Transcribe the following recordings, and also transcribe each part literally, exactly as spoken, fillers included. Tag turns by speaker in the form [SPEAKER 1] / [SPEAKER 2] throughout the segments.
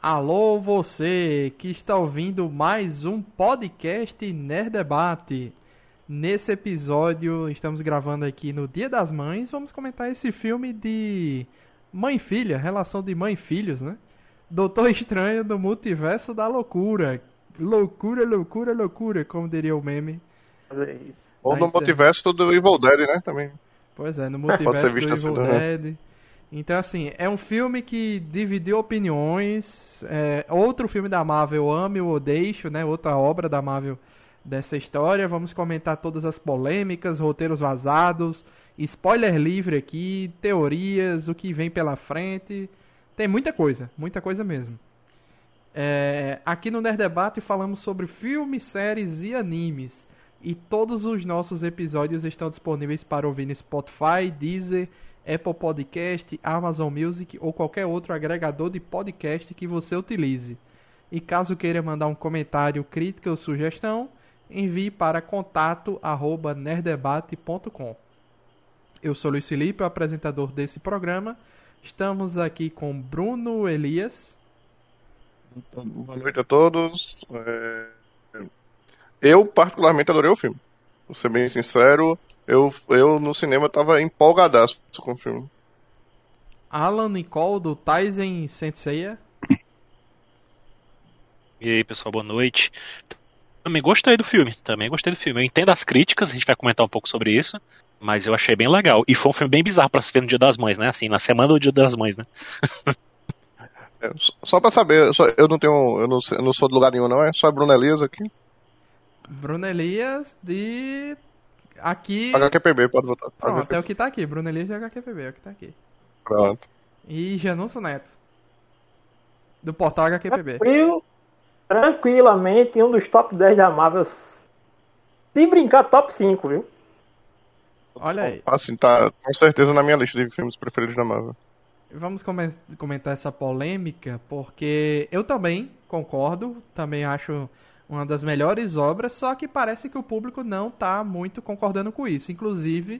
[SPEAKER 1] Alô, você que está ouvindo mais um podcast Nerd Debate. Nesse episódio, estamos gravando aqui no Dia das Mães. Vamos comentar esse filme de mãe e filha, relação de mãe e filhos, né? Doutor Estranho do Multiverso da Loucura. Loucura, loucura, loucura, como diria o meme.
[SPEAKER 2] É isso.
[SPEAKER 3] Ou no multiverso do Evil Dead, né? Também.
[SPEAKER 1] Pois é, no multiverso do Evil Dead. Então, assim, é um filme que dividiu opiniões. É outro filme da Marvel, Ame ou Odeixo, né? Outra obra da Marvel dessa história. Vamos comentar todas as polêmicas, roteiros vazados, spoiler livre aqui, teorias, o que vem pela frente. Tem muita coisa, muita coisa mesmo. É, aqui no Nerd Debate falamos sobre filmes, séries e animes. E todos os nossos episódios estão disponíveis para ouvir no Spotify, Deezer, Apple Podcast, Amazon Music ou qualquer outro agregador de podcast que você utilize. E caso queira mandar um comentário, crítica ou sugestão, envie para contato arroba nerddebate ponto com. Eu sou Luiz Felipe, o apresentador desse programa. Estamos aqui com Bruno Elias.
[SPEAKER 3] Boa noite a todos. É... Eu particularmente adorei o filme. Vou ser bem sincero, eu, eu no cinema tava empolgadaço com o filme.
[SPEAKER 1] Alan Nicole do Taizen Senseiya.
[SPEAKER 4] E aí, pessoal, boa noite. Também gostei do filme, também gostei do filme. Eu entendo as críticas, a gente vai comentar um pouco sobre isso, mas eu achei bem legal. E foi um filme bem bizarro pra se ver no Dia das Mães, né? Assim, na semana do Dia das Mães, né?
[SPEAKER 3] É, só pra saber, eu, só, eu não tenho. Eu não, eu não sou de lugar nenhum, não é? Só Bruno Elias aqui.
[SPEAKER 1] Bruno Elias de... Aqui...
[SPEAKER 3] H Q P B, pode votar.
[SPEAKER 1] Pronto, é o que tá aqui. Bruno Elias de H Q P B, é o que tá aqui.
[SPEAKER 3] Pronto.
[SPEAKER 1] E Janúncio Neto. Do portal H Q P B.
[SPEAKER 2] Tranquilo, tranquilamente, um dos top dez da Marvel. Se brincar, top cinco, viu?
[SPEAKER 1] Olha aí.
[SPEAKER 3] Assim, tá com certeza na minha lista de filmes preferidos da Marvel.
[SPEAKER 1] Vamos comentar essa polêmica, porque eu também concordo, também acho uma das melhores obras, só que parece que o público não tá muito concordando com isso. Inclusive,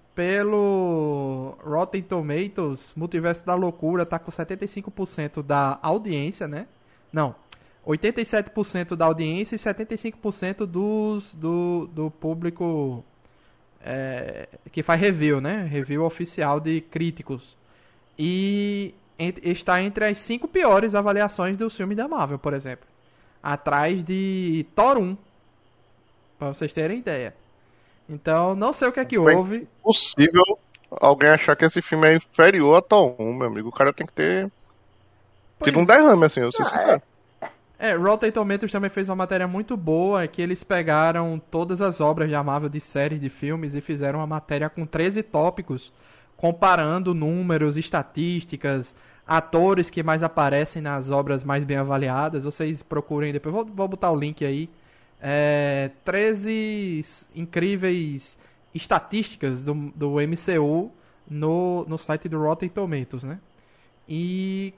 [SPEAKER 1] pelo Rotten Tomatoes, Multiverso da Loucura tá com setenta e cinco por cento da audiência, né? Não, oitenta e sete por cento da audiência e setenta e cinco por cento dos, do, do público é, que faz review, né? Review oficial de críticos. E está entre as cinco piores avaliações dos filmes da Marvel, por exemplo. Atrás de Thor um. Pra vocês terem ideia. Então, não sei o que é que houve.
[SPEAKER 3] É impossível alguém achar que esse filme é inferior a Thor um, meu amigo. O cara tem que ter...
[SPEAKER 1] Pois...
[SPEAKER 3] Tido um derrame, assim, eu sou sincero.
[SPEAKER 1] É, Rotten Tomatoes também fez uma matéria muito boa, que eles pegaram todas as obras da Marvel de séries de filmes e fizeram uma matéria com treze tópicos, comparando números, estatísticas, atores que mais aparecem nas obras mais bem avaliadas. Vocês procurem depois, vou, vou botar o link aí. É, treze incríveis estatísticas do, do M C U no, no site do Rotten Tomatoes, né? E,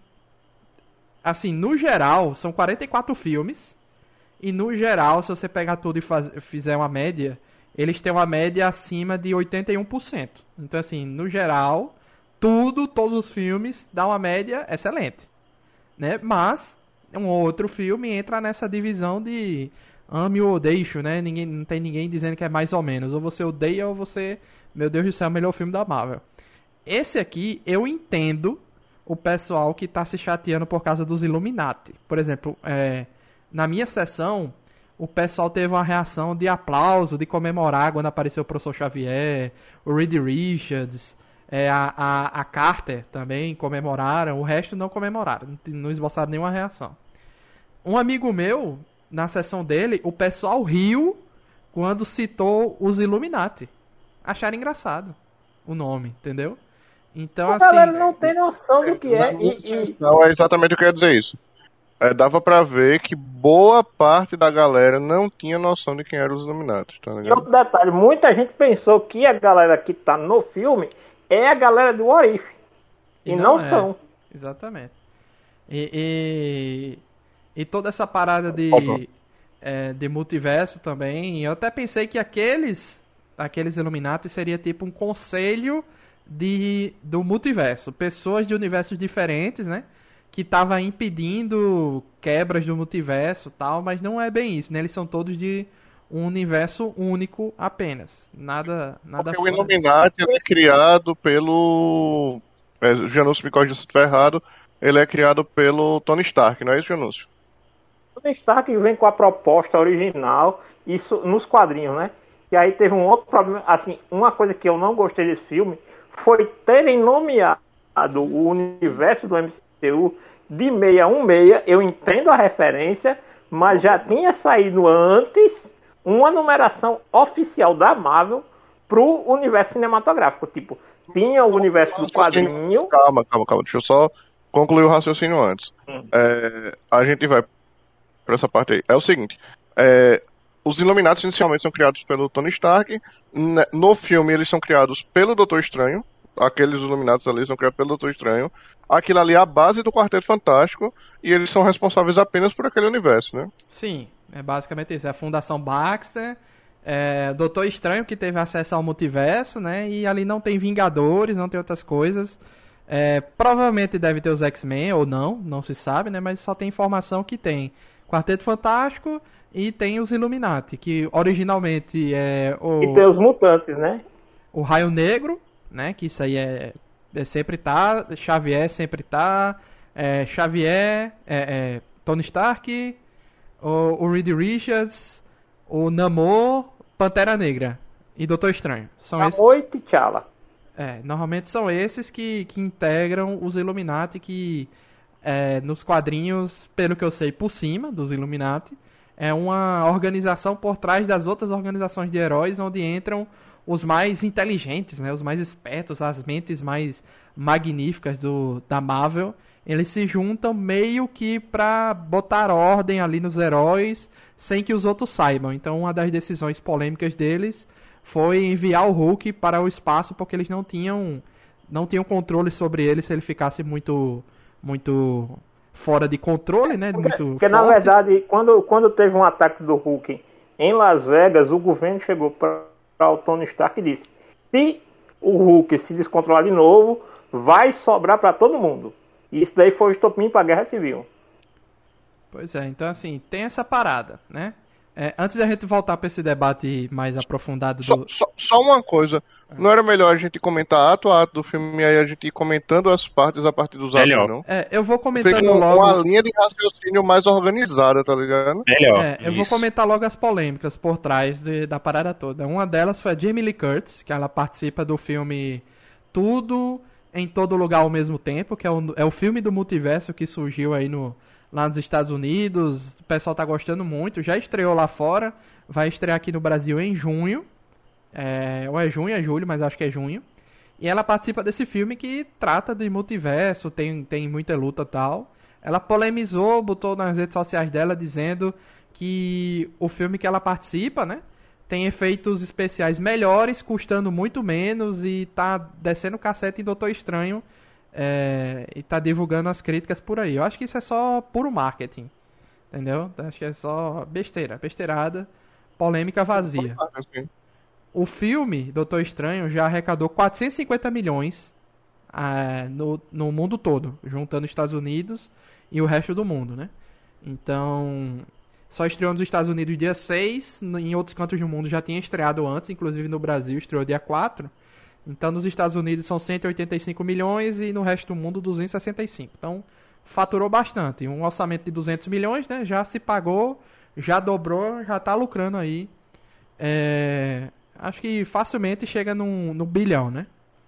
[SPEAKER 1] assim, no geral, são quarenta e quatro filmes. E, no geral, se você pegar tudo e faz, fizer uma média, eles têm uma média acima de oitenta e um por cento. Então, assim, no geral, tudo, todos os filmes, dá uma média excelente, né? Mas, um outro filme entra nessa divisão de ame ou odeixo, né? Ninguém, não tem ninguém dizendo que é mais ou menos. Ou você odeia ou você... Meu Deus do céu, é o melhor filme da Marvel. Esse aqui, eu entendo o pessoal que tá se chateando por causa dos Illuminati. Por exemplo, é, na minha sessão, o pessoal teve uma reação de aplauso, de comemorar quando apareceu o professor Xavier, o Reed Richards, é, a, a, a Carter também comemoraram. O resto não comemoraram, não esboçaram nenhuma reação. Um amigo meu, na sessão dele, o pessoal riu quando citou os Illuminati. Acharam engraçado o nome, entendeu? Então,
[SPEAKER 2] a
[SPEAKER 1] assim...
[SPEAKER 2] galera não tem noção do que é. E, e...
[SPEAKER 3] Não, é exatamente o que eu ia dizer isso. É, dava pra ver que boa parte da galera não tinha noção de quem eram os Illuminati, tá ligado?
[SPEAKER 2] E outro detalhe, muita gente pensou que a galera que tá no filme é a galera do What If. E, e não, não é. São.
[SPEAKER 1] Exatamente. E, e, e toda essa parada de, é, de multiverso também, eu até pensei que aqueles, aqueles Illuminati seria tipo um conselho de, do multiverso. Pessoas de universos diferentes, né? que tava impedindo quebras do multiverso e tal, mas não é bem isso, né? Eles são todos de um universo único apenas. Nada, nada
[SPEAKER 3] Porque o
[SPEAKER 1] fora
[SPEAKER 3] Illuminati ele é criado pelo... É, Janúncio me corrija se eu estiver errado. Ele é criado pelo Tony Stark, não é isso, Janúncio?
[SPEAKER 2] Tony Stark vem com a proposta original, isso nos quadrinhos, né? E aí teve um outro problema, assim, uma coisa que eu não gostei desse filme foi terem nomeado o universo do M C U de seiscentos e dezesseis. Eu entendo a referência, mas já tinha saído antes uma numeração oficial da Marvel pro universo cinematográfico. Tipo, tinha o universo do quadrinho.
[SPEAKER 3] Calma, calma, calma. Deixa eu só concluir o raciocínio antes. Hum. É, a gente vai pra essa parte aí. É o seguinte. É, os Illuminati inicialmente são criados pelo Tony Stark. No filme eles são criados pelo Doutor Estranho. Aqueles Illuminati ali são criados pelo Doutor Estranho. Aquilo ali é a base do Quarteto Fantástico. E eles são responsáveis apenas por aquele universo, né?
[SPEAKER 1] Sim, é basicamente isso. É a Fundação Baxter, é, Doutor Estranho que teve acesso ao multiverso, né? E ali não tem Vingadores, não tem outras coisas. É, provavelmente deve ter os X-Men ou não, não se sabe, né? Mas só tem informação que tem Quarteto Fantástico e tem os Illuminati, que originalmente é o...
[SPEAKER 2] E tem os mutantes, né?
[SPEAKER 1] O Raio Negro, né? Que isso aí é, é sempre tá. Xavier sempre tá. É, Xavier, é, é, Tony Stark, o, o Reed Richards, o Namor, Pantera Negra e Doutor Estranho. São
[SPEAKER 2] Namor
[SPEAKER 1] esses...
[SPEAKER 2] e T'Challa.
[SPEAKER 1] É, normalmente são esses que, que integram os Illuminati, que é, nos quadrinhos, pelo que eu sei, por cima dos Illuminati, é uma organização por trás das outras organizações de heróis, onde entram os mais inteligentes, né, os mais espertos, as mentes mais magníficas do, da Marvel. Eles se juntam meio que pra botar ordem ali nos heróis, sem que os outros saibam. Então, uma das decisões polêmicas deles foi enviar o Hulk para o espaço, porque eles não tinham não tinham controle sobre ele se ele ficasse muito muito fora de controle, né?
[SPEAKER 2] Porque,
[SPEAKER 1] muito
[SPEAKER 2] porque na verdade, quando, quando teve um ataque do Hulk em Las Vegas, o governo chegou para o Tony Stark e disse: se o Hulk se descontrolar de novo, vai sobrar para todo mundo. E isso daí foi o estopim para a Guerra Civil.
[SPEAKER 1] Pois é, então assim, tem essa parada, né? É, antes da gente voltar para esse debate mais aprofundado do...
[SPEAKER 3] Só, só, só uma coisa, não era melhor a gente comentar ato a ato do filme e aí a gente ir comentando as partes a partir dos atos, não?
[SPEAKER 1] É, eu vou comentando
[SPEAKER 3] Fica
[SPEAKER 1] logo...
[SPEAKER 3] uma linha de raciocínio mais organizada, tá ligado?
[SPEAKER 4] Melhor.
[SPEAKER 1] É, eu vou comentar logo as polêmicas por trás de, da parada toda. Uma delas foi a Jamie Lee Curtis, que ela participa do filme Tudo em Todo Lugar ao Mesmo Tempo, que é o, é o filme do multiverso que surgiu aí no... lá nos Estados Unidos, o pessoal tá gostando muito, já estreou lá fora, vai estrear aqui no Brasil em junho, é, ou é junho, é julho, mas acho que é junho, e ela participa desse filme que trata de multiverso, tem, tem muita luta e tal. Ela polemizou, botou nas redes sociais dela dizendo que o filme que ela participa, né, tem efeitos especiais melhores, custando muito menos, e tá descendo cacete em Doutor Estranho, É, e tá divulgando as críticas por aí. Eu acho que isso é só puro marketing, entendeu? Acho que é só besteira, besteirada, polêmica vazia. O filme Doutor Estranho já arrecadou quatrocentos e cinquenta milhões é, no, no mundo todo, juntando os Estados Unidos e o resto do mundo, né? Então, só estreou nos Estados Unidos dia seis, em outros cantos do mundo já tinha estreado antes, inclusive no Brasil estreou dia quatro. Então, nos Estados Unidos são cento e oitenta e cinco milhões e no resto do mundo duzentos e sessenta e cinco. Então, faturou bastante. Um orçamento de duzentos milhões, né? Já se pagou, já dobrou, já tá lucrando aí. É, acho que facilmente chega no, no bilhão, né?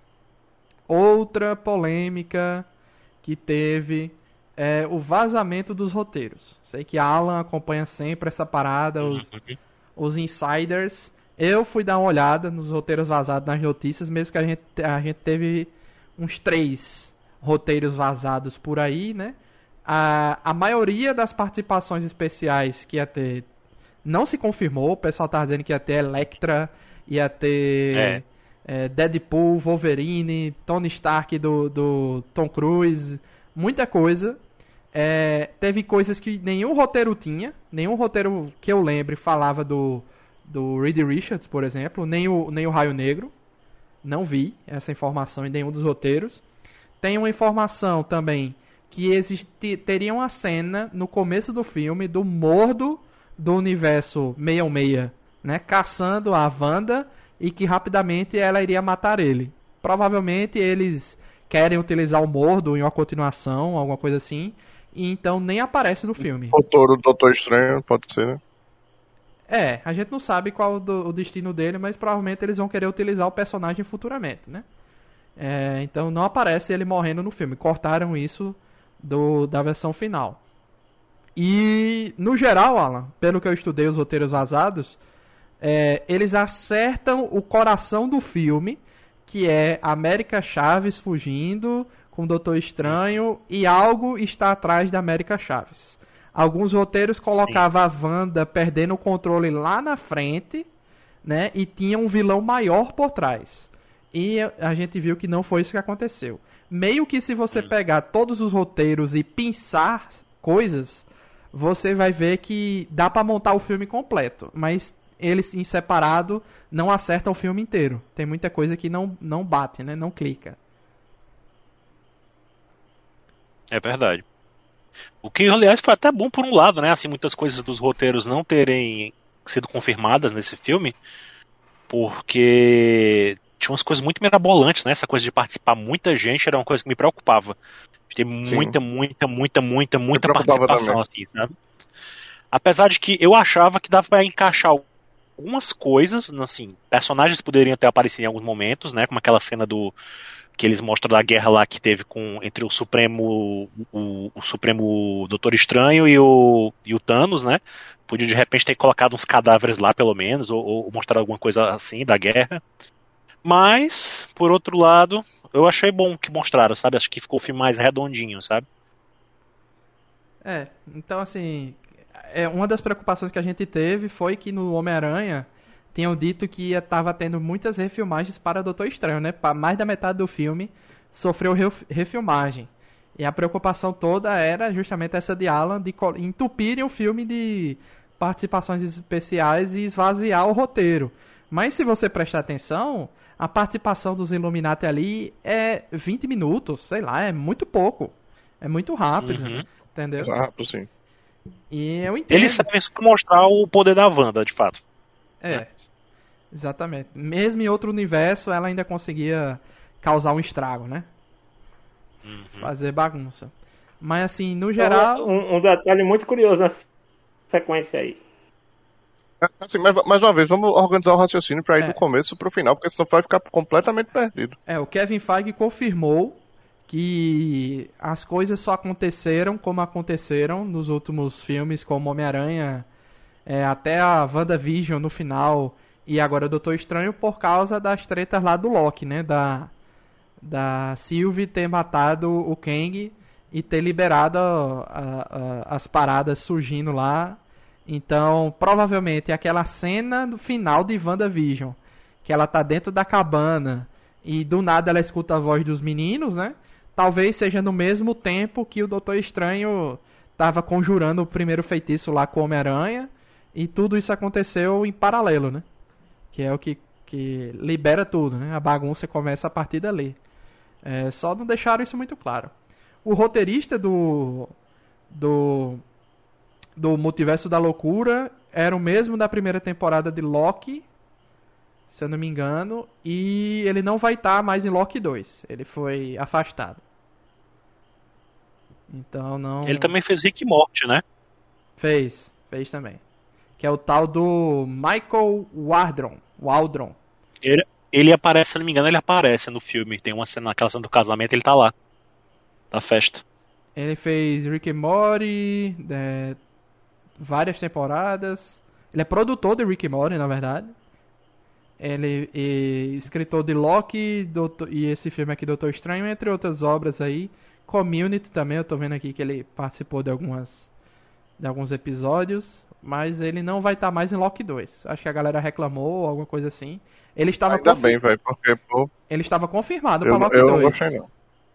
[SPEAKER 1] Outra polêmica que teve é o vazamento dos roteiros. Sei que a Alan acompanha sempre essa parada, os, os insiders. Eu fui dar uma olhada nos roteiros vazados nas notícias, mesmo que a gente, a gente teve uns três roteiros vazados por aí, né? A, a maioria das participações especiais que ia ter não se confirmou. O pessoal tava dizendo que ia ter Elektra, ia ter é. É, Deadpool, Wolverine, Tony Stark do, do Tom Cruise, muita coisa. É, teve coisas que nenhum roteiro tinha, nenhum roteiro que eu lembre falava do... do Reed Richards, por exemplo, nem o, nem o Raio Negro. Não vi essa informação em nenhum dos roteiros. Tem uma informação também que existi, teria uma cena no começo do filme do Mordo do universo seiscentos e sessenta e seis, né, caçando a Wanda e que rapidamente ela iria matar ele. Provavelmente eles querem utilizar o Mordo em uma continuação, alguma coisa assim, e então nem aparece no filme.
[SPEAKER 3] O Doutor, o Doutor Estranho, pode ser, né?
[SPEAKER 1] É, a gente não sabe qual do, o destino dele, mas provavelmente eles vão querer utilizar o personagem futuramente, né? É, então não aparece ele morrendo no filme. Cortaram isso do, da versão final. E, no geral, Alan, pelo que eu estudei os roteiros vazados, é, eles acertam o coração do filme, que é América Chaves fugindo com o Doutor Estranho e algo está atrás da América Chaves. Alguns roteiros colocavam a Wanda perdendo o controle lá na frente, né, e tinha um vilão maior por trás. E a gente viu que não foi isso que aconteceu. Meio que se você pegar todos os roteiros e pensar coisas, você vai ver que dá pra montar o filme completo. Mas eles em separado não acertam o filme inteiro. Tem muita coisa que não, não bate, né? Não clica.
[SPEAKER 4] É verdade. O que, aliás, foi até bom por um lado, né? Assim, muitas coisas dos roteiros não terem sido confirmadas nesse filme, porque tinha umas coisas muito mirabolantes, né? Essa coisa de participar muita gente era uma coisa que me preocupava. Tem muita, muita, muita, muita, muita participação, assim, sabe? Apesar de que eu achava que dava pra encaixar algumas coisas, assim, personagens poderiam ter aparecido em alguns momentos, né? Como aquela cena do que eles mostram da guerra lá que teve com, entre o Supremo o, o Supremo Doutor Estranho e o, e o Thanos, né? Podia de repente ter colocado uns cadáveres lá, pelo menos, ou, ou mostrar alguma coisa assim da guerra. Mas, por outro lado, eu achei bom que mostraram, sabe? Acho que ficou o filme mais redondinho, sabe?
[SPEAKER 1] É, então assim, é, uma das preocupações que a gente teve foi que no Homem-Aranha tinham dito que estava tendo muitas refilmagens para Doutor Estranho, né? Para mais da metade do filme sofreu refilmagem. E a preocupação toda era justamente essa de Alan de entupirem o filme de participações especiais e esvaziar o roteiro. Mas se você prestar atenção, a participação dos Illuminati ali é vinte minutos, sei lá, é muito pouco. É muito rápido,
[SPEAKER 4] uhum.
[SPEAKER 1] Entendeu?
[SPEAKER 3] É rápido, sim.
[SPEAKER 1] E eu entendo.
[SPEAKER 4] Eles servem para mostrar o poder da Wanda, de fato.
[SPEAKER 1] É, é, exatamente. Mesmo em outro universo, ela ainda conseguia causar um estrago, né? Uhum. Fazer bagunça. Mas assim, no geral...
[SPEAKER 2] Um, um detalhe muito curioso nessa sequência aí.
[SPEAKER 3] Assim, mais, mais uma vez, vamos organizar o raciocínio para ir
[SPEAKER 1] é.
[SPEAKER 3] do começo pro final, porque senão vai ficar completamente perdido.
[SPEAKER 1] É, o Kevin Feige confirmou que as coisas só aconteceram como aconteceram nos últimos filmes, como Homem-Aranha, é, até a WandaVision no final, e agora o Doutor Estranho, por causa das tretas lá do Loki, né? Da, da Sylvie ter matado o Kang e ter liberado a, a, as paradas surgindo lá. Então, provavelmente, aquela cena do final de WandaVision, que ela tá dentro da cabana e do nada ela escuta a voz dos meninos, né? Talvez seja no mesmo tempo que o Doutor Estranho tava conjurando o primeiro feitiço lá com o Homem-Aranha, e tudo isso aconteceu em paralelo, né? Que é o que, que libera tudo, né? A bagunça começa a partir dali. É, só não deixaram isso muito claro. O roteirista do... do do Multiverso da Loucura era o mesmo da primeira temporada de Loki, se eu não me engano, e ele não vai estar mais em Loki dois. Ele foi afastado. Então não...
[SPEAKER 4] Ele também fez Rick e Morty, né?
[SPEAKER 1] Fez, fez também. Que é o tal do Michael Waldron. Waldron.
[SPEAKER 4] Ele, ele aparece, se eu não me engano, ele aparece no filme. Tem uma cena, naquela cena do casamento, ele tá lá. Da festa.
[SPEAKER 1] Ele fez Rick e Morty, é, várias temporadas. Ele é produtor de Rick e Morty, na verdade. Ele é escritor de Loki doutor, e esse filme aqui, Doutor Estranho, entre outras obras aí. Community também, eu tô vendo aqui que ele participou de algumas de alguns episódios, mas ele não vai estar tá mais em Loki dois. Acho que a galera reclamou, alguma coisa assim. Ele estava
[SPEAKER 3] Ainda
[SPEAKER 1] confir...
[SPEAKER 3] bem, velho, porque pô,
[SPEAKER 1] ele estava confirmado
[SPEAKER 3] para
[SPEAKER 1] Loki
[SPEAKER 3] eu
[SPEAKER 1] dois.
[SPEAKER 3] Eu não gostei não.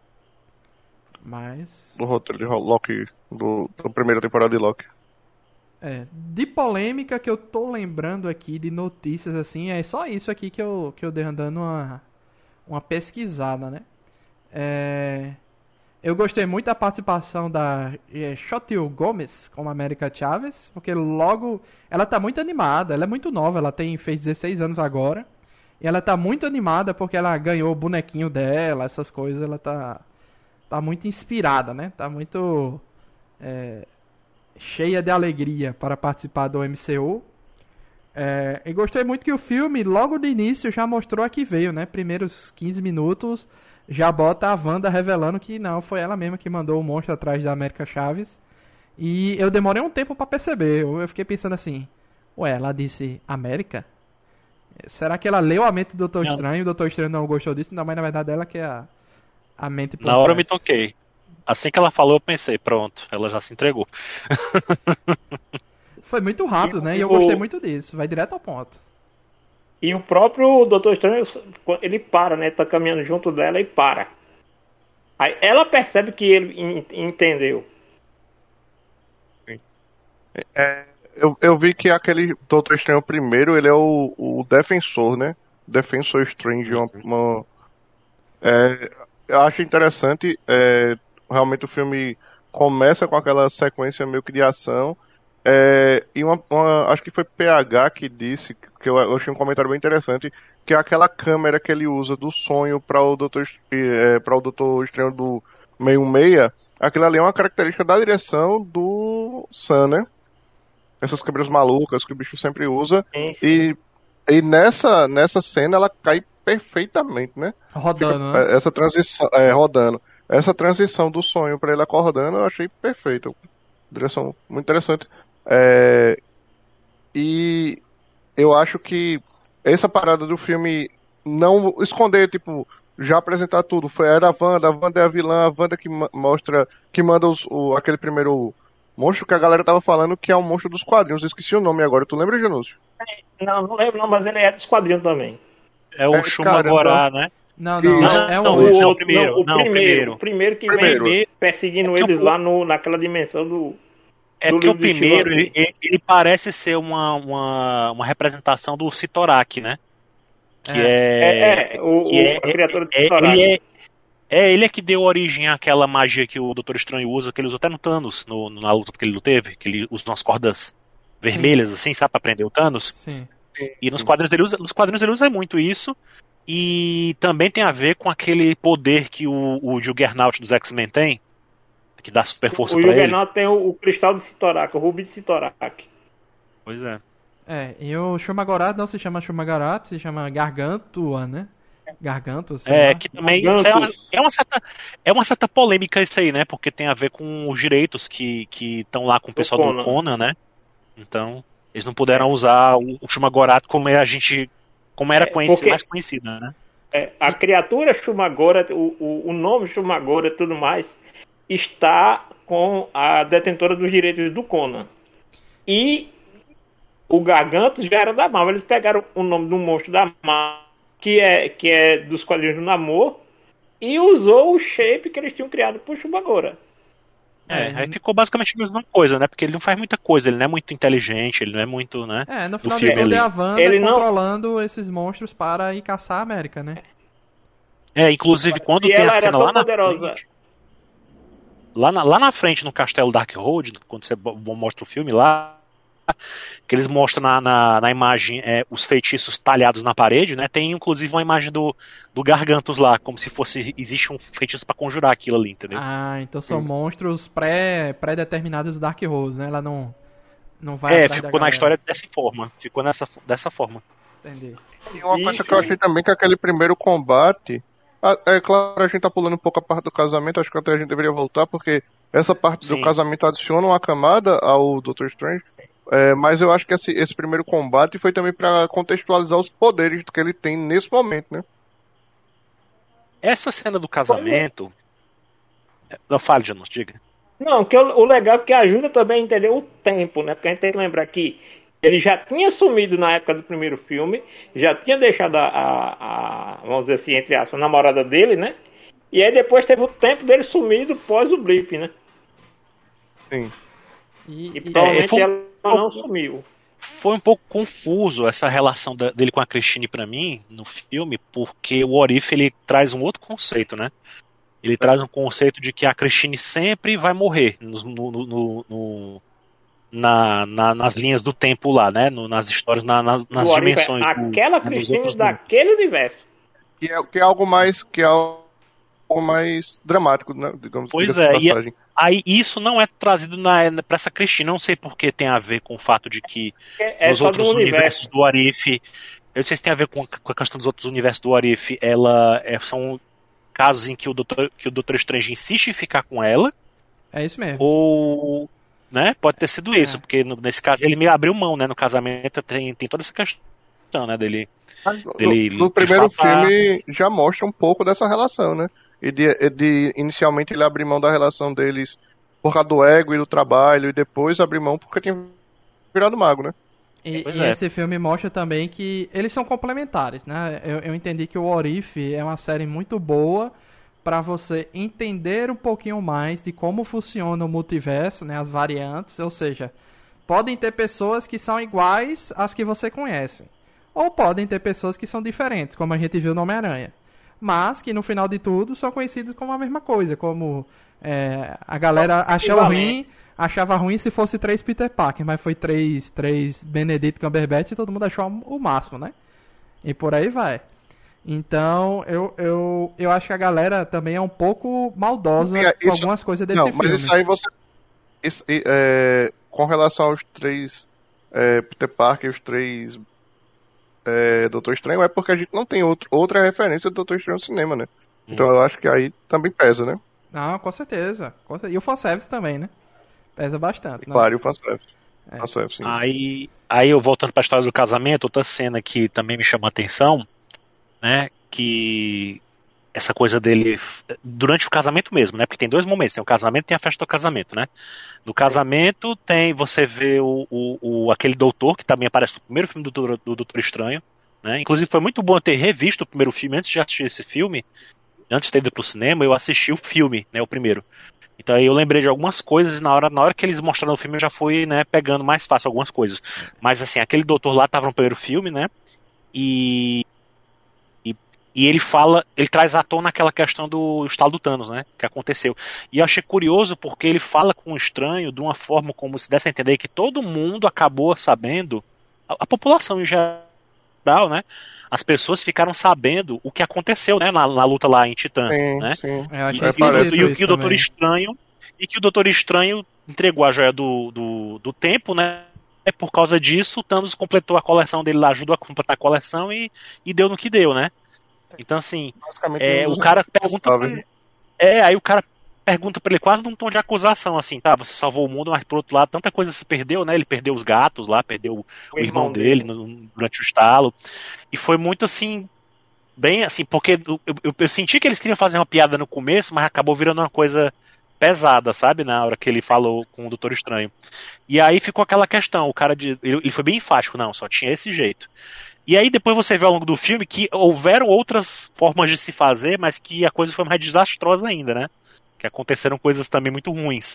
[SPEAKER 1] Mas
[SPEAKER 3] do roteiro de Loki, do, da primeira temporada de Loki.
[SPEAKER 1] É, de polêmica que eu tô lembrando aqui, de notícias assim, é só isso aqui que eu, que eu dei dando uma, uma pesquisada, né? É, Eu gostei muito da participação da é, Xochitl Gomes como América Chaves, porque logo ela tá muito animada, ela é muito nova, ela tem fez dezesseis anos agora. E ela tá muito animada porque ela ganhou o bonequinho dela, essas coisas, ela tá tá muito inspirada, né? Tá muito é, cheia de alegria para participar do M C U. É, e gostei muito que o filme, logo de início, já mostrou a que veio, né? Primeiros quinze minutos, já bota a Wanda revelando que não, foi ela mesma que mandou o monstro atrás da América Chaves. E eu demorei um tempo pra perceber, eu, eu fiquei pensando assim, ué, ela disse América? Será que ela leu a mente do Doutor
[SPEAKER 4] Não.
[SPEAKER 1] Estranho e o Doutor Estranho não gostou disso? Não, mas na verdade ela que é a, a mente por
[SPEAKER 4] Na hora eu me
[SPEAKER 1] trás.
[SPEAKER 4] toquei. Assim que ela falou, eu pensei, pronto, ela já se entregou.
[SPEAKER 1] Foi muito rápido, né? E eu
[SPEAKER 2] o-
[SPEAKER 1] gostei muito disso, vai direto ao ponto.
[SPEAKER 2] E o próprio doutor Estranho, ele para, né? Tá caminhando junto dela e para. Aí ela percebe que ele en- entendeu.
[SPEAKER 3] É, eu, eu vi que aquele Doutor Estranho primeiro, ele é o, o defensor, né? Defensor Strange. Uma, uma- é, eu acho interessante. É, realmente o filme começa com aquela sequência meio que de ação. É, e uma, uma- acho que foi P H que disse, que eu, eu achei um comentário bem interessante, que é aquela câmera que ele usa do sonho para o Doutor, Est- é, para o Doutor Estranho do seiscentos e sessenta, aquilo ali é uma característica da direção do Sam, né? Essas câmeras malucas que o bicho sempre usa.
[SPEAKER 2] Sim, sim.
[SPEAKER 3] E, e nessa, nessa cena ela cai perfeitamente, né?
[SPEAKER 1] Rodando,
[SPEAKER 3] Fica,
[SPEAKER 1] né?
[SPEAKER 3] é, essa transição, é, rodando. Essa transição do sonho para ele acordando eu achei perfeita. Direção muito interessante. É, e eu acho que essa parada do filme não esconder, tipo, já apresentar tudo. Foi, era a Wanda, a Wanda é a vilã, a Wanda que ma- mostra, que manda os, o, aquele primeiro monstro que a galera tava falando que é um monstro dos quadrinhos. Eu esqueci o nome agora. Tu lembra, Janúcio?
[SPEAKER 2] Não, não lembro não, mas ele é dos quadrinhos também.
[SPEAKER 4] É o
[SPEAKER 3] É,
[SPEAKER 4] Shumagorá, né?
[SPEAKER 1] Não, não,
[SPEAKER 3] Isso.
[SPEAKER 1] é, é um
[SPEAKER 4] Não,
[SPEAKER 2] o,
[SPEAKER 1] outro.
[SPEAKER 4] não,
[SPEAKER 2] outro,
[SPEAKER 4] primeiro,
[SPEAKER 2] não, o
[SPEAKER 4] não,
[SPEAKER 2] primeiro,
[SPEAKER 4] primeiro.
[SPEAKER 2] o primeiro que
[SPEAKER 3] Primeiro.
[SPEAKER 2] vem perseguindo
[SPEAKER 4] É que
[SPEAKER 2] eles
[SPEAKER 4] o-
[SPEAKER 2] lá no, naquela dimensão do...
[SPEAKER 4] É
[SPEAKER 2] do
[SPEAKER 4] porque o
[SPEAKER 2] livro de
[SPEAKER 4] primeiro,
[SPEAKER 2] Shiva.
[SPEAKER 4] ele, ele parece ser uma, uma, uma representação do Sitorak, né? Que é...
[SPEAKER 2] É, é, o,
[SPEAKER 4] que
[SPEAKER 2] o-
[SPEAKER 4] é,
[SPEAKER 2] a criatura de
[SPEAKER 4] é,
[SPEAKER 2] Sitorak.
[SPEAKER 4] ele é, é ele é que deu origem àquela magia que o Doutor Estranho usa, que ele usa até no Thanos, no, na luta que ele não teve, que ele usa umas cordas vermelhas, assim, sabe, pra prender o Thanos.
[SPEAKER 1] Sim.
[SPEAKER 4] E nos quadrinhos ele usa, nos quadrinhos ele usa muito isso. E também tem a ver com aquele poder que o, o Juggernaut dos X-Men tem, que dá super força
[SPEAKER 2] O
[SPEAKER 4] pra ele.
[SPEAKER 2] Juggernaut tem o, o cristal de Sitorak, o rubi de Sitorak.
[SPEAKER 4] Pois é.
[SPEAKER 1] É, e o Shumagorato não se chama Shumagorato, se chama Gargantua, né? Gargantua, sei
[SPEAKER 4] É,
[SPEAKER 1] lá.
[SPEAKER 4] que também
[SPEAKER 2] Gantus.
[SPEAKER 4] é uma, é, uma certa, é uma certa polêmica isso aí, né? Porque tem a ver com os direitos que estão lá com o pessoal do
[SPEAKER 2] Conan.
[SPEAKER 4] Conan, né? Então, eles não puderam usar o, o Shumagorato como a gente. Como era
[SPEAKER 2] É,
[SPEAKER 4] conhecido,
[SPEAKER 2] porque-
[SPEAKER 4] mais conhecida, né?
[SPEAKER 2] É, a criatura Shumagora, o, o, o nome Shumagora e tudo mais, está com a detentora dos direitos do Conan. E o Gargantos já era da Marvel. Eles pegaram o nome do monstro da Marvel, que é, que é dos quadrinhos do Namor, e usou o shape que eles tinham criado pro Shumagora.
[SPEAKER 4] É,
[SPEAKER 1] É,
[SPEAKER 4] aí ficou basicamente a mesma coisa, né? Porque ele não faz muita coisa, ele não é muito inteligente, ele não é muito, né?
[SPEAKER 1] É, no
[SPEAKER 4] do
[SPEAKER 1] final de
[SPEAKER 4] filme
[SPEAKER 1] tudo é
[SPEAKER 4] ali.
[SPEAKER 1] a Wanda
[SPEAKER 2] Ele não-
[SPEAKER 1] controlando esses monstros para ir caçar a América, né?
[SPEAKER 4] É, inclusive quando
[SPEAKER 2] E
[SPEAKER 4] tem
[SPEAKER 2] ela
[SPEAKER 4] a
[SPEAKER 2] era
[SPEAKER 4] cena
[SPEAKER 2] tão
[SPEAKER 4] lá na
[SPEAKER 2] poderosa.
[SPEAKER 4] frente, lá na, lá na frente no Castelo Darkhold, quando você bo- mostra o filme lá, que eles mostram na, na, na imagem é, os feitiços talhados na parede, né? Tem inclusive uma imagem do, do Gargantos lá, como se fosse existe um feitiço pra conjurar aquilo ali, entendeu?
[SPEAKER 1] Ah, então são monstros pré, pré-determinados do Dark Rose, né? Ela não, não vai
[SPEAKER 4] é,
[SPEAKER 1] atrás da
[SPEAKER 4] ficou na
[SPEAKER 1] galera.
[SPEAKER 4] história dessa forma, ficou nessa, dessa forma.
[SPEAKER 1] Entendi.
[SPEAKER 3] E uma
[SPEAKER 2] E,
[SPEAKER 3] coisa que eu achei também que aquele primeiro combate. ah, É claro, a gente tá pulando um pouco a parte do casamento, acho que até a gente deveria voltar, porque essa parte
[SPEAKER 4] Sim.
[SPEAKER 3] do casamento adiciona uma camada ao Doutor Strange. É, mas eu acho que esse, esse primeiro combate foi também pra contextualizar os poderes que ele tem nesse momento, né?
[SPEAKER 4] Essa cena do casamento. Não fale, Janus, diga.
[SPEAKER 2] Não, que o, o legal é que ajuda também a entender o tempo, né? Porque a gente tem que lembrar que ele já tinha sumido na época do primeiro filme, já tinha deixado a, a, a vamos dizer assim, entre aspas, a namorada dele, né? E aí depois teve o tempo dele sumido pós o blip, né?
[SPEAKER 3] Sim.
[SPEAKER 1] E,
[SPEAKER 2] E
[SPEAKER 1] e-
[SPEAKER 2] provavelmente
[SPEAKER 4] É, foi um
[SPEAKER 2] ela não
[SPEAKER 4] pouco-
[SPEAKER 2] sumiu.
[SPEAKER 4] Foi um pouco confuso essa relação da- dele com a Christine pra mim no filme, porque o What If ele traz um outro conceito, né? ele traz um conceito de que a Christine sempre vai morrer no, no, no, no, na, na, nas linhas do tempo lá, né? No, nas histórias, na, nas, nas dimensões.
[SPEAKER 2] É aquela
[SPEAKER 4] do,
[SPEAKER 2] Christine daquele universo.
[SPEAKER 3] Que é, que é algo mais. Que é algo mais dramático, né? Digamos,
[SPEAKER 4] pois é, e aí isso não é trazido na, pra essa Christine. Não sei porque tem a ver com o fato de que é, é nos outros do universos do Arif. Eu não sei se tem a ver com, com a questão dos outros universos do Arif. Ela é, são casos em que o Doutor, que o Doutor Estrange insiste em ficar com ela.
[SPEAKER 1] É isso mesmo.
[SPEAKER 4] Ou, né, pode ter sido isso, é. Porque no, nesse caso ele me abriu mão, né, no casamento tem, tem toda essa questão, né, dele...
[SPEAKER 3] Mas,
[SPEAKER 4] dele
[SPEAKER 3] no, no primeiro falar... filme já mostra um pouco dessa relação, né, e de, de inicialmente ele abre mão da relação deles por causa do ego e do trabalho, e depois abre mão porque tinha virado mago, né.
[SPEAKER 1] E, e é. esse filme mostra também que eles são complementares, né? Eu, eu entendi que o Orif é uma série muito boa para você entender um pouquinho mais de como funciona o multiverso, né? As variantes, ou seja, podem ter pessoas que são iguais às que você conhece, ou podem ter pessoas que são diferentes, como a gente viu no Homem-Aranha, mas que no final de tudo são conhecidos como a mesma coisa, como é, a galera achou ruim... Achava ruim se fosse três Peter Parker, mas foi três, três Benedict Cumberbatch e todo mundo achou o máximo, né? E por aí vai. Então, eu, eu, eu acho que a galera também é um pouco maldosa isso, com algumas coisas desse
[SPEAKER 3] não,
[SPEAKER 1] filme.
[SPEAKER 3] Mas isso aí você... Isso, é, com relação aos três é, Peter Parker e os três é, Doutor Estranho, é porque a gente não tem outro, outra referência do Doutor Estranho no cinema, né? Hum. Então eu acho que aí também pesa, né?
[SPEAKER 1] Não, com certeza. Com certeza. E o fanservice também, né? Pesa bastante.
[SPEAKER 3] E claro, e o fanservice. É. Fanservice, sim.
[SPEAKER 4] Aí, aí eu voltando para a história do casamento, outra cena que também me chamou a atenção, né, que essa coisa dele durante o casamento mesmo, né, porque tem dois momentos, tem o casamento e tem a festa do casamento, né. No casamento tem, você vê o, o, o aquele doutor que também aparece no primeiro filme do, do, do Doutor Estranho, né, inclusive foi muito bom eu ter revisto o primeiro filme antes de assistir esse filme, antes de ter ido pro cinema, eu assisti o filme, né, o primeiro. Então aí eu lembrei de algumas coisas e na hora, na hora que eles mostraram o filme eu já fui, né, pegando mais fácil algumas coisas. Mas assim, aquele doutor lá tava no primeiro filme, né, e, e, e ele fala, ele traz à tona aquela questão do estalo do Thanos, né, que aconteceu. E eu achei curioso porque ele fala com o estranho de uma forma como se desse a entender que todo mundo acabou sabendo, a, a população em geral, né, as pessoas ficaram sabendo o que aconteceu, né, na, na luta lá em Titã,
[SPEAKER 3] sim,
[SPEAKER 4] né?
[SPEAKER 3] Sim.
[SPEAKER 1] Eu acho
[SPEAKER 4] e, e, e o que o Doutor Estranho e que o Doutor Estranho entregou a joia do, do, do tempo, né? É por causa disso, o Thanos completou a coleção dele lá, ajudou a completar a coleção e, e deu no que deu, né? Então assim, é, o cara pergunta pra ele, é, aí o cara pergunta pra ele quase num tom de acusação, assim, tá, você salvou o mundo, mas por outro lado tanta coisa se perdeu, né? Ele perdeu os gatos lá, perdeu o, o irmão, irmão dele, dele no, durante o estalo. E foi muito assim, bem assim, porque eu, eu, eu senti que eles queriam fazer uma piada no começo, mas acabou virando uma coisa pesada, sabe? Na hora que ele falou com o Doutor Estranho. E aí ficou aquela questão, o cara de, ele, ele foi bem enfático, não, só tinha esse jeito. E aí depois você vê ao longo do filme que houveram outras formas de se fazer, mas que a coisa foi mais desastrosa ainda, né? Que aconteceram coisas também muito ruins.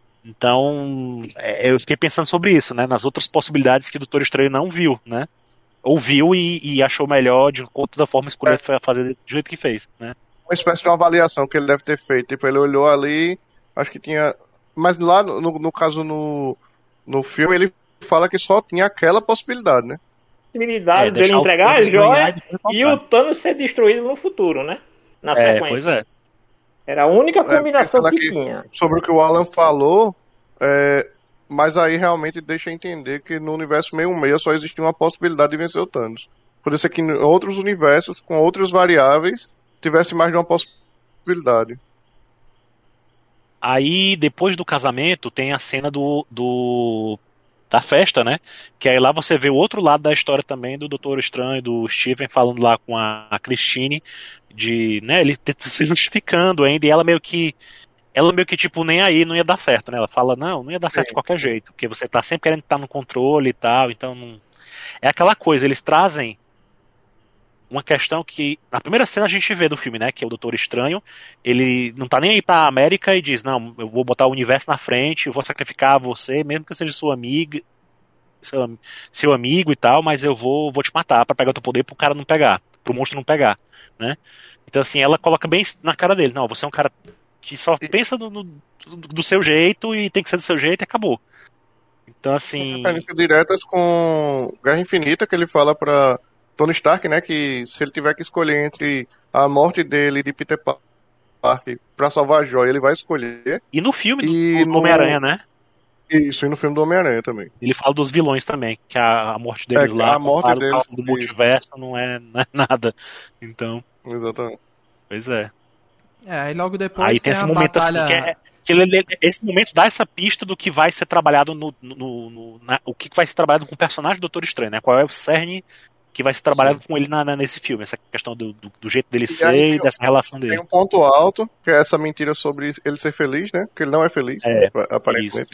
[SPEAKER 4] Então, é, eu fiquei pensando sobre isso, né? Nas outras possibilidades que o Doutor Estranho não viu, né? Ouviu e, e achou melhor, de toda forma, escolher é. fazer do jeito que fez, né?
[SPEAKER 3] Uma espécie de uma avaliação que ele deve ter feito. Tipo, ele olhou ali, acho que tinha... Mas lá, no, no caso, no, no filme, ele fala que só tinha aquela possibilidade, né?
[SPEAKER 2] Possibilidade é, dele entregar a joia e o Thanos ser destruído no futuro, né? Na
[SPEAKER 4] é,
[SPEAKER 2] sequência.
[SPEAKER 4] Pois é.
[SPEAKER 2] Era a única combinação
[SPEAKER 3] é,
[SPEAKER 2] que,
[SPEAKER 3] que
[SPEAKER 2] tinha.
[SPEAKER 3] Sobre o que o Alan falou, é, mas aí realmente deixa entender que no universo sessenta e seis só existia uma possibilidade de vencer o Thanos. Poderia ser que em outros universos, com outras variáveis, tivesse mais de uma possibilidade.
[SPEAKER 4] Aí, depois do casamento, tem a cena do, do da festa, né? Que aí lá você vê o outro lado da história também do Doutor Estranho, do Steven falando lá com a, a Christine, de, né, ele se justificando ainda, e ela meio que ela meio que tipo, nem aí, não ia dar certo, né? Ela fala, não, não ia dar certo Sim. de qualquer jeito, porque você tá sempre querendo estar no controle e tal, então não... É aquela coisa, eles trazem uma questão que, na primeira cena a gente vê do filme, né, que é o Doutor Estranho, ele não tá nem aí pra América e diz, não, eu vou botar o universo na frente, eu vou sacrificar você, mesmo que eu seja sua amiga, seu, seu amigo e tal, mas eu vou, vou te matar pra pegar o teu poder pro cara não pegar, pro monstro não pegar, né? Então assim, ela coloca bem na cara dele, não, você é um cara que só pensa no, no, do seu jeito e tem que ser do seu jeito e acabou. Então assim...
[SPEAKER 3] Referências diretas com Guerra Infinita, que ele fala pra Tony Stark, né, que se ele tiver que escolher entre a morte dele e de Peter Parker pra salvar a Joia, ele vai escolher.
[SPEAKER 4] E no filme
[SPEAKER 3] e
[SPEAKER 4] do, do
[SPEAKER 3] no...
[SPEAKER 4] Homem-Aranha, né?
[SPEAKER 3] Isso, e no filme do Homem-Aranha também.
[SPEAKER 4] Ele fala dos vilões também, que a, a morte deles
[SPEAKER 3] é,
[SPEAKER 4] lá,
[SPEAKER 3] a morte deles,
[SPEAKER 4] do multiverso, não é, não é nada. Então...
[SPEAKER 3] Exatamente.
[SPEAKER 4] Pois é.
[SPEAKER 1] É, aí logo depois
[SPEAKER 4] aí tem esse momento
[SPEAKER 1] batalha...
[SPEAKER 4] assim, que, é, que ele, esse momento dá essa pista do que vai ser trabalhado no, no, no na, o que vai ser trabalhado com o personagem do Doutor Estranho, né? Qual é o cerne que vai ser trabalhado Sim. com ele na, na, nesse filme, essa questão do, do, do jeito dele e ser e dessa relação dele.
[SPEAKER 3] Tem um ponto alto, que é essa mentira sobre ele ser feliz, né? Que ele não é feliz,
[SPEAKER 4] é,
[SPEAKER 3] aparentemente.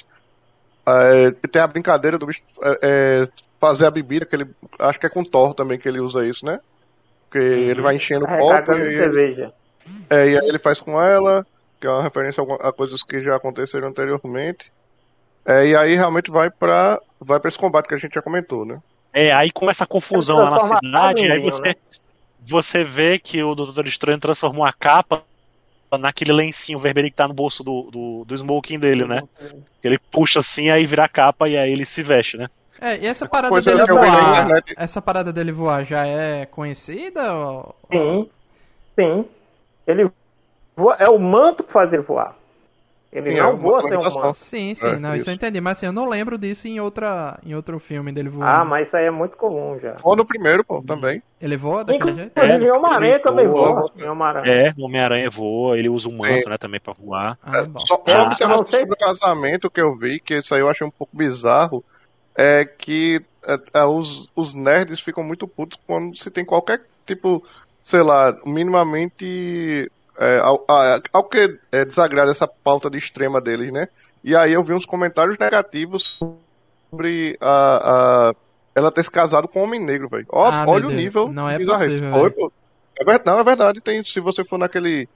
[SPEAKER 3] É, tem a brincadeira do bicho é, é, fazer a bebida, que ele acho que é com Thor também que ele usa isso, né? Porque uhum. ele vai enchendo o copo e aí,
[SPEAKER 2] cerveja.
[SPEAKER 3] É, e aí ele faz com ela, que é uma referência a coisas que já aconteceram anteriormente. É, e aí realmente vai pra, vai pra esse combate que a gente já comentou, né?
[SPEAKER 4] É, aí começa a confusão lá na cidade, aí você, né? você vê que o Doutor Estranho transformou a capa naquele lencinho vermelho que tá no bolso do, do, do smoking dele, né? Ele puxa assim, aí vira a capa e aí ele se veste, né?
[SPEAKER 1] É, e essa parada dele
[SPEAKER 3] é,
[SPEAKER 1] voar, essa parada dele voar já é conhecida? Ou...
[SPEAKER 2] Sim, sim. Ele voa, é o manto que faz ele voar. Ele sim, não é voa sem o manto.
[SPEAKER 1] Sim, sim, é, não, isso. isso eu entendi. Mas assim, eu não lembro disso em, outra, em outro filme dele voando.
[SPEAKER 2] Ah, mas isso aí é muito comum já.
[SPEAKER 3] Voa no primeiro, pô, também.
[SPEAKER 1] Ele voa daquele jeito?
[SPEAKER 2] Inclusive, é, o Homem-Aranha também voa. voa.
[SPEAKER 4] É, o Homem-Aranha voa, ele usa um manto, é. né, também pra voar.
[SPEAKER 1] Ah,
[SPEAKER 3] é, só só
[SPEAKER 2] ah,
[SPEAKER 3] observação sobre o casamento que eu vi, que isso aí eu achei um pouco bizarro, é que é, é, os, os nerds ficam muito putos quando se tem qualquer tipo, sei lá, minimamente... É, ao, ao, ao que é, desagrada essa pauta de extrema deles, né? E aí eu vi uns comentários negativos sobre a, a ela ter se casado com um homem negro, velho.
[SPEAKER 1] Ah,
[SPEAKER 3] olha o nível
[SPEAKER 1] não é possível,
[SPEAKER 3] Foi, pô. É verdade, não, é verdade. Tem, se você for naquele...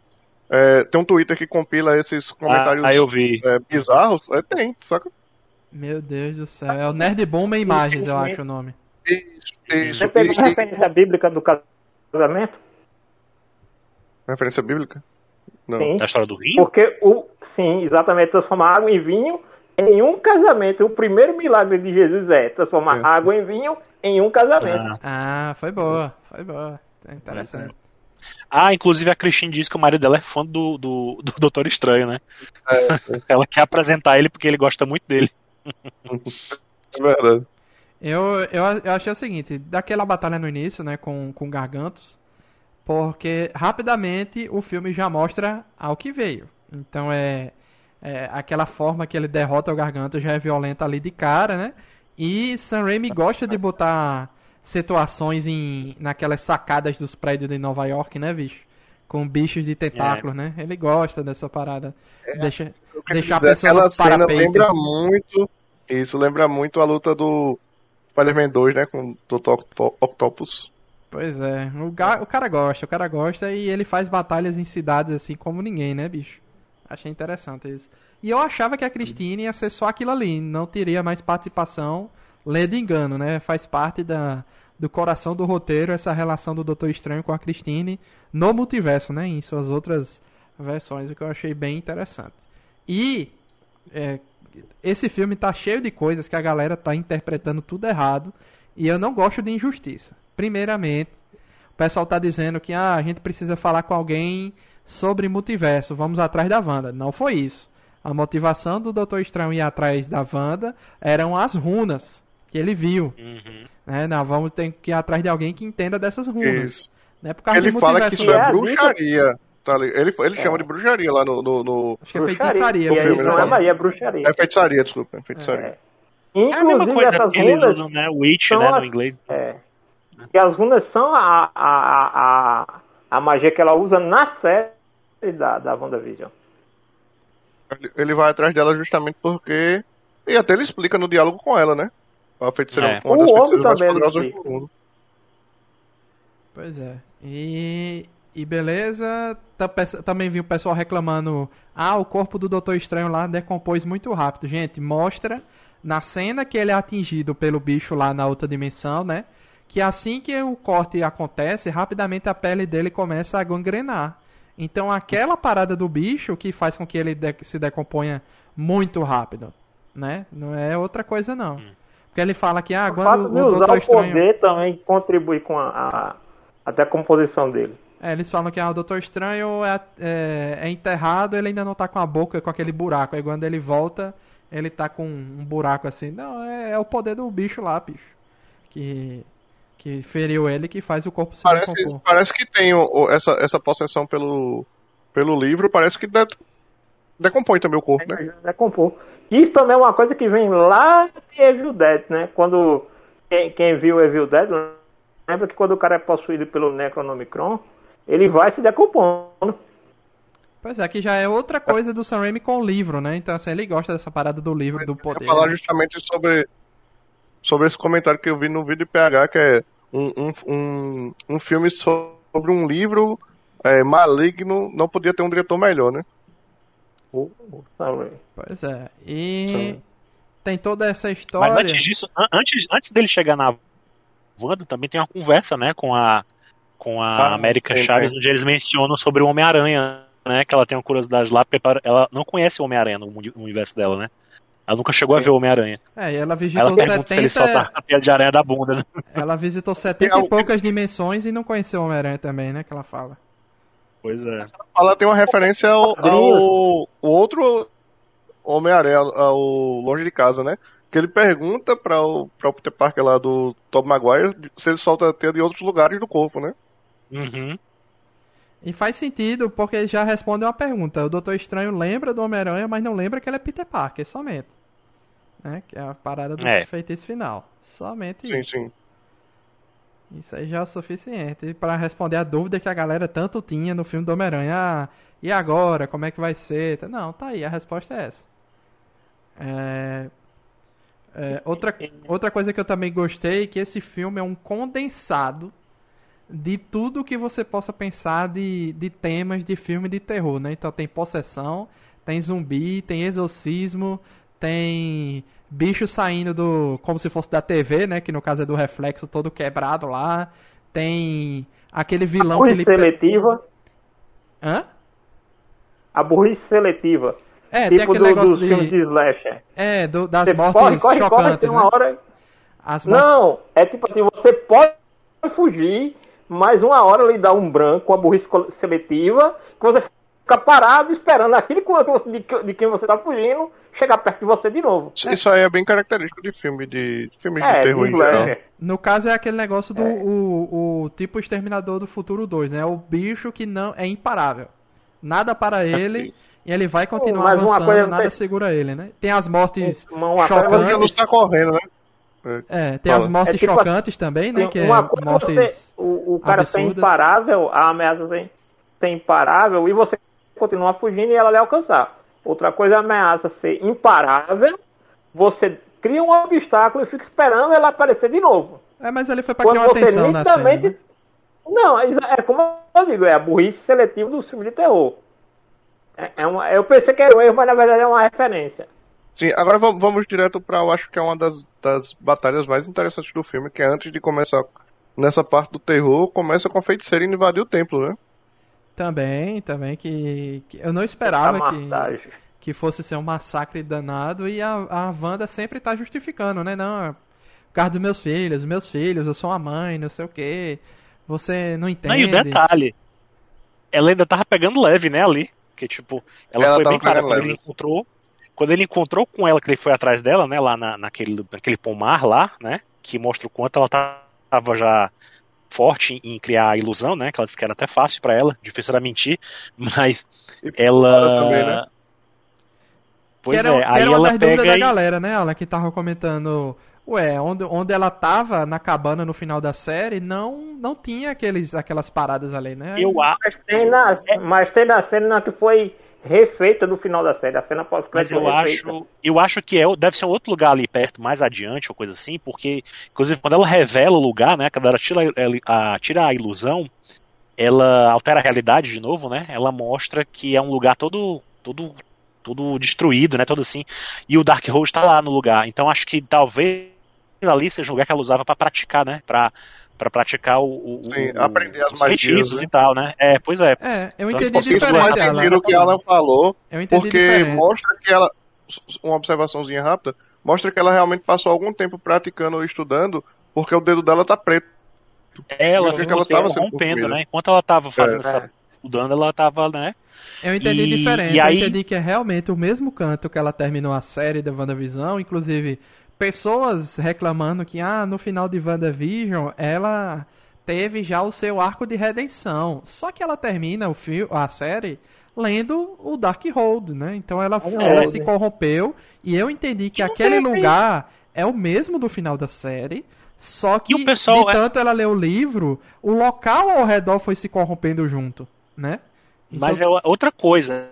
[SPEAKER 3] É, tem um Twitter que compila esses comentários
[SPEAKER 4] ah, eu vi.
[SPEAKER 3] É, bizarros. É, tem, saca?
[SPEAKER 1] Meu Deus do céu. É o Nerd Bomba Imagens, eu acho o nome.
[SPEAKER 3] Isso, isso.
[SPEAKER 2] Você pegou a referência bíblica do casamento?
[SPEAKER 3] Referência bíblica? Não.
[SPEAKER 2] Sim,
[SPEAKER 4] da história do vinho?
[SPEAKER 2] Porque o, sim, exatamente, transformar água em vinho em um casamento. O primeiro milagre de Jesus é transformar é. água em vinho em um casamento.
[SPEAKER 1] Ah, ah foi boa, foi boa. Interessante.
[SPEAKER 4] Ah, inclusive a Christine disse que o marido dela é fã do, do, do Doutor Estranho, né? É. Ela quer apresentar ele porque ele gosta muito dele.
[SPEAKER 3] É verdade.
[SPEAKER 1] Eu, eu, eu achei o seguinte, daquela batalha no início, né, com, com Gargantos, porque rapidamente o filme já mostra ao que veio. Então é, é aquela forma que ele derrota o Gargantos já é violenta ali de cara, né? E Sam Raimi gosta de botar situações em, naquelas sacadas dos prédios de Nova York, né, bicho? Com bichos de tentáculos, é. né? Ele gosta dessa parada. É, Deixa, deixar a pessoa
[SPEAKER 3] aquela cena lembra muito... Isso lembra muito a luta do Spider-Man dois, né? Com o doutor Octopus.
[SPEAKER 1] Pois é, o, ga... o cara gosta, o cara gosta e ele faz batalhas em cidades assim como ninguém, né, bicho? Achei interessante isso. E eu achava que a Christine ia ser só aquilo ali, não teria mais participação, lê de engano, né? Faz parte da, do coração do roteiro essa relação do Doutor Estranho com a Christine no multiverso, né? Em suas outras versões, o que eu achei bem interessante. E é, esse filme tá cheio de coisas que a galera tá interpretando tudo errado e eu não gosto de injustiça. Primeiramente, o pessoal tá dizendo que ah, a gente precisa falar com alguém sobre multiverso, vamos atrás da Wanda. Não foi isso. A motivação do Doutor Estranho ir atrás da Wanda eram as runas que ele viu.
[SPEAKER 4] Uhum.
[SPEAKER 1] Né? Não, vamos ter que ir atrás de alguém que entenda dessas runas.
[SPEAKER 3] Isso.
[SPEAKER 1] Né? Por causa
[SPEAKER 3] ele
[SPEAKER 1] do
[SPEAKER 3] fala que isso é,
[SPEAKER 2] é
[SPEAKER 3] bruxaria. Tá ali. Ele, ele é. chama de bruxaria lá no... no, no...
[SPEAKER 1] Acho que é feitiçaria.
[SPEAKER 2] E aí não é Maria, é bruxaria.
[SPEAKER 3] É feitiçaria, desculpa. É feitiçaria.
[SPEAKER 2] É. Inclusive, é essas runas...
[SPEAKER 4] Usam, né? Witch, né,
[SPEAKER 2] as,
[SPEAKER 4] no inglês.
[SPEAKER 2] É. E as runas são a, a, a, a magia que ela usa na série da, da WandaVision.
[SPEAKER 3] Ele, ele vai atrás dela justamente porque... E até ele explica no diálogo com ela, né? A feiticeira,
[SPEAKER 2] é. Uma das feiticeiras mais poderosas do mundo.
[SPEAKER 1] Pois é. E E beleza, tá- pe- também vi o pessoal reclamando, ah, o corpo do Doutor Estranho lá decompôs muito rápido. Gente, mostra na cena que ele é atingido pelo bicho lá na outra dimensão, né? Que assim que o corte acontece, rapidamente a pele dele começa a gangrenar. Então aquela parada do bicho que faz com que ele de- se decomponha muito rápido, né? Não é outra coisa não. Porque ele fala que, ah,
[SPEAKER 2] O
[SPEAKER 1] quando
[SPEAKER 2] fato de
[SPEAKER 1] o
[SPEAKER 2] usar
[SPEAKER 1] Doutor
[SPEAKER 2] o
[SPEAKER 1] Estranho...
[SPEAKER 2] poder também contribui com a, a, a decomposição dele.
[SPEAKER 1] É, eles falam que ah, o Doutor Estranho é, é, é enterrado, ele ainda não tá com a boca com aquele buraco. Aí quando ele volta, ele tá com um buraco assim. Não, é, é o poder do bicho lá, bicho. Que, que feriu ele, que faz o corpo se
[SPEAKER 3] Parece,
[SPEAKER 1] decompor.
[SPEAKER 3] parece que tem o- o- essa, essa possessão pelo, pelo livro, parece que de- decompõe também o corpo, né?
[SPEAKER 2] Decompor. Isso também é uma coisa que vem lá de Evil Dead, né? Quando quem, quem viu Evil Dead lembra que quando o cara é possuído pelo Necronomicron, ele vai se decompondo.
[SPEAKER 1] Pois é, que já é outra coisa do Sam Raimi com o livro, né? Então assim, ele gosta dessa parada do livro, do
[SPEAKER 3] Eu
[SPEAKER 1] poder.
[SPEAKER 3] ia falar justamente sobre, sobre esse comentário que eu vi no vídeo P H, que é um, um, um, um filme sobre um livro é, maligno, não podia ter um diretor melhor, né?
[SPEAKER 2] O- o Sam Raimi.
[SPEAKER 1] Pois é. E
[SPEAKER 2] Sim.
[SPEAKER 1] tem toda essa história.
[SPEAKER 4] Mas antes disso, an- antes, antes dele chegar na Wanda, também tem uma conversa, né, com a, com a
[SPEAKER 3] Ah,
[SPEAKER 4] América
[SPEAKER 3] sim,
[SPEAKER 4] Chaves,
[SPEAKER 3] sim.
[SPEAKER 4] onde eles mencionam sobre o Homem-Aranha, né, que ela tem uma curiosidade lá, porque ela não conhece o Homem-Aranha no mundo- no universo dela, né? Ela nunca chegou a ver o Homem-Aranha.
[SPEAKER 1] É, e ela
[SPEAKER 4] Aí
[SPEAKER 1] visitou
[SPEAKER 4] ela pergunta se ele solta
[SPEAKER 1] setenta.
[SPEAKER 4] a teia de aranha da bunda, né?
[SPEAKER 1] Ela visitou setenta e poucas dimensões e não conheceu o Homem-Aranha também, né? Que ela fala.
[SPEAKER 4] Pois é.
[SPEAKER 3] Ela tem uma referência ao, ao o outro Homem-Aranha, ao Longe de Casa, né? Que ele pergunta para o, pra o Peter Parker lá do Tobey Maguire se ele solta a teia de outros lugares do corpo, né?
[SPEAKER 4] Uhum.
[SPEAKER 1] E faz sentido, porque ele já responde uma pergunta. O Doutor Estranho lembra do Homem-Aranha, mas não lembra que ele é Peter Parker, somente. Né? Que é a parada do
[SPEAKER 4] É.
[SPEAKER 1] feitiço final. Somente
[SPEAKER 3] Sim,
[SPEAKER 1] isso.
[SPEAKER 3] sim.
[SPEAKER 1] Isso aí já é o suficiente para responder a dúvida que a galera tanto tinha no filme do Homem-Aranha. Ah, e agora? Como é que vai ser? Não, tá aí, a resposta é essa. É... É, outra, outra coisa que eu também gostei é que esse filme é um condensado de tudo que você possa pensar de, de temas de filme de terror, né? Então tem possessão, tem zumbi, tem exorcismo, tem bicho saindo do como se fosse da T V, né? Que no caso é do reflexo todo quebrado lá. Tem aquele vilão
[SPEAKER 2] A
[SPEAKER 1] que
[SPEAKER 2] burrice
[SPEAKER 1] ele...
[SPEAKER 2] seletiva.
[SPEAKER 1] Hã?
[SPEAKER 2] A burrice seletiva.
[SPEAKER 1] É, tem
[SPEAKER 2] tipo
[SPEAKER 1] aquele
[SPEAKER 2] do,
[SPEAKER 1] negócio
[SPEAKER 2] dos
[SPEAKER 1] de...
[SPEAKER 2] filmes de slasher.
[SPEAKER 1] É, do, das
[SPEAKER 2] Você
[SPEAKER 1] mortes
[SPEAKER 2] corre, corre, corre,
[SPEAKER 1] chocantes,
[SPEAKER 2] tem uma
[SPEAKER 1] né?
[SPEAKER 2] hora...
[SPEAKER 1] As mortes...
[SPEAKER 2] Não, é tipo assim, você pode fugir, mas uma hora lhe dá um branco, uma burrice seletiva, que você fica parado esperando aquele que você- de, que- de quem você tá fugindo chegar perto de você de novo.
[SPEAKER 3] Isso, isso aí é bem característico de filme, de filmes de
[SPEAKER 2] É, de
[SPEAKER 3] terror em geral.
[SPEAKER 2] slasher.
[SPEAKER 1] No caso é aquele negócio do
[SPEAKER 2] É.
[SPEAKER 1] o, o tipo Exterminador do Futuro dois, né? O bicho que não é imparável. Nada para ele e ele vai continuar
[SPEAKER 2] Mas uma
[SPEAKER 1] avançando,
[SPEAKER 2] coisa,
[SPEAKER 1] nada
[SPEAKER 2] você-
[SPEAKER 1] segura ele, né? Tem as mortes
[SPEAKER 2] Uma coisa,
[SPEAKER 3] Porque ela
[SPEAKER 1] chocantes.
[SPEAKER 3] está correndo, né?
[SPEAKER 1] É, tem
[SPEAKER 3] Fala.
[SPEAKER 1] as mortes
[SPEAKER 2] É tipo
[SPEAKER 1] chocantes também, né?
[SPEAKER 2] Tem
[SPEAKER 1] Que é
[SPEAKER 2] uma coisa
[SPEAKER 1] mortes
[SPEAKER 2] você, o, o cara ser
[SPEAKER 1] absurdas.
[SPEAKER 2] imparável, a ameaça ser, ser imparável e você continuar fugindo e ela lhe alcançar. Outra coisa é a ameaça ser imparável, você cria um obstáculo e fica esperando ela aparecer de novo.
[SPEAKER 1] É, mas ele foi pra
[SPEAKER 2] Quando
[SPEAKER 1] criar uma
[SPEAKER 2] você
[SPEAKER 1] atenção na cena,
[SPEAKER 2] nitidamente.
[SPEAKER 1] né?
[SPEAKER 2] Não, é como eu digo, é a burrice seletiva do filme de terror. É, é uma, eu pensei que era um erro, mas na verdade é uma referência.
[SPEAKER 3] Sim, agora vamos, vamos direto pra, eu acho que é uma das, das batalhas mais interessantes do filme, que é antes de começar nessa parte do terror, começa com a feiticeira indo invadir o templo, né?
[SPEAKER 1] Também, também, que, que eu não
[SPEAKER 2] A
[SPEAKER 1] esperava que,
[SPEAKER 2] martagem.
[SPEAKER 1] que fosse ser um massacre danado e a, a Wanda sempre tá justificando, né? Não, é por causa dos meus filhos, meus filhos, eu sou uma mãe, não sei o quê. Você não entende.
[SPEAKER 4] Não, e o detalhe, ela ainda tava pegando leve, né, ali. Que tipo, ela,
[SPEAKER 3] Ela
[SPEAKER 4] foi
[SPEAKER 3] tava
[SPEAKER 4] bem clara
[SPEAKER 3] pegando
[SPEAKER 4] quando
[SPEAKER 3] leve.
[SPEAKER 4] ele encontrou. Quando ele encontrou com ela, que ele foi atrás dela, né, lá na, naquele, naquele pomar lá, né? Que mostra o quanto ela tava já forte em criar a ilusão, né? Que ela disse que era até fácil pra ela, difícil era mentir, mas
[SPEAKER 3] E
[SPEAKER 4] ela.
[SPEAKER 3] ela também, né?
[SPEAKER 4] Pois
[SPEAKER 1] que era,
[SPEAKER 4] é,
[SPEAKER 1] que
[SPEAKER 4] aí
[SPEAKER 1] era uma
[SPEAKER 4] ela
[SPEAKER 1] das dúvidas
[SPEAKER 4] pega
[SPEAKER 1] da
[SPEAKER 4] e.
[SPEAKER 1] galera, né, Alan, que tava comentando, ué, onde, onde ela tava na cabana no final da série, não, não tinha aqueles, aquelas paradas ali, né?
[SPEAKER 4] Eu acho.
[SPEAKER 2] Mas tem, na, mas tem na cena que foi refeita no final da série. A cena
[SPEAKER 4] Mas
[SPEAKER 2] pós-crédito
[SPEAKER 4] eu
[SPEAKER 2] foi refeita.
[SPEAKER 4] acho, eu acho que é, deve ser um outro lugar ali perto, mais adiante, ou coisa assim, porque, inclusive, quando ela revela o lugar, né, quando ela tira, ela, a, tira a ilusão, ela altera a realidade de novo, né? Ela mostra que é um lugar todo, todo, todo destruído, né? Todo assim. E o Darkhold tá lá no lugar. Então acho que talvez ali seja um lugar que ela usava para praticar, né? Pra, pra praticar o, o,
[SPEAKER 3] Sim,
[SPEAKER 4] o,
[SPEAKER 3] aprender as
[SPEAKER 4] os
[SPEAKER 3] magias,
[SPEAKER 4] feitiços
[SPEAKER 3] né?
[SPEAKER 4] e tal, né? É, pois é.
[SPEAKER 1] É, eu
[SPEAKER 4] Então,
[SPEAKER 1] entendi
[SPEAKER 4] se
[SPEAKER 3] Isso
[SPEAKER 1] diferente,
[SPEAKER 3] faz
[SPEAKER 1] Alan.
[SPEAKER 3] sentido o que ela falou,
[SPEAKER 1] Eu entendi
[SPEAKER 3] porque
[SPEAKER 1] diferente.
[SPEAKER 3] mostra que ela, uma observaçãozinha rápida, mostra que ela realmente passou algum tempo praticando ou estudando, porque o dedo dela tá preto.
[SPEAKER 4] É, ela
[SPEAKER 3] Significa
[SPEAKER 4] viu
[SPEAKER 3] que ela
[SPEAKER 4] você
[SPEAKER 3] estava sendo
[SPEAKER 4] rompendo,
[SPEAKER 3] consumida.
[SPEAKER 4] né? Enquanto ela tava fazendo
[SPEAKER 3] É.
[SPEAKER 4] essa. Estudando, ela tava, né?
[SPEAKER 1] Eu entendi
[SPEAKER 4] E-
[SPEAKER 1] diferente.
[SPEAKER 4] e aí-
[SPEAKER 1] Eu entendi que é realmente o mesmo canto que ela terminou a série da WandaVision. Inclusive, pessoas reclamando que, ah, no final de WandaVision, ela teve já o seu arco de redenção. Só que ela termina o filme, a série lendo o Darkhold, né? Então ela,
[SPEAKER 2] Darkhold.
[SPEAKER 1] ela se corrompeu. E eu entendi que
[SPEAKER 4] Que não
[SPEAKER 1] aquele
[SPEAKER 4] teve.
[SPEAKER 1] lugar é o mesmo do final da série. Só que,
[SPEAKER 4] E o pessoal
[SPEAKER 1] de
[SPEAKER 4] é-
[SPEAKER 1] tanto ela ler o livro, o local ao redor foi se corrompendo junto, né?
[SPEAKER 4] Mas
[SPEAKER 1] Então-
[SPEAKER 4] é outra coisa.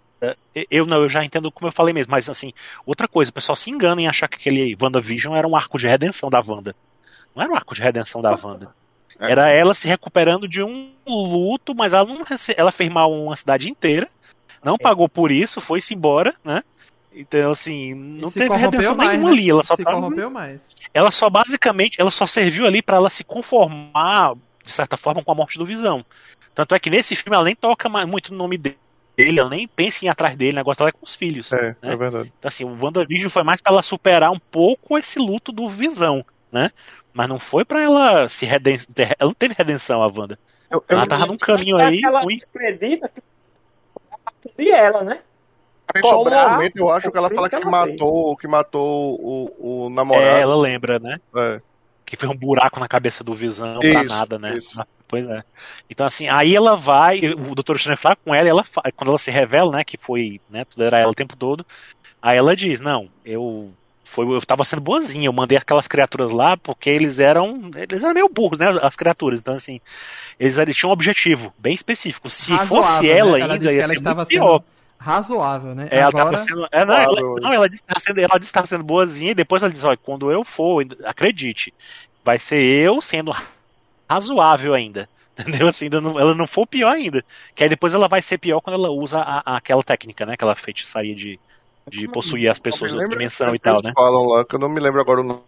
[SPEAKER 4] Eu não, eu já entendo como eu falei mesmo, mas assim, outra coisa, o pessoal se engana em achar que aquele WandaVision era um arco de redenção da Wanda. Não era um arco de redenção da Wanda.
[SPEAKER 3] É.
[SPEAKER 4] Era ela se recuperando de um luto, mas ela não rece- ela fez mal uma cidade inteira, não pagou por isso, foi-se embora, né? Então, assim, não
[SPEAKER 1] E se
[SPEAKER 4] teve
[SPEAKER 1] corrompeu
[SPEAKER 4] redenção
[SPEAKER 1] mais,
[SPEAKER 4] nenhuma
[SPEAKER 1] né?
[SPEAKER 4] ali. Ela só,
[SPEAKER 1] se
[SPEAKER 4] tava-
[SPEAKER 1] corrompeu mais.
[SPEAKER 4] ela só basicamente, ela só serviu ali pra ela se conformar, de certa forma, com a morte do Visão. Tanto é que nesse filme ela nem toca mais muito no nome dele, ela nem pensa em ir atrás dele, o negócio dela é com os filhos.
[SPEAKER 3] É,
[SPEAKER 4] né?
[SPEAKER 3] é verdade.
[SPEAKER 4] Então, assim, o WandaVision foi mais pra ela superar um pouco esse luto do Visão, né? Mas não foi pra ela se reden... ter- ela não teve redenção, a Wanda.
[SPEAKER 3] Eu, eu
[SPEAKER 4] Ela tava num caminho
[SPEAKER 2] É
[SPEAKER 4] aí
[SPEAKER 2] que ela
[SPEAKER 4] ruim.
[SPEAKER 2] acredita que de ela, né?
[SPEAKER 3] Em só um
[SPEAKER 2] cobrar
[SPEAKER 3] momento eu acho
[SPEAKER 2] o
[SPEAKER 3] que ela
[SPEAKER 2] crime
[SPEAKER 3] fala
[SPEAKER 2] que
[SPEAKER 3] que
[SPEAKER 2] ela fez.
[SPEAKER 3] matou, que matou o, o
[SPEAKER 4] É,
[SPEAKER 3] namorado.
[SPEAKER 4] ela lembra, né?
[SPEAKER 3] É.
[SPEAKER 4] Que foi um buraco na cabeça do Visão pra
[SPEAKER 3] Isso,
[SPEAKER 4] nada, né?
[SPEAKER 3] isso.
[SPEAKER 4] Ah, Pois é. Então, assim, aí ela vai, o doutor Estranho fala com ela, e ela fa- quando ela se revela, né, que foi, né, tudo era ela o tempo todo, aí ela diz, não, eu foi, eu tava sendo boazinha, eu mandei aquelas criaturas lá porque eles eram, eles eram meio burros, né, as criaturas, então, assim, eles, eles tinham um objetivo bem específico, se
[SPEAKER 1] Razoável,
[SPEAKER 4] fosse
[SPEAKER 1] né?
[SPEAKER 4] ela
[SPEAKER 1] Ela
[SPEAKER 4] ainda,
[SPEAKER 1] disse que
[SPEAKER 4] ia
[SPEAKER 1] ela
[SPEAKER 4] ser
[SPEAKER 1] estava
[SPEAKER 4] muito pior.
[SPEAKER 1] sendo razoável, né?
[SPEAKER 4] É, ela
[SPEAKER 1] Agora,
[SPEAKER 4] tava sendo. É, não, ela,
[SPEAKER 3] Claro.
[SPEAKER 4] não, ela disse que tava sendo, ela disse que tava sendo boazinha e depois ela diz, olha, quando eu for, acredite, vai ser eu sendo razoável ainda. Entendeu? Assim, ainda não- ela não for pior ainda. Que aí depois ela vai ser pior quando ela usa a- a- aquela técnica, né? Aquela feitiçaria de, de possuir as pessoas
[SPEAKER 3] Me
[SPEAKER 4] de
[SPEAKER 3] lembra
[SPEAKER 4] dimensão
[SPEAKER 3] que
[SPEAKER 4] e tal,
[SPEAKER 3] eles
[SPEAKER 4] né?
[SPEAKER 3] falam lá, que eu não me lembro agora o nome.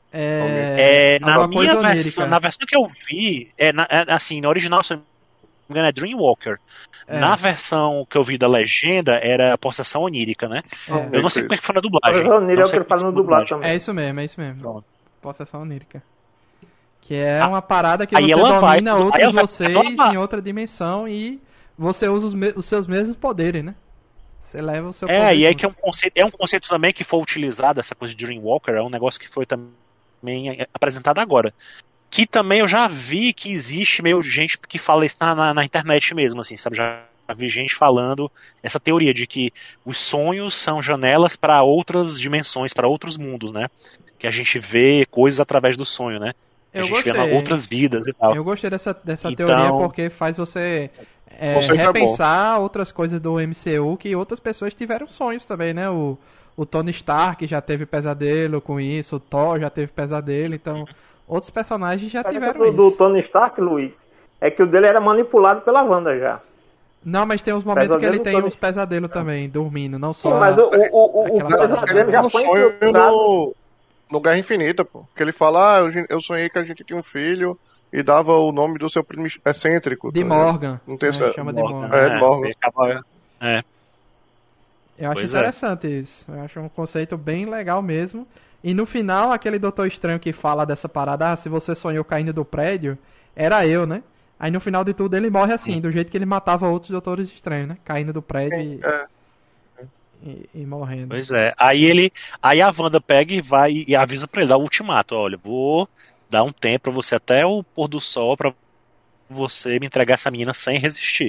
[SPEAKER 1] é,
[SPEAKER 4] É, na
[SPEAKER 1] alguma
[SPEAKER 4] minha
[SPEAKER 1] coisa
[SPEAKER 4] versão,
[SPEAKER 1] onírica.
[SPEAKER 4] na versão que eu vi, é, na- é, assim, no original, se eu não me engano, é Dreamwalker.
[SPEAKER 1] É.
[SPEAKER 4] Na versão que eu vi da legenda, era possessão onírica, né?
[SPEAKER 1] É.
[SPEAKER 4] Eu não sei como é que foi na dublagem.
[SPEAKER 2] O Nilo é
[SPEAKER 4] Não
[SPEAKER 2] o
[SPEAKER 4] sei
[SPEAKER 2] que ele
[SPEAKER 4] como é
[SPEAKER 2] fala no
[SPEAKER 4] foi na
[SPEAKER 2] dublado
[SPEAKER 4] dublagem.
[SPEAKER 2] também.
[SPEAKER 1] É isso mesmo, é isso mesmo.
[SPEAKER 4] Pronto.
[SPEAKER 1] Possessão onírica. Que é
[SPEAKER 4] Ah,
[SPEAKER 1] uma parada que
[SPEAKER 4] aí
[SPEAKER 1] você
[SPEAKER 4] ela vai-
[SPEAKER 1] domina
[SPEAKER 4] aí
[SPEAKER 1] outros
[SPEAKER 4] ela vai-
[SPEAKER 1] vocês
[SPEAKER 4] ela vai-
[SPEAKER 1] em outra dimensão e você usa os, me- os seus mesmos poderes, né? Você leva o seu
[SPEAKER 4] É,
[SPEAKER 1] poder
[SPEAKER 4] e aí
[SPEAKER 1] junto.
[SPEAKER 4] que é um conceito, é um conceito também que foi utilizado, essa coisa de Dreamwalker, é um negócio que foi também é, apresentado agora. Que também eu já vi que existe meio gente que fala isso na, na, na internet mesmo, assim, sabe? Já vi gente falando essa teoria de que os sonhos são janelas para outras dimensões, para outros mundos, né? Que a gente vê coisas através do sonho, né? Que
[SPEAKER 1] Eu
[SPEAKER 4] a gente vê
[SPEAKER 1] gostei.
[SPEAKER 4] na- outras vidas e tal.
[SPEAKER 1] Eu gostei dessa, dessa
[SPEAKER 4] Então-
[SPEAKER 1] teoria porque faz você é,
[SPEAKER 3] Conceito é bom.
[SPEAKER 1] repensar outras coisas do M C U que outras pessoas tiveram sonhos também, né? O, o Tony Stark já teve pesadelo com isso, o Thor já teve pesadelo, então outros personagens já
[SPEAKER 2] A diferença
[SPEAKER 1] tiveram
[SPEAKER 2] do, do
[SPEAKER 1] isso.
[SPEAKER 2] Tony Stark, Luiz, é que o dele era manipulado pela Wanda já.
[SPEAKER 1] Não, mas tem uns momentos que ele
[SPEAKER 2] Pesadelo
[SPEAKER 1] tem
[SPEAKER 2] Tony-
[SPEAKER 1] uns pesadelos também, dormindo, não só...
[SPEAKER 2] Sim, mas o, o, o, o
[SPEAKER 1] aquela parada.
[SPEAKER 2] pesadelo
[SPEAKER 3] Ele
[SPEAKER 2] já
[SPEAKER 3] tem um
[SPEAKER 2] foi
[SPEAKER 3] sonho
[SPEAKER 2] infiltrado.
[SPEAKER 3] no, no Guerra Infinita, pô. Que ele fala, ah, eu, eu sonhei que a gente tinha um filho e dava o nome do seu primo excêntrico.
[SPEAKER 1] De
[SPEAKER 3] tá ligado?
[SPEAKER 1] Morgan.
[SPEAKER 3] Não tem
[SPEAKER 1] né?
[SPEAKER 3] essa-
[SPEAKER 1] Chama de
[SPEAKER 4] Morgan,
[SPEAKER 1] Morgan.
[SPEAKER 3] É, Morgan.
[SPEAKER 4] ele acaba- é.
[SPEAKER 1] Eu acho
[SPEAKER 4] Pois é.
[SPEAKER 1] interessante isso. Eu acho um conceito bem legal mesmo. E no final, aquele Doutor Estranho que fala dessa parada, ah, se você sonhou caindo do prédio, era eu, né? Aí no final de tudo ele morre assim, do jeito que ele matava outros Doutores Estranhos, né? Caindo do prédio e,
[SPEAKER 3] É.
[SPEAKER 1] e, e morrendo.
[SPEAKER 4] Pois é. Aí ele. Aí a Wanda pega e vai e avisa pra ele, dá o ultimato, olha, vou dar um tempo pra você até o pôr do sol pra você me entregar essa menina sem resistir.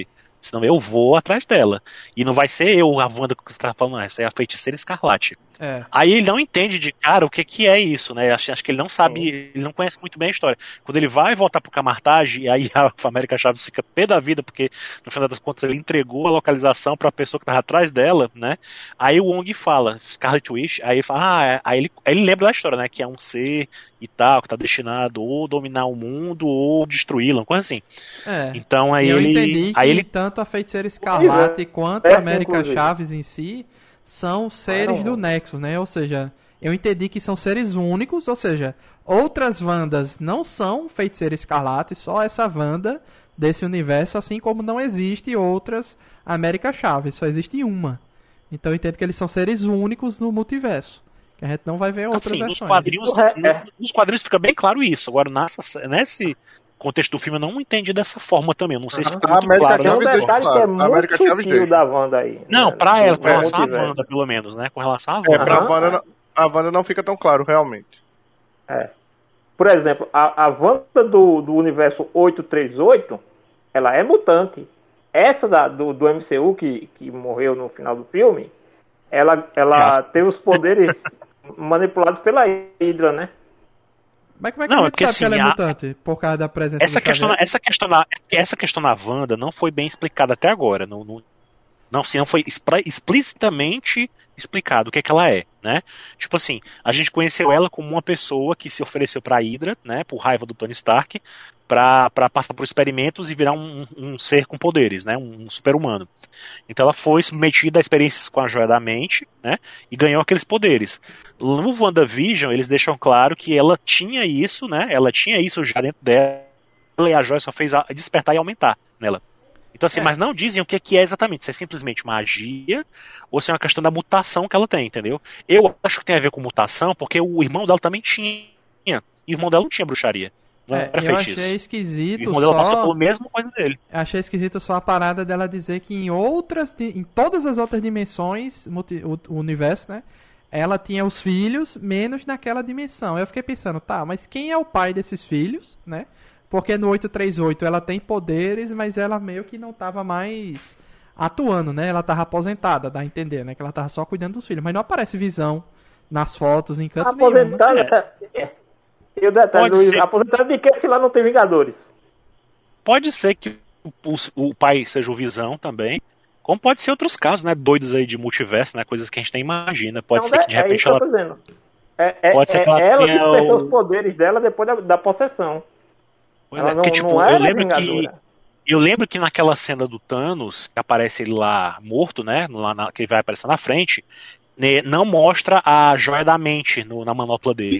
[SPEAKER 4] Senão eu vou atrás dela. E não vai ser eu, a Wanda, que você tá falando, vai ser a Feiticeira Escarlate.
[SPEAKER 1] É.
[SPEAKER 4] Aí ele não entende de cara o que, que é isso, né? Acho, acho que ele não sabe,
[SPEAKER 2] Sim.
[SPEAKER 4] ele não conhece muito bem a história. Quando ele vai voltar pro Camartage, e aí a América Chaves fica pé da vida, porque no final das contas ele entregou a localização pra pessoa que tava atrás dela, né? Aí o Wong fala, Scarlet Witch, aí ele fala, ah, é. aí ele, aí ele lembra da história, né? Que é um ser e tal, que tá destinado ou dominar o mundo ou destruí-lo, uma coisa assim.
[SPEAKER 1] É.
[SPEAKER 4] Então aí
[SPEAKER 1] E eu
[SPEAKER 4] ele.
[SPEAKER 1] entendi que
[SPEAKER 4] aí ele
[SPEAKER 1] tanto a Feiticeira Escarlate quanto a
[SPEAKER 2] Essa,
[SPEAKER 1] América
[SPEAKER 2] inclusive.
[SPEAKER 1] Chaves em si são seres
[SPEAKER 2] não.
[SPEAKER 1] do Nexus, né? Ou seja, eu entendi que são seres únicos, ou seja, outras Wandas não são Feiticeira Escarlate, só essa Wanda desse universo, assim como não existe outras América Chaves, só existe uma. Então eu entendo que eles são seres únicos no multiverso. Que a gente não vai ver outras
[SPEAKER 4] assim, nos
[SPEAKER 1] versões.
[SPEAKER 4] quadrinhos,
[SPEAKER 2] É, é.
[SPEAKER 4] nos quadrinhos fica bem claro isso. Agora, nessa, nesse contexto do filme, eu não entendi dessa forma também. Eu não sei se ficou
[SPEAKER 3] A
[SPEAKER 4] muito
[SPEAKER 3] América
[SPEAKER 4] claro.
[SPEAKER 2] Tem um
[SPEAKER 3] Chaves deixa
[SPEAKER 2] detalhe que é
[SPEAKER 3] claro. A
[SPEAKER 2] muito
[SPEAKER 3] América Chaves
[SPEAKER 2] sutil
[SPEAKER 3] deixa.
[SPEAKER 2] da Wanda aí.
[SPEAKER 4] Não,
[SPEAKER 2] né,
[SPEAKER 4] pra
[SPEAKER 2] do-
[SPEAKER 4] ela, com
[SPEAKER 2] do
[SPEAKER 4] relação à
[SPEAKER 2] multiverso.
[SPEAKER 4] Wanda, pelo menos, né? Com relação à
[SPEAKER 3] É,
[SPEAKER 4] Wanda.
[SPEAKER 3] pra
[SPEAKER 2] Aham.
[SPEAKER 3] Wanda, não- a Wanda não fica tão claro, realmente.
[SPEAKER 2] É. Por exemplo, a, a Wanda do, do universo oitocentos e trinta e oito, ela é mutante. Essa da, do, do M C U, que, que morreu no final do filme, ela, ela tem os poderes manipulados pela Hydra, né?
[SPEAKER 1] Mas como é que
[SPEAKER 4] Não,
[SPEAKER 1] a
[SPEAKER 4] é
[SPEAKER 1] gente
[SPEAKER 4] porque,
[SPEAKER 1] sabe que ela é
[SPEAKER 4] assim, a-
[SPEAKER 1] mutante? Por causa da presença
[SPEAKER 4] Essa
[SPEAKER 1] do
[SPEAKER 4] questão,
[SPEAKER 1] Xavier?
[SPEAKER 4] essa, questão na, essa questão na Wanda não foi bem explicada até agora. Não, não, não, se não foi expra- explicitamente explicado o que é que ela é, né? Tipo assim, a gente conheceu ela como uma pessoa que se ofereceu pra Hydra, né? Por raiva do Tony Stark, pra, pra passar por experimentos e virar um, um ser com poderes, né? Um, um super-humano. Então ela foi submetida a experiências com a Joia da Mente, né? E ganhou aqueles poderes. No WandaVision, eles deixam claro que ela tinha isso, né? Ela tinha isso já dentro dela e a Joia só fez a despertar e aumentar nela. Então assim,
[SPEAKER 1] É.
[SPEAKER 4] mas não dizem o que, que é exatamente, se é simplesmente magia ou se é uma questão da mutação que ela tem, entendeu? Eu acho que tem a ver com mutação porque o irmão dela também tinha. E o irmão dela não tinha bruxaria. Não
[SPEAKER 1] É,
[SPEAKER 4] era
[SPEAKER 1] eu
[SPEAKER 4] feitiço.
[SPEAKER 1] achei
[SPEAKER 4] O
[SPEAKER 1] esquisito
[SPEAKER 4] irmão dela passou
[SPEAKER 1] só...
[SPEAKER 4] pela mesma coisa dele.
[SPEAKER 1] Achei esquisito só a parada dela dizer que em outras, di- em todas as outras dimensões, multi- o, o universo, né? Ela tinha os filhos, menos naquela dimensão. Eu fiquei pensando, tá, mas quem é o pai desses filhos, né? Porque no oitocentos e trinta e oito ela tem poderes, mas ela meio que não tava mais atuando, né? Ela tava aposentada, dá a entender, né? Que ela tava só cuidando dos filhos. Mas não aparece Visão nas fotos, em canto nenhum, né?
[SPEAKER 2] Aposentada. E o detalhe,
[SPEAKER 4] Pode
[SPEAKER 2] Luiz,
[SPEAKER 4] ser.
[SPEAKER 2] aposentada de que se lá não tem Vingadores?
[SPEAKER 4] Pode ser que o, o pai seja o Visão também. Como pode ser outros casos, né? Doidos aí de multiverso, né? Coisas que a gente nem imagina. Pode
[SPEAKER 2] Não,
[SPEAKER 4] ser que de
[SPEAKER 2] é
[SPEAKER 4] repente
[SPEAKER 2] isso que
[SPEAKER 4] ela.
[SPEAKER 2] eu tô dizendo. É, é,
[SPEAKER 4] Pode ser que
[SPEAKER 2] é-
[SPEAKER 4] ela
[SPEAKER 2] ela
[SPEAKER 4] tenha
[SPEAKER 2] despertou
[SPEAKER 4] o-
[SPEAKER 2] os poderes dela depois da, da possessão.
[SPEAKER 4] Pois
[SPEAKER 2] ela
[SPEAKER 4] é, porque,
[SPEAKER 2] não,
[SPEAKER 4] tipo,
[SPEAKER 2] não
[SPEAKER 4] eu
[SPEAKER 2] era
[SPEAKER 4] lembro que.
[SPEAKER 2] Vingadora.
[SPEAKER 4] Eu lembro que naquela cena do Thanos, que aparece ele lá morto, né? Lá na, que ele vai aparecer na frente, né, não mostra a joia da mente no- na manopla dele.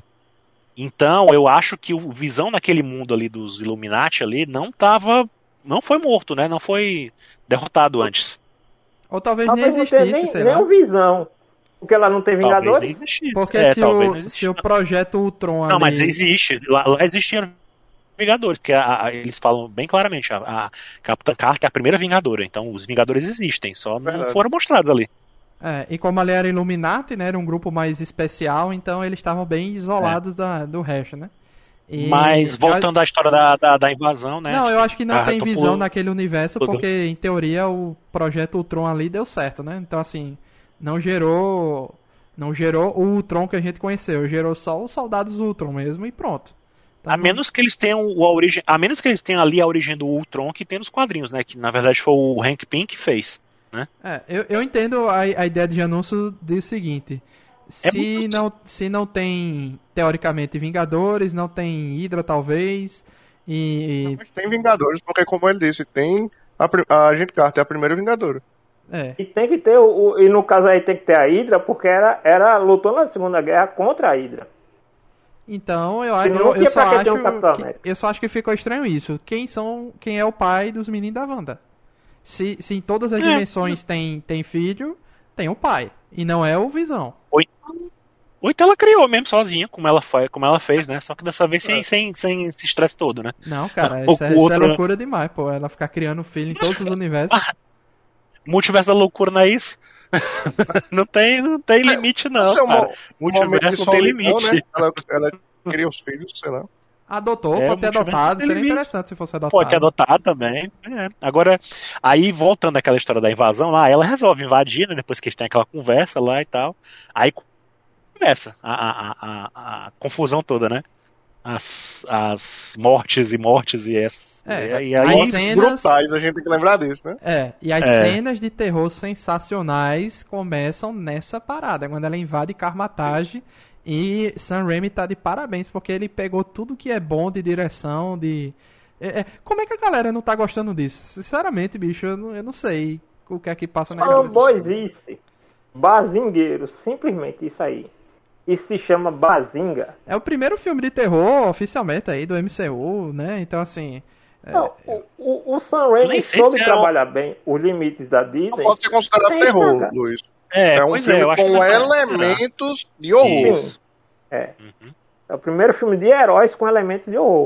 [SPEAKER 4] Então, eu acho que o Visão naquele mundo ali dos Illuminati ali não tava. Não foi morto, né? Não foi derrotado antes.
[SPEAKER 1] Ou talvez,
[SPEAKER 2] Talvez
[SPEAKER 1] nem
[SPEAKER 2] não tenha
[SPEAKER 1] existisse,
[SPEAKER 2] nem,
[SPEAKER 1] sei
[SPEAKER 2] nem
[SPEAKER 1] lá.
[SPEAKER 2] o Visão. Porque ela não tem
[SPEAKER 4] Talvez nem
[SPEAKER 2] Vingadores.
[SPEAKER 4] existisse.
[SPEAKER 1] Porque
[SPEAKER 4] é,
[SPEAKER 1] se,
[SPEAKER 4] talvez
[SPEAKER 1] o,
[SPEAKER 4] não
[SPEAKER 1] se
[SPEAKER 4] existisse.
[SPEAKER 1] o projeto Ultron ali...
[SPEAKER 4] Não, mas existe. Lá, lá existiam Vingadores, porque a- a- eles falam bem claramente, a, a Capitã Carter é a primeira Vingadora, então os Vingadores existem, só não
[SPEAKER 3] Verdade.
[SPEAKER 4] foram mostrados ali.
[SPEAKER 1] É, e como ali era Illuminati, né? Era um grupo mais especial, então eles estavam bem isolados da, do resto, né? E-
[SPEAKER 4] Mas voltando à história da, da, da invasão, né?
[SPEAKER 1] Não, eu acho que não
[SPEAKER 4] Ah,
[SPEAKER 1] tem
[SPEAKER 4] tô
[SPEAKER 1] visão
[SPEAKER 4] pulando.
[SPEAKER 1] naquele universo,
[SPEAKER 4] Tudo.
[SPEAKER 1] porque em teoria o projeto Ultron ali deu certo, né? Então assim, não gerou. Não gerou o Ultron que a gente conheceu, gerou só os soldados Ultron mesmo e pronto. Então,
[SPEAKER 4] A menos que eles tenham o- a origem, a menos que eles tenham ali a origem do Ultron que tem nos quadrinhos, né? Que na verdade foi o Hank Pym que fez.
[SPEAKER 1] É, eu, eu entendo a, a ideia de anúncio do seguinte.
[SPEAKER 4] É
[SPEAKER 1] Se,
[SPEAKER 4] muito-
[SPEAKER 1] não, se não tem, teoricamente, Vingadores, não tem Hydra, talvez, e...
[SPEAKER 3] Mas tem Vingadores, porque como ele disse, tem a, pri- a Agente Carter, é a primeira Vingadora.
[SPEAKER 1] É,
[SPEAKER 2] E tem que ter, o, o- e no caso aí tem que ter a Hydra, porque era, era lutou na Segunda Guerra contra a Hydra.
[SPEAKER 1] então eu,
[SPEAKER 2] E
[SPEAKER 1] eu,
[SPEAKER 2] não
[SPEAKER 1] eu,
[SPEAKER 2] tinha
[SPEAKER 1] só
[SPEAKER 2] pra que ter um
[SPEAKER 1] acho
[SPEAKER 2] Capitão
[SPEAKER 1] que,
[SPEAKER 2] América.
[SPEAKER 1] eu só acho que ficou estranho isso. Quem são, quem é o pai dos meninos da Wanda? Se, se em todas as
[SPEAKER 4] É.
[SPEAKER 1] dimensões tem, tem filho, tem o pai. E não é o Visão.
[SPEAKER 4] Ou então ela criou mesmo sozinha, como ela, fa- como ela fez, né? Só que dessa vez sem, sem, sem esse estresse todo, né?
[SPEAKER 1] Não, cara,
[SPEAKER 4] O-
[SPEAKER 1] isso é,
[SPEAKER 4] o
[SPEAKER 1] isso é
[SPEAKER 4] outro-
[SPEAKER 1] loucura demais, pô. Ela ficar criando filho em todos os universos.
[SPEAKER 4] Multiverso da loucura, não é isso? não, tem, não tem limite, não.
[SPEAKER 3] Isso é um
[SPEAKER 4] cara.
[SPEAKER 3] mo- um momento de
[SPEAKER 4] Multiverso não tem
[SPEAKER 3] solidão,
[SPEAKER 4] limite.
[SPEAKER 3] né? Ela, ela cria os filhos, sei lá.
[SPEAKER 1] Adotou,
[SPEAKER 4] É,
[SPEAKER 1] pode ter
[SPEAKER 4] o multiverso
[SPEAKER 1] adotado,
[SPEAKER 4] tem
[SPEAKER 1] seria
[SPEAKER 4] limite.
[SPEAKER 1] interessante se fosse adotado.
[SPEAKER 4] Pode adotar também. É. Agora, aí voltando àquela história da invasão lá, ela resolve invadir, né? Depois que eles têm aquela conversa lá e tal. Aí começa a, a, a, a, a confusão toda, né? As, as mortes e mortes e as.
[SPEAKER 1] É,
[SPEAKER 4] e, e
[SPEAKER 1] as
[SPEAKER 4] aí,
[SPEAKER 3] Mortes
[SPEAKER 1] cenas-
[SPEAKER 3] brutais, a gente tem que lembrar disso, né?
[SPEAKER 1] É, e as
[SPEAKER 4] É.
[SPEAKER 1] cenas de terror sensacionais começam nessa parada, quando ela invade Karmatage. E Sam Raimi tá de parabéns, porque ele pegou tudo que é bom de direção, de... É, é, como é que a galera não tá gostando disso? Sinceramente, bicho, eu não, eu não sei o que é que passa na cabeça.
[SPEAKER 2] Fanboyzice. Bazingueiro. Simplesmente isso aí. Isso se chama Bazinga.
[SPEAKER 1] É o primeiro filme de terror, oficialmente, aí, do M C U, né? Então, assim... é,
[SPEAKER 2] Não, o, o, o Sam
[SPEAKER 4] Nem
[SPEAKER 2] Raimi
[SPEAKER 4] sei
[SPEAKER 2] soube
[SPEAKER 4] se é
[SPEAKER 2] trabalhar bem os limites da
[SPEAKER 3] Não
[SPEAKER 2] Disney.
[SPEAKER 3] pode ser considerado
[SPEAKER 2] Sem
[SPEAKER 3] terror,
[SPEAKER 2] estragar.
[SPEAKER 3] Luiz.
[SPEAKER 4] é,
[SPEAKER 3] É um
[SPEAKER 4] pois
[SPEAKER 3] filme
[SPEAKER 4] é, eu acho que
[SPEAKER 3] com
[SPEAKER 4] não pode
[SPEAKER 3] elementos de horror.
[SPEAKER 4] Isso.
[SPEAKER 2] É.
[SPEAKER 4] Uhum.
[SPEAKER 2] É o primeiro filme de heróis com elementos de horror.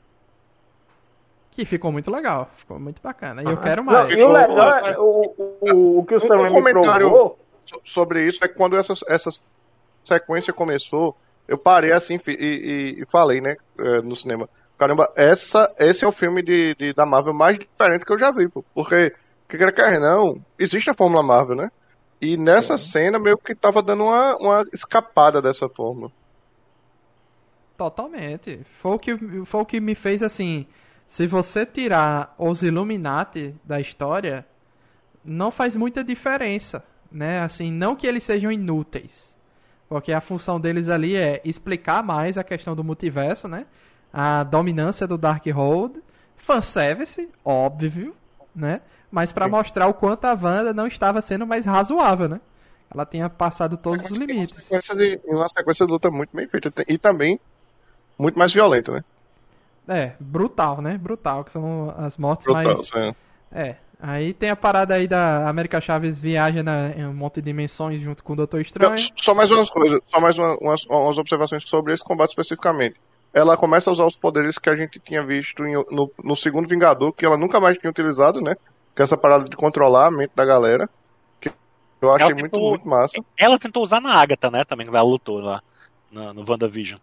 [SPEAKER 1] que ficou muito legal, ficou muito bacana. E eu
[SPEAKER 2] Ah,
[SPEAKER 1] quero
[SPEAKER 2] não,
[SPEAKER 1] mais.
[SPEAKER 2] e o legal é o, o, o que o Sam
[SPEAKER 3] Um
[SPEAKER 2] Raimi
[SPEAKER 3] comentário-
[SPEAKER 2] provou.
[SPEAKER 3] So- Sobre isso é que quando essa, essa sequência começou, eu parei assim fi- e, e- e falei, né, eh, no cinema. Caramba, essa, esse é o filme de, de- da Marvel mais diferente que eu já vi, pô. Porque, que quer quer não, existe a Fórmula Marvel, né? E nessa cena meio que tava dando uma, uma escapada dessa fórmula.
[SPEAKER 1] Totalmente. Foi o, que, foi o que me fez assim. Se você tirar os Illuminati da história, não faz muita diferença, né? Assim, não que eles sejam inúteis, porque a função deles ali é explicar mais a questão do multiverso, né? A dominância do Darkhold, fanservice, óbvio, né? Mas pra mostrar o quanto a Wanda não estava sendo mais razoável, né? Ela tinha passado todos os limites.
[SPEAKER 3] Uma sequência de, uma sequência de luta muito bem feita. E também muito mais violenta, né?
[SPEAKER 1] É, brutal, né? Brutal, que são as mortes
[SPEAKER 3] Brutal,
[SPEAKER 1] mais...
[SPEAKER 3] sim.
[SPEAKER 1] É, aí tem a parada aí da América Chaves viaja na, em um monte de dimensões junto com o Doutor Estranho.
[SPEAKER 3] Não, só mais umas coisas, só mais uma- umas, umas observações sobre esse combate especificamente. Ela começa a usar os poderes que a gente tinha visto em- no, no segundo Vingador, que ela nunca mais tinha utilizado, né? Que é essa parada de controlar a mente da galera. Que eu achei
[SPEAKER 4] Ela
[SPEAKER 3] muito,
[SPEAKER 4] tentou-
[SPEAKER 3] muito massa.
[SPEAKER 4] Ela tentou usar na Agatha, né? Também, quando ela lutou lá no, no WandaVision.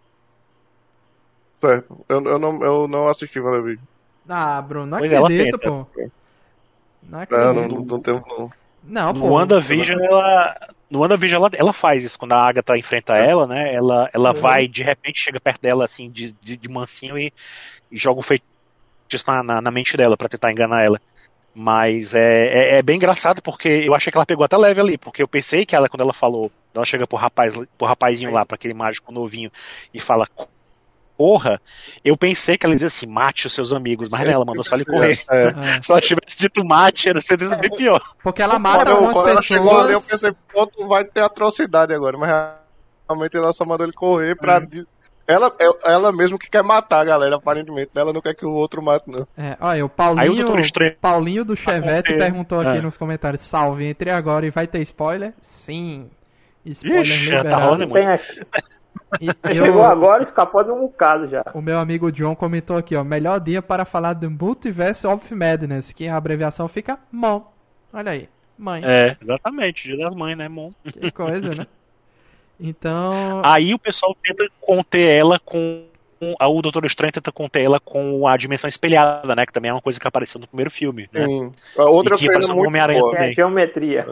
[SPEAKER 3] Certo. Eu, eu, não, eu não assisti WandaVision.
[SPEAKER 1] Ah, Bruno, não
[SPEAKER 4] Pois é, ela
[SPEAKER 1] acredito,
[SPEAKER 4] tenta.
[SPEAKER 1] pô. Não
[SPEAKER 3] Não,
[SPEAKER 1] acredito.
[SPEAKER 3] não, não, não tenho. Não.
[SPEAKER 1] Não,
[SPEAKER 4] No
[SPEAKER 1] pô.
[SPEAKER 4] WandaVision, ela. No WandaVision, ela, ela faz isso. Quando a Agatha enfrenta ela, né? Ela, ela
[SPEAKER 2] Uhum.
[SPEAKER 4] vai, de repente, chega perto dela, assim, de, de, de mansinho e, e joga um feitiço na, na, na mente dela pra tentar enganar ela. Mas é, é, é bem engraçado porque eu achei que ela pegou até leve ali, porque eu pensei que ela, quando ela falou, ela chega pro rapaz, pro rapazinho lá, pra aquele mágico novinho, e fala, corra, eu pensei que ela dizia assim, mate os seus amigos, mas não, ela mandou só ele correr.
[SPEAKER 3] É.
[SPEAKER 1] É,
[SPEAKER 4] Se ela tivesse dito mate, era certeza bem pior.
[SPEAKER 1] porque ela
[SPEAKER 3] Quando,
[SPEAKER 1] mata
[SPEAKER 3] eu-
[SPEAKER 1] algumas
[SPEAKER 3] quando ela chegou ali, eu
[SPEAKER 1] pessoas.
[SPEAKER 3] pensei, pronto, vai ter atrocidade agora. Mas realmente ela só mandou ele correr pra. di- Ela, é- ela mesmo que quer matar a galera, aparentemente. Ela não quer que o outro mate, não.
[SPEAKER 1] É, olha, o
[SPEAKER 4] Aí o
[SPEAKER 1] Paulinho,
[SPEAKER 4] Doutor Estranho-
[SPEAKER 1] Paulinho do Chevette
[SPEAKER 4] conter.
[SPEAKER 1] perguntou aqui
[SPEAKER 4] É.
[SPEAKER 1] nos comentários: salve, entre agora e vai ter spoiler? Sim. Spoiler
[SPEAKER 4] Ixi, já tá
[SPEAKER 1] liberado.
[SPEAKER 4] rolando
[SPEAKER 2] Tem aqui.
[SPEAKER 1] E
[SPEAKER 2] Chegou
[SPEAKER 1] eu,
[SPEAKER 2] agora, escapou de um bocado já.
[SPEAKER 1] o meu amigo John comentou aqui, ó, melhor dia para falar do Multiverse of Madness, que a abreviação fica M O M. Olha aí, mãe.
[SPEAKER 4] É, exatamente, dia das mães, né, mon?
[SPEAKER 1] Que coisa, né? Então,
[SPEAKER 4] Aí o pessoal tenta conter ela com. A, o Doutor Estranho tenta conter ela com a dimensão espelhada, né? Que também é uma coisa que apareceu no primeiro filme, né?
[SPEAKER 3] Sim. A outra
[SPEAKER 4] E que
[SPEAKER 3] cena
[SPEAKER 4] apareceu no
[SPEAKER 3] muito
[SPEAKER 4] Homem-Aranha
[SPEAKER 3] boa.
[SPEAKER 4] também.
[SPEAKER 2] É geometria.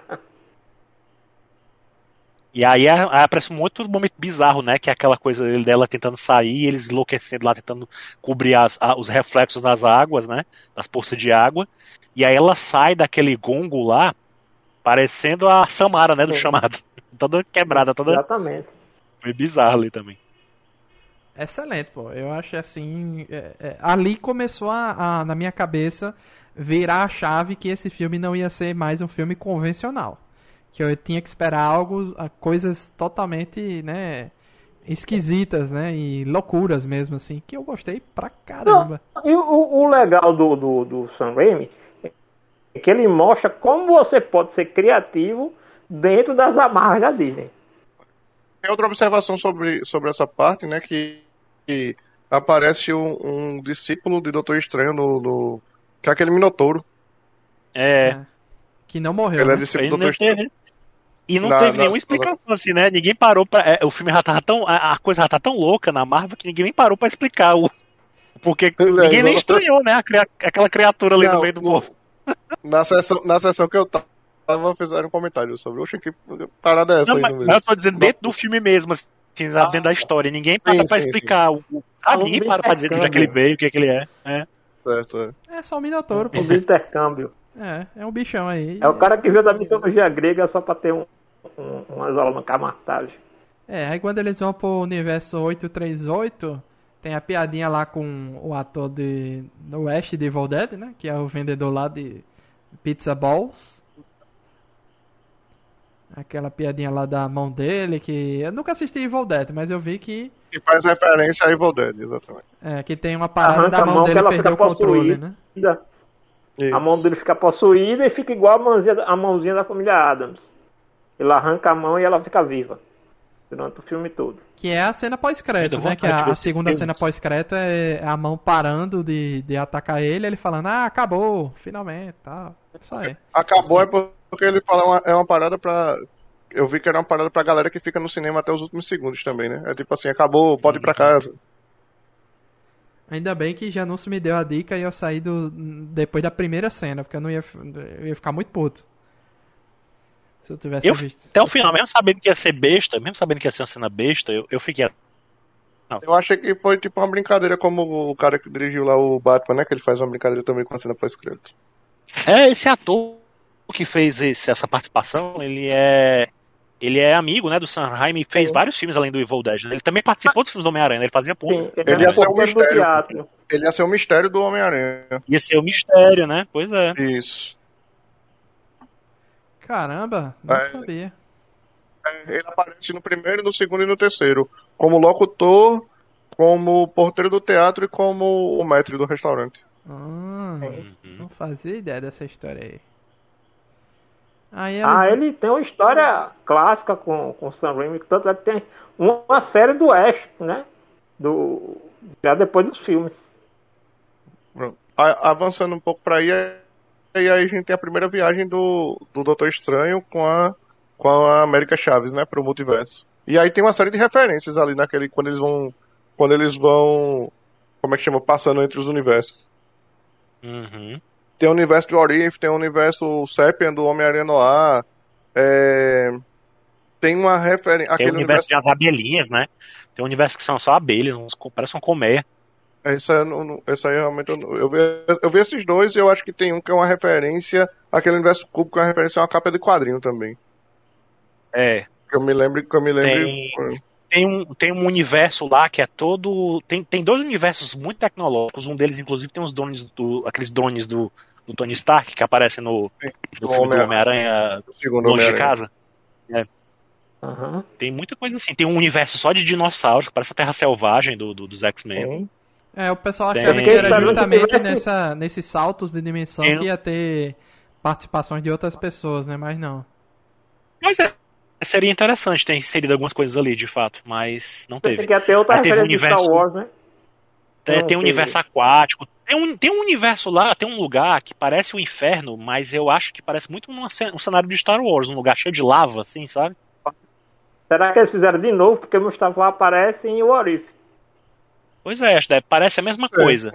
[SPEAKER 4] E aí a- a- aparece um outro momento bizarro, né? Que é aquela coisa dele- dela tentando sair, eles enlouquecendo lá, tentando cobrir as- a- os reflexos das águas, né? Das poças de água. E aí ela sai daquele gongo lá, parecendo a Samara, né? Do
[SPEAKER 2] Sim.
[SPEAKER 4] chamado. Toda quebrada, toda.
[SPEAKER 2] Exatamente.
[SPEAKER 4] Foi bizarro ali também.
[SPEAKER 1] excelente, pô. Eu acho assim. é, é, ali começou a, a, na minha cabeça, virar a chave que esse filme não ia ser mais um filme convencional. Que eu tinha que esperar algo, a- coisas totalmente, né, esquisitas, né, e loucuras mesmo, assim, que eu gostei pra caramba.
[SPEAKER 2] E o, o legal do, do, do Sam Raimi é que ele mostra como você pode ser criativo dentro das amarras da Disney.
[SPEAKER 3] Tem outra observação sobre, sobre essa parte, né? Que, que aparece um, um discípulo de Doutor Estranho no, no. Que é aquele Minotouro.
[SPEAKER 4] É.
[SPEAKER 1] É. Que não morreu,
[SPEAKER 3] Ele é
[SPEAKER 1] né?
[SPEAKER 3] discípulo
[SPEAKER 4] Ele
[SPEAKER 3] do Doutor
[SPEAKER 4] não
[SPEAKER 3] Estranho.
[SPEAKER 4] teve- E não
[SPEAKER 3] Na-
[SPEAKER 4] teve
[SPEAKER 3] na-
[SPEAKER 4] nenhuma explicação assim, né? Ninguém parou pra. é, o filme já tava tão. A, a coisa já tá tão louca na Marvel que ninguém nem parou pra explicar o. Porque ninguém nem estranhou, né? a cria- aquela criatura ali no
[SPEAKER 3] Não,
[SPEAKER 4] meio do
[SPEAKER 3] no-
[SPEAKER 4] povo.
[SPEAKER 3] Na sessão, na sessão que eu tava, fizeram um comentário sobre. Oxe, que parada é essa
[SPEAKER 4] Não,
[SPEAKER 3] aí
[SPEAKER 4] mas,
[SPEAKER 3] no
[SPEAKER 4] mas
[SPEAKER 3] meio?
[SPEAKER 4] eu tô dizendo dentro do filme mesmo, assim, sabe? dentro da história. Ninguém para
[SPEAKER 3] Sim,
[SPEAKER 4] pra
[SPEAKER 3] sim,
[SPEAKER 4] explicar. O, o- sabe? Ninguém para pra dizer de onde é que ele veio, o que é que ele é. é.
[SPEAKER 3] Certo, é.
[SPEAKER 1] É só o Minotauro, pô.
[SPEAKER 2] Um do intercâmbio.
[SPEAKER 1] É, é um bichão aí.
[SPEAKER 2] É o cara que veio da mitologia grega só pra ter um, um, umas aulas no Camartage.
[SPEAKER 1] É, aí quando eles vão pro universo oitocentos e trinta e oito, tem a piadinha lá com o ator de do Ash de Evil Dead, né? Que é o vendedor lá de Pizza Balls. Aquela piadinha lá da mão dele, que eu nunca assisti Evil Dead, mas eu vi que
[SPEAKER 3] E faz referência a Evil Dead, exatamente.
[SPEAKER 1] é, que tem uma parada
[SPEAKER 2] Arranca
[SPEAKER 1] da
[SPEAKER 2] a
[SPEAKER 1] mão,
[SPEAKER 2] mão que
[SPEAKER 1] dele
[SPEAKER 2] ela
[SPEAKER 1] perder
[SPEAKER 2] fica
[SPEAKER 1] o controle,
[SPEAKER 2] possuída.
[SPEAKER 1] né?
[SPEAKER 3] Isso.
[SPEAKER 2] A mão dele fica possuída e fica igual a mãozinha, a mãozinha da família Adams. Ele arranca a mão e ela fica viva. Durante o filme todo.
[SPEAKER 1] Que é a cena pós-crédito,
[SPEAKER 4] Eu dou
[SPEAKER 1] né? Que
[SPEAKER 4] vontade de
[SPEAKER 1] a,
[SPEAKER 4] ver
[SPEAKER 1] a
[SPEAKER 4] esses
[SPEAKER 1] segunda
[SPEAKER 4] filmes.
[SPEAKER 1] cena pós-crédito é a mão parando de, de atacar ele, ele falando, ah, acabou, finalmente, tá. Isso aí.
[SPEAKER 3] Acabou é porque ele fala uma, é uma parada pra. Eu vi que era uma parada pra galera que fica no cinema até os últimos segundos também, né? É tipo assim, acabou, pode ir pra casa.
[SPEAKER 1] Ainda bem que Janúncio me deu a dica e eu saí do, depois da primeira cena, porque eu não ia, eu ia ficar muito puto. Se eu tivesse
[SPEAKER 4] Eu,
[SPEAKER 1] visto.
[SPEAKER 4] até o final, mesmo sabendo que ia ser besta, mesmo sabendo que ia ser uma cena besta, eu, eu fiquei.
[SPEAKER 3] Eu achei que foi tipo uma brincadeira, como o cara que dirigiu lá o Batman, né? Que ele faz uma brincadeira também com a cena pós-crédito.
[SPEAKER 4] É, esse ator que fez esse- essa participação, ele é. Ele é amigo, né, do Sam Raimi e fez
[SPEAKER 2] Sim.
[SPEAKER 4] vários filmes além do Evil Dead. Né? Ele também participou dos filmes do Homem-Aranha, né? Ele fazia ponto.
[SPEAKER 2] Sim,
[SPEAKER 3] Ele
[SPEAKER 2] ele
[SPEAKER 3] ia
[SPEAKER 2] é
[SPEAKER 3] ser um
[SPEAKER 2] porteiro do
[SPEAKER 3] mistério.
[SPEAKER 2] teatro.
[SPEAKER 3] Ele ia ser o mistério do Homem-Aranha.
[SPEAKER 4] Ia ser um mistério, né? Pois é.
[SPEAKER 3] Isso.
[SPEAKER 1] Caramba, não
[SPEAKER 3] É.
[SPEAKER 1] sabia.
[SPEAKER 3] É, ele aparece no primeiro, no segundo e no terceiro. Como locutor, como porteiro do teatro e como o maître do restaurante.
[SPEAKER 1] Ah,
[SPEAKER 4] Uhum.
[SPEAKER 1] não fazia ideia dessa história aí. Aí
[SPEAKER 2] Ah,
[SPEAKER 1] eles-
[SPEAKER 2] ele tem uma história clássica com, com o Sam Raimi, que tanto é que tem uma série do Ash, né? Do, já depois dos filmes.
[SPEAKER 3] Pronto. A- Avançando um pouco pra aí, é- e aí a gente tem a primeira viagem do, do Doutor Estranho com a, com a América Chaves, né, pro multiverso. E aí tem uma série de referências ali naquele, quando eles vão, quando eles vão, como é que chama, passando entre os universos.
[SPEAKER 4] Uhum.
[SPEAKER 3] Tem o universo do What If, tem o universo Sapien do Homem-Aranha Noir, é, tem uma referência,
[SPEAKER 4] Tem o
[SPEAKER 3] aquele
[SPEAKER 4] universo
[SPEAKER 3] universo,
[SPEAKER 4] de as abelhinhas, né? Tem um universo que são só abelhas, uns, parece uma colmeia.
[SPEAKER 3] esse aí, eu não- esse aí realmente eu, não- eu, vi, eu vi esses dois e eu acho que tem um que é uma referência, aquele universo cúbico é uma referência a uma capa de quadrinho também.
[SPEAKER 4] É.
[SPEAKER 3] Que eu me lembro, que eu me lembro.
[SPEAKER 4] Tem- Tem um, tem um universo lá que é todo. Tem, tem dois universos muito tecnológicos. Um deles, inclusive, tem os drones do. Aqueles drones do, do Tony Stark que aparecem no, no filme do Homem-Aranha
[SPEAKER 3] Segundo
[SPEAKER 4] Longe de
[SPEAKER 3] Homem-Aranha.
[SPEAKER 4] Casa.
[SPEAKER 2] Aham,
[SPEAKER 4] Tem muita coisa assim. Tem um universo só de dinossauros, que parece a Terra Selvagem do, do- dos X-Men.
[SPEAKER 2] tem.
[SPEAKER 1] É, o pessoal
[SPEAKER 4] Tem-
[SPEAKER 1] achava que
[SPEAKER 4] Eu
[SPEAKER 1] era
[SPEAKER 4] fiquei
[SPEAKER 1] justamente
[SPEAKER 2] esperando que tivesse-
[SPEAKER 1] nessa, nesses saltos de dimensão
[SPEAKER 4] Tem-
[SPEAKER 1] que ia ter participações de outras pessoas, né? Mas não.
[SPEAKER 4] Mas é, seria interessante ter inserido algumas coisas ali, de fato, mas não
[SPEAKER 2] Pensei
[SPEAKER 4] teve.
[SPEAKER 2] que ia ter outra
[SPEAKER 4] Aí teve
[SPEAKER 2] referência
[SPEAKER 4] um
[SPEAKER 2] de
[SPEAKER 4] universo-
[SPEAKER 2] Star Wars, né?
[SPEAKER 4] Tem,
[SPEAKER 2] Não
[SPEAKER 4] tem um
[SPEAKER 2] teve.
[SPEAKER 4] universo aquático. Tem um, tem um universo lá, tem um lugar que parece o inferno, mas eu acho que parece muito numa ce- um cenário de Star Wars, um lugar cheio de lava, assim, sabe?
[SPEAKER 2] Será que eles fizeram de novo? Porque o Mustafa aparece em What If.
[SPEAKER 4] Pois é, acho que parece a mesma coisa.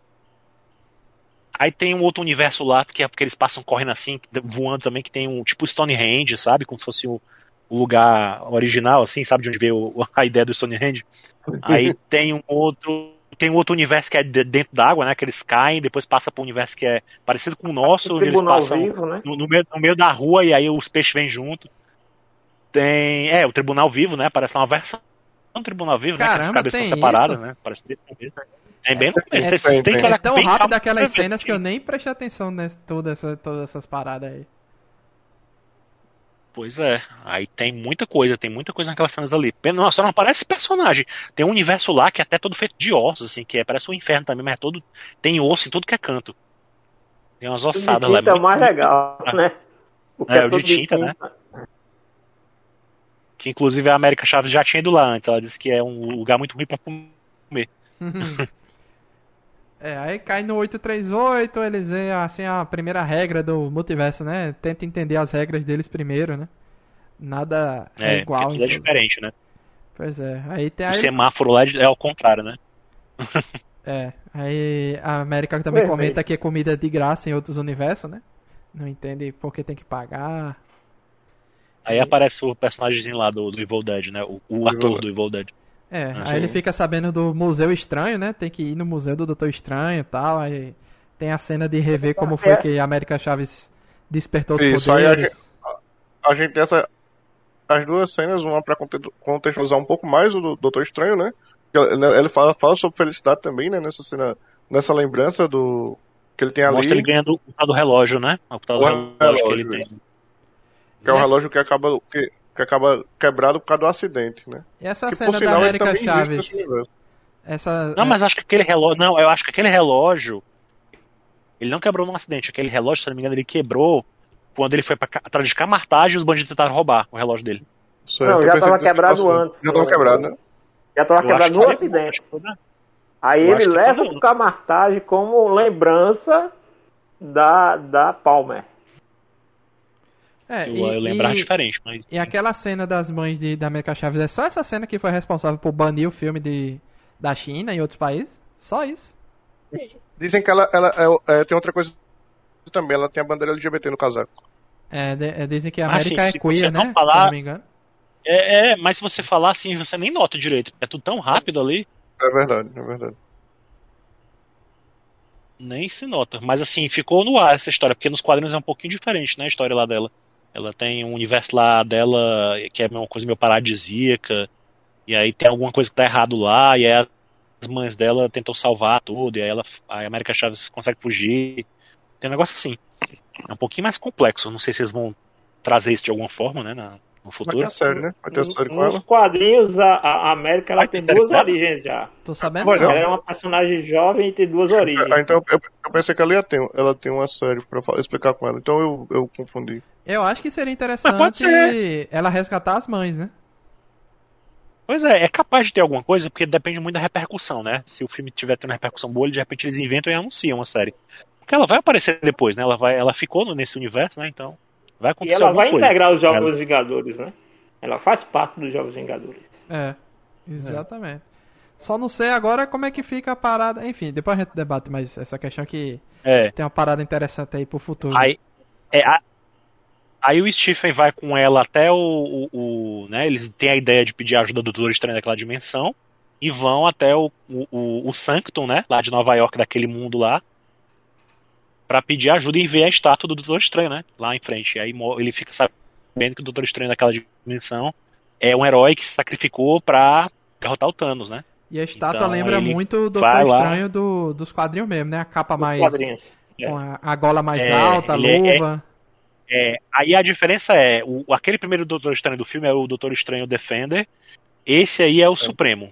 [SPEAKER 4] Aí tem um outro universo lá, que é porque eles passam correndo assim, voando também, que tem um tipo Stonehenge, sabe? Como se fosse o, o lugar original, assim, sabe? De onde veio o- a ideia do Stonehenge. Aí tem um outro. Tem um outro universo que é de- dentro d'água, né? Que eles caem, depois passa para um universo que é parecido com o nosso,
[SPEAKER 2] O
[SPEAKER 4] onde eles
[SPEAKER 2] Tribunal
[SPEAKER 4] passam
[SPEAKER 2] Vivo, né?
[SPEAKER 4] no, no meio, no meio da rua e aí os peixes vêm junto. Tem. É, o Tribunal Vivo, né? Parece uma versão do Tribunal Vivo, né? Que as
[SPEAKER 1] Caramba,
[SPEAKER 4] cabeças
[SPEAKER 1] tem
[SPEAKER 4] estão separadas,
[SPEAKER 1] isso?
[SPEAKER 4] né? Parece desse começo. Tem bem no começo.
[SPEAKER 1] É,
[SPEAKER 4] Tem- você tem que
[SPEAKER 3] tem.
[SPEAKER 4] olhar
[SPEAKER 1] É tão
[SPEAKER 4] bem
[SPEAKER 1] rápido
[SPEAKER 4] calmo pra
[SPEAKER 1] aquelas
[SPEAKER 4] você ver.
[SPEAKER 1] cenas que eu nem prestei atenção nessa, toda essa, todas essas paradas aí.
[SPEAKER 4] Pois é, aí tem muita coisa, tem muita coisa naquelas cenas ali. Não, só não aparece personagem. Tem um universo lá que é até todo feito de ossos, assim, que é, parece um inferno também, mas é todo. Tem osso em tudo que é canto. Tem umas
[SPEAKER 2] O de
[SPEAKER 4] ossadas lá.
[SPEAKER 2] tinta é o
[SPEAKER 4] muito-
[SPEAKER 2] mais legal, né? O
[SPEAKER 4] É, o de
[SPEAKER 2] todo
[SPEAKER 4] tinta, né? Que inclusive a América Chaves já tinha ido lá antes. Ela disse que é um lugar muito ruim pra comer.
[SPEAKER 1] É, aí cai no oitocentos e trinta e oito, eles veem assim a primeira regra do multiverso, né? Tenta entender as regras deles primeiro, né? Nada é,
[SPEAKER 4] É, porque
[SPEAKER 1] igual.
[SPEAKER 4] tudo é
[SPEAKER 1] em tudo.
[SPEAKER 4] diferente, né?
[SPEAKER 1] Pois é. Aí tem
[SPEAKER 4] O
[SPEAKER 1] aí,
[SPEAKER 4] semáforo lá é ao contrário, né?
[SPEAKER 1] é, aí a América também
[SPEAKER 2] Vermelho.
[SPEAKER 1] comenta que é comida de graça em outros universos, né? Não entende por que tem que pagar.
[SPEAKER 4] Aí
[SPEAKER 1] E-
[SPEAKER 4] aparece o personagemzinho lá do, do Evil Dead, né? O, o ator do Evil Dead.
[SPEAKER 1] É,
[SPEAKER 4] Ah,
[SPEAKER 1] aí ele
[SPEAKER 3] sim.
[SPEAKER 1] fica sabendo do Museu Estranho, né? Tem que ir no Museu do Doutor Estranho e tal. Aí tem a cena de rever como foi que a América Chaves despertou os
[SPEAKER 3] Isso, aí a
[SPEAKER 1] poderes.
[SPEAKER 3] gente, a gente tem essa, as duas cenas, uma pra conte- contextualizar um pouco mais o do Doutor Estranho, né? Ele ele fala, fala sobre felicidade também, né? Nessa cena, nessa lembrança do que ele tem ali.
[SPEAKER 4] Mostra ele ganhando o tal do relógio, né? O tal do
[SPEAKER 3] O
[SPEAKER 4] relógio que ele
[SPEAKER 3] relógio,
[SPEAKER 4] tem.
[SPEAKER 3] Que é o
[SPEAKER 1] E essa-
[SPEAKER 3] relógio que acaba, que, que acaba quebrado por causa do acidente, né?
[SPEAKER 1] E essa
[SPEAKER 3] Que
[SPEAKER 1] cena
[SPEAKER 3] por
[SPEAKER 1] da
[SPEAKER 3] sinal ele
[SPEAKER 1] América
[SPEAKER 3] também existe
[SPEAKER 1] Chaves.
[SPEAKER 3] nesse universo.
[SPEAKER 1] Essa,
[SPEAKER 4] Não, mas acho que aquele relógio. Não, eu acho que aquele relógio. Ele não quebrou num acidente. Aquele relógio, se não me engano, ele quebrou quando ele foi pra, ca- atrás de Camartage e os bandidos tentaram roubar o relógio dele.
[SPEAKER 3] Certo,
[SPEAKER 2] Não,
[SPEAKER 3] eu
[SPEAKER 2] já
[SPEAKER 3] pensei
[SPEAKER 2] tava
[SPEAKER 3] que desse
[SPEAKER 2] quebrado
[SPEAKER 3] passou.
[SPEAKER 2] antes,
[SPEAKER 3] Já tava
[SPEAKER 2] né?
[SPEAKER 3] quebrado, né?
[SPEAKER 2] Já tava
[SPEAKER 4] Eu
[SPEAKER 2] quebrado
[SPEAKER 4] acho
[SPEAKER 2] no
[SPEAKER 4] que foi-
[SPEAKER 2] acidente.
[SPEAKER 4] acho que foi, né?
[SPEAKER 2] Aí
[SPEAKER 4] eu
[SPEAKER 2] ele
[SPEAKER 4] acho que
[SPEAKER 2] leva
[SPEAKER 4] foi
[SPEAKER 2] pro
[SPEAKER 4] não.
[SPEAKER 2] Camartage como lembrança da, da Palmer.
[SPEAKER 1] é,
[SPEAKER 4] Eu,
[SPEAKER 1] e,
[SPEAKER 4] eu lembrava
[SPEAKER 1] e-
[SPEAKER 4] diferente, mas.
[SPEAKER 1] e aquela cena das mães de, da América Chaves é só essa cena que foi responsável por banir o filme de, da China e outros países? Só isso.
[SPEAKER 3] Dizem que ela, ela é, é, tem outra coisa também, ela tem a bandeira L G B T no casaco.
[SPEAKER 1] É, de- é, dizem que a
[SPEAKER 4] Mas,
[SPEAKER 1] América
[SPEAKER 4] assim, se
[SPEAKER 1] é queer,
[SPEAKER 4] você não
[SPEAKER 1] né? Se eu
[SPEAKER 4] falar-
[SPEAKER 1] não me engano.
[SPEAKER 4] É, é, mas se você falar assim, você nem nota direito. É tudo tão rápido ali,
[SPEAKER 3] É verdade, é verdade.
[SPEAKER 4] nem se nota. Mas assim, ficou no ar essa história, porque nos quadrinhos é um pouquinho diferente, né? A história lá dela. Ela tem um universo lá dela que é uma coisa meio paradisíaca. E aí tem alguma coisa que tá errado lá, e aí as mães dela tentam salvar tudo, e aí ela, a América Chaves consegue fugir. Tem um negócio assim. É um pouquinho mais complexo. Não sei se eles vão trazer isso de alguma forma, né? Na, no
[SPEAKER 3] Vai ter
[SPEAKER 4] futuro.
[SPEAKER 3] a série, né? Vai ter a série com
[SPEAKER 2] Nos
[SPEAKER 3] ela.
[SPEAKER 2] quadrinhos, a, a América ela
[SPEAKER 4] Vai ter
[SPEAKER 2] tem
[SPEAKER 4] série
[SPEAKER 2] duas
[SPEAKER 4] com ela?
[SPEAKER 2] origens já.
[SPEAKER 1] Tô sabendo
[SPEAKER 3] Vai,
[SPEAKER 1] não.
[SPEAKER 3] não.
[SPEAKER 2] Ela é uma personagem jovem e tem duas origens.
[SPEAKER 3] Ah, então eu, eu pensei que ela ia ter, ela tem uma série pra fa- explicar com ela. Então eu, eu confundi.
[SPEAKER 1] Eu acho que seria
[SPEAKER 4] Mas pode
[SPEAKER 1] interessante
[SPEAKER 4] ser.
[SPEAKER 1] ela resgatar as mães, né?
[SPEAKER 4] Pois é, é capaz de ter alguma coisa, porque depende muito da repercussão, né? Se o filme tiver tendo uma repercussão boa, de repente eles inventam e anunciam a série. Porque ela vai aparecer depois, né? Ela, vai, ela ficou no- nesse universo, né? Então vai
[SPEAKER 2] E
[SPEAKER 4] acontecer
[SPEAKER 2] ela
[SPEAKER 4] alguma
[SPEAKER 2] vai
[SPEAKER 4] coisa.
[SPEAKER 2] integrar os Jogos
[SPEAKER 4] Ela-
[SPEAKER 2] Vingadores, né? Ela faz parte dos Jogos Vingadores.
[SPEAKER 1] É, exatamente. Só não sei agora como é que fica a parada. Enfim, depois a gente debate mais essa questão que
[SPEAKER 4] É.
[SPEAKER 1] tem uma parada interessante aí pro futuro.
[SPEAKER 4] Aí, é, a- aí o Stephen vai com ela até o, o, o, né? Eles têm a ideia de pedir ajuda do Doutor Estranho daquela dimensão e vão até o, o, o, o Sanctum, né? Lá de Nova York, daquele mundo lá, pra pedir ajuda e ver a estátua do Doutor Estranho, né? Lá em frente. E aí mo- ele fica sabendo que o Doutor Estranho daquela dimensão é um herói que se sacrificou pra derrotar o Thanos, né?
[SPEAKER 1] E a estátua
[SPEAKER 4] Então,
[SPEAKER 1] lembra
[SPEAKER 4] ele
[SPEAKER 1] muito o Doutor
[SPEAKER 4] vai lá-
[SPEAKER 1] Estranho do, dos quadrinhos mesmo, né? A capa
[SPEAKER 2] Os
[SPEAKER 1] mais.
[SPEAKER 2] quadrinhos.
[SPEAKER 1] Com a, a gola mais
[SPEAKER 4] É,
[SPEAKER 1] alta, a
[SPEAKER 4] ele é-
[SPEAKER 1] luva.
[SPEAKER 4] É, aí a diferença é, o, aquele primeiro Doutor Estranho do filme é o Doutor Estranho Defender, esse aí é o Supremo.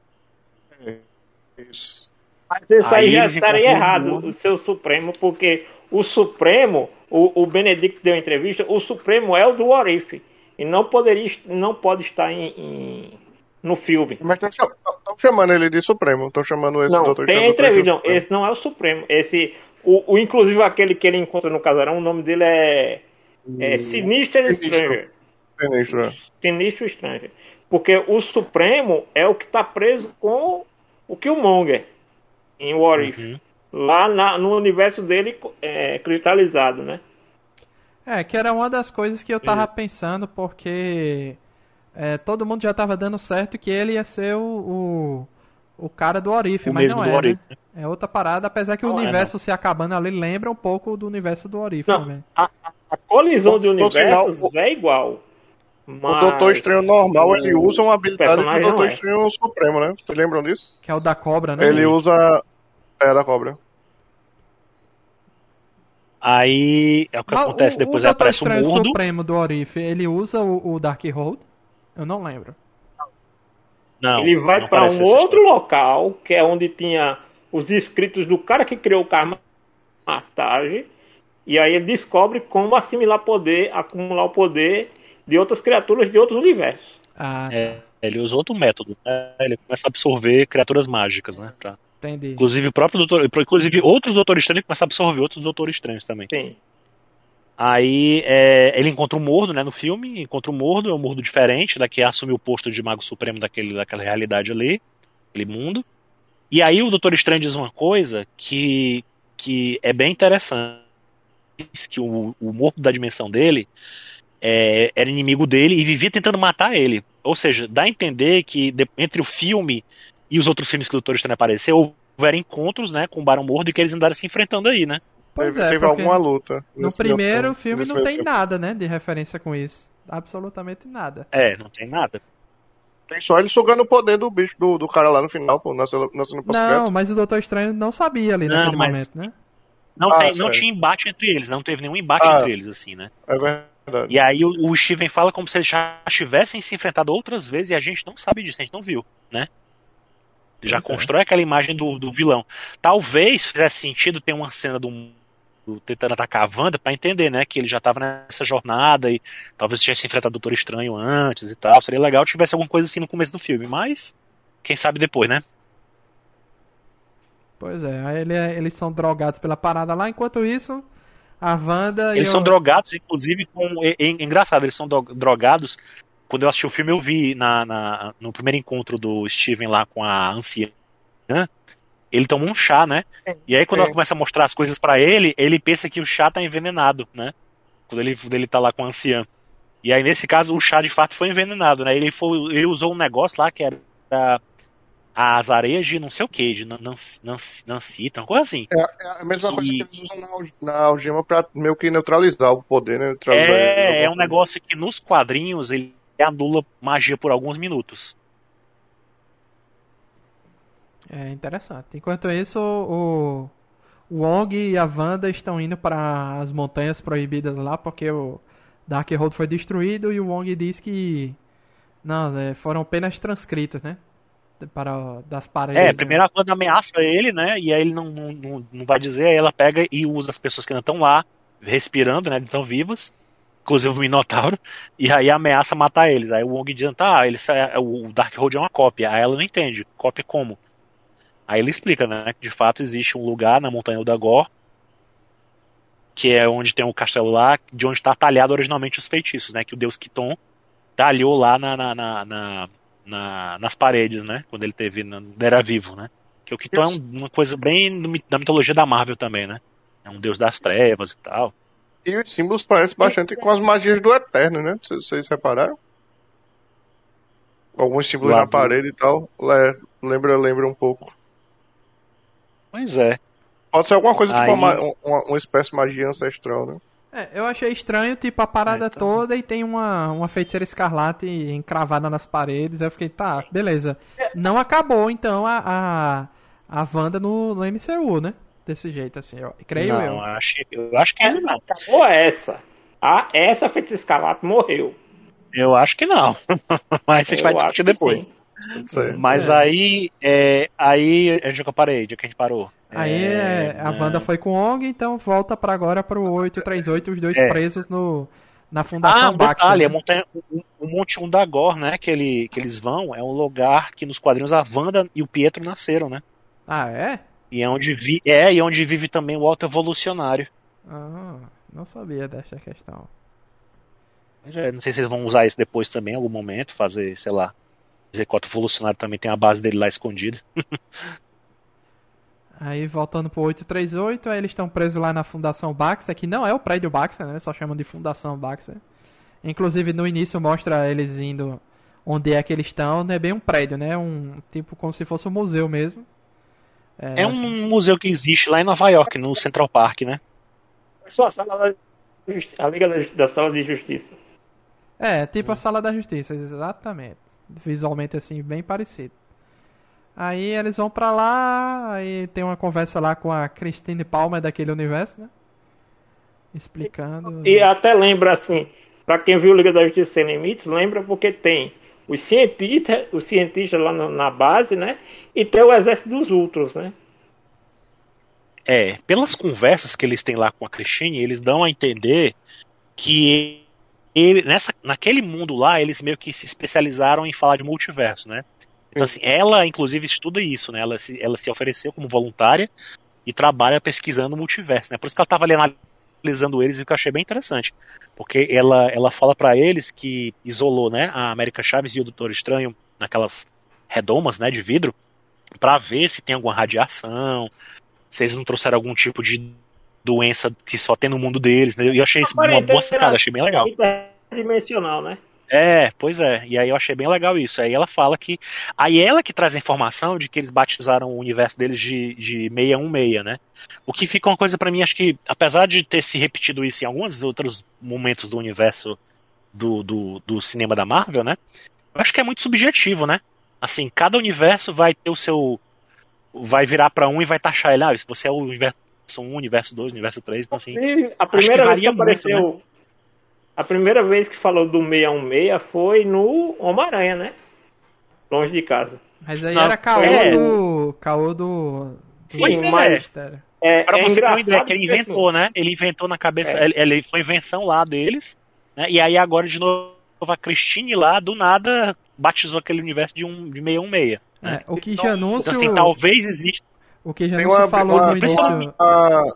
[SPEAKER 3] Isso.
[SPEAKER 2] Mas isso
[SPEAKER 4] Aí
[SPEAKER 2] aí já
[SPEAKER 4] eles
[SPEAKER 2] estaria
[SPEAKER 4] encontram o
[SPEAKER 2] errado,
[SPEAKER 4] mundo.
[SPEAKER 2] o seu Supremo, porque o Supremo, o, o Benedict deu entrevista, o Supremo é o do What If, e não, poderia, não pode estar em, em- no filme.
[SPEAKER 3] Mas estão chamando ele de Supremo. Estão chamando esse
[SPEAKER 2] Não,
[SPEAKER 3] Doutor
[SPEAKER 2] tem a
[SPEAKER 3] Estranho, Doutor
[SPEAKER 2] entrevista, não,
[SPEAKER 3] Supremo.
[SPEAKER 2] esse não é o Supremo, esse, o, o, inclusive aquele que ele encontra no casarão, o nome dele é, é Sinister
[SPEAKER 3] Sinistro.
[SPEAKER 2] Stranger.
[SPEAKER 3] Sinistro, é.
[SPEAKER 2] Sinistro Stranger. Porque o Supremo é o que está preso com o Killmonger em What If.
[SPEAKER 4] Uhum.
[SPEAKER 2] Lá na- no universo dele é, cristalizado, né?
[SPEAKER 1] É, que era uma das coisas que eu tava pensando, porque é, todo mundo já tava dando certo que ele ia ser o, o, o cara do Orif,
[SPEAKER 4] O
[SPEAKER 1] mas
[SPEAKER 4] mesmo
[SPEAKER 1] não
[SPEAKER 4] do
[SPEAKER 1] é,
[SPEAKER 4] What
[SPEAKER 1] né?
[SPEAKER 4] If, né?
[SPEAKER 1] É outra parada, apesar que
[SPEAKER 2] Não
[SPEAKER 1] o
[SPEAKER 2] é,
[SPEAKER 1] universo se acabando ali lembra um pouco do universo do Orif
[SPEAKER 2] Não,
[SPEAKER 1] também.
[SPEAKER 2] a, a colisão
[SPEAKER 3] Por-
[SPEAKER 2] de
[SPEAKER 3] por
[SPEAKER 2] universos
[SPEAKER 3] sinal, o-
[SPEAKER 2] é igual.
[SPEAKER 3] O
[SPEAKER 2] Mas
[SPEAKER 3] Doutor Estranho normal, ele
[SPEAKER 2] o
[SPEAKER 3] usa uma habilidade do
[SPEAKER 2] personagem não
[SPEAKER 3] Doutor
[SPEAKER 2] é.
[SPEAKER 3] Estranho Supremo, né? Vocês lembram disso?
[SPEAKER 1] Que é o da cobra, né?
[SPEAKER 3] Ele usa... É, da cobra.
[SPEAKER 4] Aí é o que
[SPEAKER 1] Mas
[SPEAKER 4] acontece,
[SPEAKER 1] o,
[SPEAKER 4] depois
[SPEAKER 1] o
[SPEAKER 4] aí
[SPEAKER 1] Doutor
[SPEAKER 4] aparece o
[SPEAKER 1] Estranho
[SPEAKER 4] Mordo.
[SPEAKER 1] Supremo do Orif, ele usa o, o Dark Hold? Eu não lembro.
[SPEAKER 4] Não,
[SPEAKER 2] Ele vai
[SPEAKER 4] não
[SPEAKER 2] para
[SPEAKER 4] aparece
[SPEAKER 2] um
[SPEAKER 4] essa
[SPEAKER 2] outro
[SPEAKER 4] história.
[SPEAKER 2] local, que é onde tinha os escritos do cara que criou o Karmatage, e aí ele descobre como assimilar poder, acumular o poder de outras criaturas de outros universos.
[SPEAKER 1] Ah,
[SPEAKER 4] É, ele usa outro método, né? Ele começa a absorver criaturas mágicas, né? Pra-
[SPEAKER 1] entendi.
[SPEAKER 4] Inclusive o próprio doutor, inclusive outros Doutores Estranhos começam a absorver outros Doutores Estranhos também.
[SPEAKER 2] Sim.
[SPEAKER 4] Aí é, ele encontra o Mordo, né, no filme, encontra o Mordo, é um Mordo diferente, daqui assume o posto de Mago Supremo daquele, daquela realidade ali, aquele mundo. E aí o Doutor Estranho diz uma coisa que, que é bem interessante, que o, o Mordo da dimensão dele é, era inimigo dele e vivia tentando matar ele. Ou seja, dá a entender que de, entre o filme e os outros filmes que o Doutor Estranho apareceu, houveram encontros, né, com o Barão Mordo e que eles andaram se enfrentando aí, né?
[SPEAKER 1] Pois
[SPEAKER 3] teve
[SPEAKER 1] é,
[SPEAKER 3] teve
[SPEAKER 1] porque
[SPEAKER 3] alguma luta.
[SPEAKER 1] no
[SPEAKER 3] nesse
[SPEAKER 1] primeiro filme
[SPEAKER 3] nesse
[SPEAKER 1] não tem
[SPEAKER 3] filme.
[SPEAKER 1] nada, né, de referência com isso. Absolutamente nada.
[SPEAKER 4] É, não tem nada.
[SPEAKER 3] Tem só ele sugando o poder do bicho do, do cara lá no final, pô, na cena, na cena
[SPEAKER 1] Não,
[SPEAKER 3] pós-crédito.
[SPEAKER 1] mas o Doutor Estranho não sabia ali
[SPEAKER 4] Não,
[SPEAKER 1] naquele
[SPEAKER 4] mas-
[SPEAKER 1] momento, né?
[SPEAKER 4] Não,
[SPEAKER 3] Ah,
[SPEAKER 4] tem, não
[SPEAKER 3] sério.
[SPEAKER 4] tinha embate entre eles, não teve nenhum embate
[SPEAKER 3] Ah.
[SPEAKER 4] entre eles, assim, né?
[SPEAKER 3] É verdade.
[SPEAKER 4] E aí o, o Steven fala como se eles já tivessem se enfrentado outras vezes e a gente não sabe disso, a gente não viu, né? Já
[SPEAKER 1] Pois é.
[SPEAKER 4] constrói aquela imagem do, do vilão. Talvez fizesse sentido ter uma cena do, do tentando atacar a Wanda pra entender, né? Que ele já tava nessa jornada e talvez tivesse enfrentado o Doutor Estranho antes e tal. Seria legal se tivesse alguma coisa assim no começo do filme, mas quem sabe depois, né?
[SPEAKER 1] Pois é, aí ele, eles são drogados pela parada lá, enquanto isso, a Wanda
[SPEAKER 4] Eles
[SPEAKER 1] e
[SPEAKER 4] são
[SPEAKER 1] o...
[SPEAKER 4] drogados, inclusive, com. É, é engraçado, eles são do- drogados. Quando eu assisti o filme, eu vi na, na- no primeiro encontro do Steven lá com a anciã, ele toma um chá, né? E aí, quando
[SPEAKER 3] É.
[SPEAKER 4] ela começa a mostrar as coisas pra ele, ele pensa que o chá tá envenenado, né? Quando ele, quando ele tá lá com a anciã. E aí, nesse caso, o chá de fato foi envenenado, né? Ele, foi, ele usou um negócio lá que era as areias de não sei o que, de Nancita, uma coisa assim.
[SPEAKER 3] É a mesma
[SPEAKER 4] E-
[SPEAKER 3] coisa que eles usam na, al- na algema pra meio que neutralizar o poder, né? Neutralizar eles,
[SPEAKER 4] É,
[SPEAKER 3] alguma
[SPEAKER 4] é um
[SPEAKER 3] coisa.
[SPEAKER 4] negócio que nos quadrinhos ele anula magia por alguns minutos.
[SPEAKER 1] É interessante. Enquanto isso, o, o Wong e a Wanda estão indo para as montanhas proibidas lá, porque o Darkhold foi destruído e o Wong diz que não, né, foram apenas transcritos, né? Para das paredes.
[SPEAKER 4] É,
[SPEAKER 1] né?
[SPEAKER 4] primeiro a Wanda ameaça ele, né? E aí ele não, não, não, não vai dizer, aí ela pega e usa as pessoas que ainda estão lá, respirando, né? Estão vivas, inclusive o Minotauro, e aí ameaça matar eles. Aí o Wong diz, tá, eles, o Darkhold é uma cópia. Aí ela não entende, cópia como? Aí ele explica, né? Que de fato existe um lugar na Montanha Udagor, que é onde tem o castelo lá, de onde está talhado originalmente os feitiços, né? Que o deus Kiton talhou lá na, na, na, na, na- nas paredes, né? Quando ele teve, na- era vivo, né? Que o Kiton é um- uma coisa bem do mi- da mitologia da Marvel também, né? É um deus das trevas e tal.
[SPEAKER 3] E os símbolos parecem bastante com as magias do Eterno, né? Vocês, vocês repararam? Alguns símbolos
[SPEAKER 4] Lá
[SPEAKER 3] na
[SPEAKER 4] do-
[SPEAKER 3] parede e tal. É, lembra, lembra um pouco.
[SPEAKER 4] Pois é.
[SPEAKER 3] Pode ser alguma coisa
[SPEAKER 4] Aí-
[SPEAKER 3] tipo uma, ma- uma, uma espécie de magia ancestral, né?
[SPEAKER 1] É, eu achei estranho, tipo, a parada
[SPEAKER 4] É, então.
[SPEAKER 1] toda e tem uma, uma feiticeira escarlate encravada nas paredes. Aí eu fiquei, tá, beleza. Não acabou, então, a, a, a Wanda no, no M C U, né? Desse jeito, assim, eu, creio
[SPEAKER 4] não,
[SPEAKER 1] eu.
[SPEAKER 4] acho, eu acho que ainda não.
[SPEAKER 2] Acabou essa. Ah, essa feiticeira escarlate morreu.
[SPEAKER 4] Eu acho que não. Mas a gente vai
[SPEAKER 2] Eu
[SPEAKER 4] discutir
[SPEAKER 2] acho que
[SPEAKER 4] depois.
[SPEAKER 2] sim.
[SPEAKER 3] Não sei.
[SPEAKER 4] Mas
[SPEAKER 1] É.
[SPEAKER 4] aí, é, aí, onde é que eu parei? Onde é que a gente parou?
[SPEAKER 1] Aí é, a
[SPEAKER 4] na-
[SPEAKER 1] Wanda foi com o Ong, então volta pra agora pro oito três oito, os dois
[SPEAKER 4] É.
[SPEAKER 1] presos no, na Fundação
[SPEAKER 4] Ah, um
[SPEAKER 1] Bacta.
[SPEAKER 4] detalhe,
[SPEAKER 1] né?
[SPEAKER 4] a montanha, o, o Monte Undagor, né, que, ele, que eles vão, é um lugar que nos quadrinhos a Wanda e o Pietro nasceram, né?
[SPEAKER 1] Ah, é?
[SPEAKER 4] E é onde, vi, é, e onde vive também o Alto Evolucionário.
[SPEAKER 1] Ah, não sabia dessa questão.
[SPEAKER 4] Mas é, não sei se eles vão usar isso depois também, em algum momento, fazer, sei lá, dizer que o Alto Evolucionário também tem a base dele lá escondida.
[SPEAKER 1] Aí voltando pro oito três oito, aí eles estão presos lá na Fundação Baxter, que não é o prédio Baxter, né? Só chamam de Fundação Baxter. Inclusive no início mostra eles indo onde é que eles estão, não é bem um prédio, né? Um tipo como se fosse um museu mesmo.
[SPEAKER 4] É um museu que existe lá em Nova York, no Central Park, né?
[SPEAKER 2] Só a sala da justi- a Liga da, da Sala de Justiça.
[SPEAKER 1] É, tipo a Sala da Justiça, exatamente. Visualmente assim, bem parecido. Aí eles vão pra lá, aí tem uma conversa lá com a Christine Palmer daquele universo, né? Explicando.
[SPEAKER 2] E até lembra assim, pra quem viu Liga da Justiça Sem Limites, lembra porque tem os cientistas, os cientistas lá na, na base, né? E tem o exército dos Ultros, né?
[SPEAKER 4] É, pelas conversas que eles têm lá com a Christine, eles dão a entender que ele, nessa, naquele mundo lá, eles meio que se especializaram em falar de multiverso, né? Então, assim, ela, inclusive, estuda isso, né? Ela se, ela se ofereceu como voluntária e trabalha pesquisando o multiverso, né? Por isso que ela estava ali analisando eles e o que eu achei bem interessante. Porque ela, ela fala pra eles que isolou, né, a América Chaves e o Doutor Estranho naquelas redomas, né, de vidro, pra ver se tem alguma radiação, se eles não trouxeram algum tipo de doença que só tem no mundo deles, né? E eu achei isso uma boa sacada, achei bem legal.
[SPEAKER 2] Interdimensional, né?
[SPEAKER 4] É, pois é, e aí eu achei bem legal isso. Aí ela fala que. Aí ela que traz a informação de que eles batizaram o universo deles de, de seiscentos e dezesseis, né? O que fica uma coisa pra mim, acho que, apesar de ter se repetido isso em alguns outros momentos do universo do, do, do cinema da Marvel, né? Eu acho que é muito subjetivo, né? Assim, cada universo vai ter o seu. Vai virar pra um e vai taxar ele. Ah, se você é o universo um, universo dois, universo três, então assim.
[SPEAKER 2] A primeira
[SPEAKER 4] que
[SPEAKER 2] vez que apareceu.
[SPEAKER 4] Muito, né?
[SPEAKER 2] A primeira vez que falou do seiscentos e dezesseis foi no Homem-Aranha, né? Longe de casa.
[SPEAKER 1] Mas aí
[SPEAKER 4] Não,
[SPEAKER 1] era caô
[SPEAKER 4] é.
[SPEAKER 1] do. Caô do.
[SPEAKER 2] Sim,
[SPEAKER 4] Pois
[SPEAKER 2] mas.
[SPEAKER 1] Mistério.
[SPEAKER 2] É,
[SPEAKER 4] Pra
[SPEAKER 2] é
[SPEAKER 4] você ter uma
[SPEAKER 2] engraçado
[SPEAKER 4] ideia que ele
[SPEAKER 2] porque,
[SPEAKER 4] inventou,
[SPEAKER 2] assim,
[SPEAKER 4] né? Ele inventou na cabeça.
[SPEAKER 2] É.
[SPEAKER 4] Ele, ele foi invenção lá deles, né? E aí agora de novo a Christine lá, do nada, batizou aquele universo de, um, de seiscentos e dezesseis. Né?
[SPEAKER 1] É, o que
[SPEAKER 2] Então,
[SPEAKER 1] já anúncio.
[SPEAKER 4] Então, assim, talvez exista.
[SPEAKER 1] O que já
[SPEAKER 3] Tem
[SPEAKER 1] anúncio
[SPEAKER 3] uma,
[SPEAKER 1] falou
[SPEAKER 3] uma,
[SPEAKER 1] no início.
[SPEAKER 3] uma-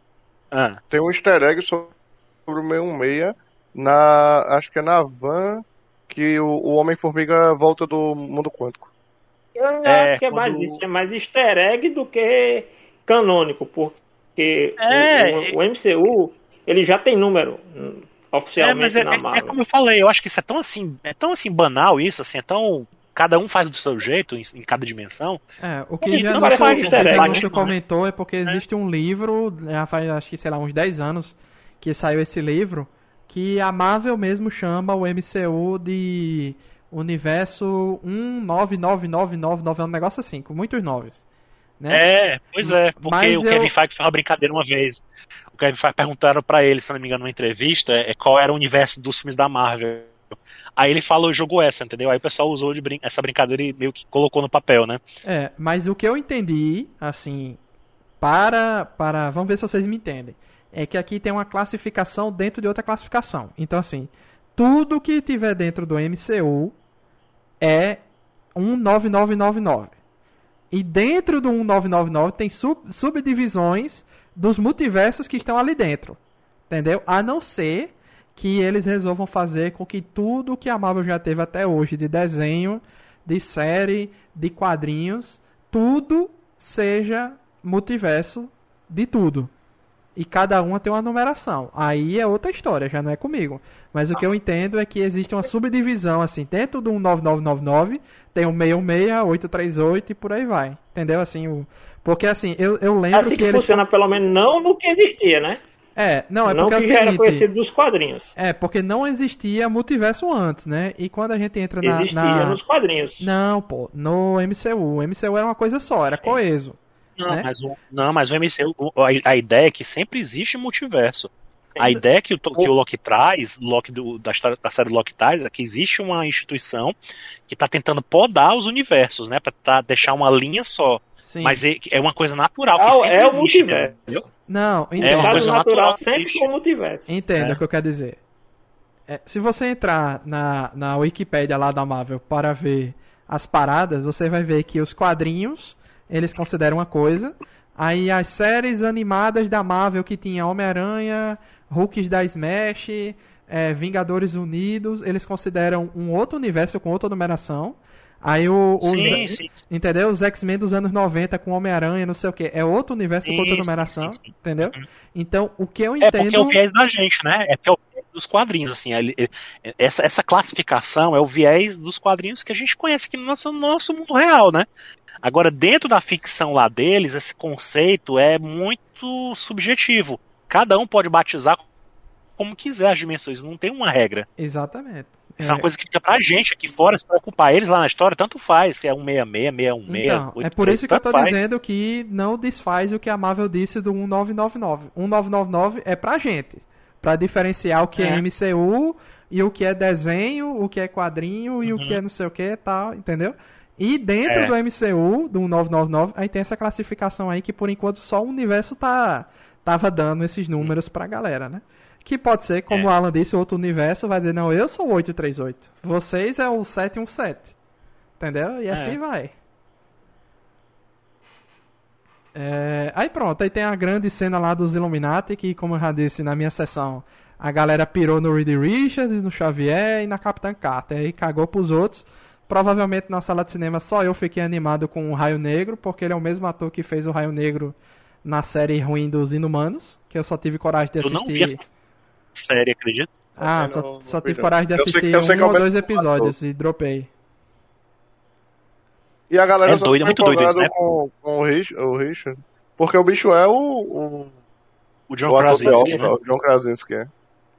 [SPEAKER 4] Ah,
[SPEAKER 3] tem um easter egg sobre o seiscentos e dezesseis na, acho que é na van que o, o Homem-Formiga volta do mundo quântico.
[SPEAKER 2] Eu ainda
[SPEAKER 4] É,
[SPEAKER 2] acho que é
[SPEAKER 4] quando-
[SPEAKER 2] mais isso, é mais easter egg do que canônico, porque
[SPEAKER 4] É,
[SPEAKER 2] o, o M C U ele já tem número hum,
[SPEAKER 4] é,
[SPEAKER 2] oficialmente
[SPEAKER 4] mas é,
[SPEAKER 2] na
[SPEAKER 4] é, é
[SPEAKER 2] Marvel.
[SPEAKER 4] como eu falei, eu acho que isso é tão assim, é tão assim banal isso, assim, é tão. Cada um faz do seu jeito, em, em cada dimensão.
[SPEAKER 1] É, o
[SPEAKER 4] Não,
[SPEAKER 1] que já
[SPEAKER 4] não
[SPEAKER 1] anúncio,
[SPEAKER 2] parece
[SPEAKER 1] o
[SPEAKER 2] easter
[SPEAKER 1] que
[SPEAKER 2] egg,
[SPEAKER 1] já
[SPEAKER 2] né?
[SPEAKER 1] anúncio comentou é porque existe um livro, já faz acho que sei lá, uns dez anos que saiu esse livro, que a Marvel mesmo chama o M C U de Universo um nove nove nove nove nove, é um negócio assim, com muitos noves. Né?
[SPEAKER 4] É, pois é, porque
[SPEAKER 1] Mas
[SPEAKER 4] o
[SPEAKER 1] eu-
[SPEAKER 4] Kevin Feige fez uma brincadeira uma vez. O Kevin Feige perguntaram pra ele, se não me engano, numa entrevista, é, qual era o universo dos filmes da Marvel. Aí ele falou, jogou essa, entendeu? Aí o pessoal usou de brin- essa brincadeira e meio que colocou no papel, né?
[SPEAKER 1] É, mas o que eu entendi, assim, para, para, vamos ver se vocês me entendem, é que aqui tem uma classificação dentro de outra classificação. Então, assim, tudo que tiver dentro do M C U é um nove nove nove nove. E dentro do um nove nove nove tem sub, subdivisões dos multiversos que estão ali dentro. Entendeu? A não ser que eles resolvam fazer com que tudo que a Marvel já teve até hoje de desenho, de série, de quadrinhos, tudo seja multiverso de tudo. E cada uma tem uma numeração. Aí é outra história, já não é comigo. Mas o que eu entendo é que existe uma subdivisão, assim, dentro do um nove nove nove nove, tem o seiscentos e sessenta, oitocentos e trinta e oito e por aí vai. Entendeu? Assim, o... Porque assim, eu, eu
[SPEAKER 2] É
[SPEAKER 1] lembro
[SPEAKER 2] assim
[SPEAKER 1] que,
[SPEAKER 2] que
[SPEAKER 1] eles...
[SPEAKER 2] funciona, pelo menos não no que existia, né?
[SPEAKER 1] É, não, é
[SPEAKER 2] não
[SPEAKER 1] porque
[SPEAKER 2] que
[SPEAKER 1] é o
[SPEAKER 2] já era
[SPEAKER 1] seguinte...
[SPEAKER 2] conhecido dos quadrinhos.
[SPEAKER 1] É, porque não existia multiverso antes, né? E quando a gente entra na...
[SPEAKER 2] Existia
[SPEAKER 1] na...
[SPEAKER 2] nos quadrinhos.
[SPEAKER 1] Não, pô, no M C U. O M C U era uma coisa só, era coeso.
[SPEAKER 4] Não,
[SPEAKER 1] Né?
[SPEAKER 4] mas, o, não mas o M C U, o- a, a ideia é que sempre existe multiverso. A ideia que o, to- que o Loki traz, Loki do- da, história- da série do Loki traz, é que existe uma instituição que está tentando podar os universos, né? Pra tá- deixar uma linha só.
[SPEAKER 1] Sim.
[SPEAKER 4] Mas é, é uma coisa natural, que
[SPEAKER 2] É, o-
[SPEAKER 4] sempre
[SPEAKER 2] é o
[SPEAKER 4] existe,
[SPEAKER 2] multiverso.
[SPEAKER 4] entendeu?
[SPEAKER 1] Não,
[SPEAKER 4] É
[SPEAKER 1] entendo.
[SPEAKER 4] uma
[SPEAKER 2] Caso
[SPEAKER 4] coisa
[SPEAKER 2] natural
[SPEAKER 4] natural que
[SPEAKER 2] sempre
[SPEAKER 4] existe.
[SPEAKER 2] com o multiverso.
[SPEAKER 1] Entendo
[SPEAKER 4] É.
[SPEAKER 1] o que eu quero dizer. É, se você entrar na, na Wikipédia lá da Marvel para ver as paradas, você vai ver que os quadrinhos, eles consideram uma coisa. Aí as séries animadas da Marvel que tinha Homem-Aranha, Hulks da Smash, é, Vingadores Unidos, eles consideram um outro universo com outra numeração. Aí o, os,
[SPEAKER 4] Sim, sim.
[SPEAKER 1] entendeu? Os X-Men dos anos noventa com Homem-Aranha, não sei o que, é outro universo com outra
[SPEAKER 4] Sim,
[SPEAKER 1] numeração,
[SPEAKER 4] sim, sim.
[SPEAKER 1] entendeu?
[SPEAKER 4] Uhum.
[SPEAKER 1] Então, o que eu
[SPEAKER 4] É
[SPEAKER 1] entendo...
[SPEAKER 4] porque é o viés da gente, né? É porque é o viés dos quadrinhos, assim. ele- ele- essa, essa classificação é o viés dos quadrinhos que a gente conhece aqui no nosso, no nosso mundo real, né? Agora, dentro da ficção lá deles, esse conceito é muito subjetivo. Cada um pode batizar como quiser as dimensões, não tem uma regra.
[SPEAKER 1] Exatamente.
[SPEAKER 4] Isso é uma coisa que fica pra gente aqui fora, se preocupar eles lá na história, tanto faz, se é um sessenta e seis, seiscentos e dezesseis,
[SPEAKER 1] Então, é por isso que eu tô dizendo que não desfaz o que a Marvel disse do um nove nove nove. um nove nove nove é pra gente. Pra diferenciar o que é,
[SPEAKER 4] É.
[SPEAKER 1] M C U e o que é desenho, o que é quadrinho e
[SPEAKER 4] Uhum.
[SPEAKER 1] o que é não sei o que e tal, entendeu? E dentro
[SPEAKER 4] É.
[SPEAKER 1] do M C U, do um nove nove nove, aí tem essa classificação aí que por enquanto só o universo tá, tava dando esses números pra galera, né? Que pode ser, como
[SPEAKER 4] É.
[SPEAKER 1] o Alan disse, outro universo vai dizer, não, eu sou o oitocentos e trinta e oito. Vocês é o setecentos e dezessete. Entendeu? E assim
[SPEAKER 4] É.
[SPEAKER 1] vai. É, aí pronto, aí tem a grande cena lá dos Illuminati, que como eu já disse na minha sessão, a galera pirou no Reed Richards, no Xavier e na Capitã Carter, aí cagou pros outros. Provavelmente na sala de cinema só eu fiquei animado com o Raio Negro, porque ele é o mesmo ator que fez o Raio Negro na série ruim dos Inumanos, que eu só tive coragem de
[SPEAKER 4] Eu
[SPEAKER 1] assistir.
[SPEAKER 4] não vi essa série, acredito.
[SPEAKER 1] Ah,
[SPEAKER 3] Eu
[SPEAKER 1] só,
[SPEAKER 3] não-
[SPEAKER 1] só
[SPEAKER 3] não vi,
[SPEAKER 1] tive
[SPEAKER 3] não.
[SPEAKER 1] coragem de
[SPEAKER 3] Eu sei
[SPEAKER 1] assistir
[SPEAKER 3] que- eu sei que é
[SPEAKER 1] um
[SPEAKER 3] o
[SPEAKER 1] ou dois
[SPEAKER 3] mesmo
[SPEAKER 1] episódios e dropei.
[SPEAKER 3] E a galera
[SPEAKER 4] É
[SPEAKER 3] só
[SPEAKER 4] doido, é
[SPEAKER 3] ficou
[SPEAKER 4] muito doido isso,
[SPEAKER 3] empolgada
[SPEAKER 4] né?
[SPEAKER 3] com, com o, Rich, o Richard. Porque o bicho é o, o,
[SPEAKER 4] O John
[SPEAKER 3] o ator de
[SPEAKER 4] Krasinski,
[SPEAKER 3] Oscar,
[SPEAKER 4] né?
[SPEAKER 3] o John Krasinski. É.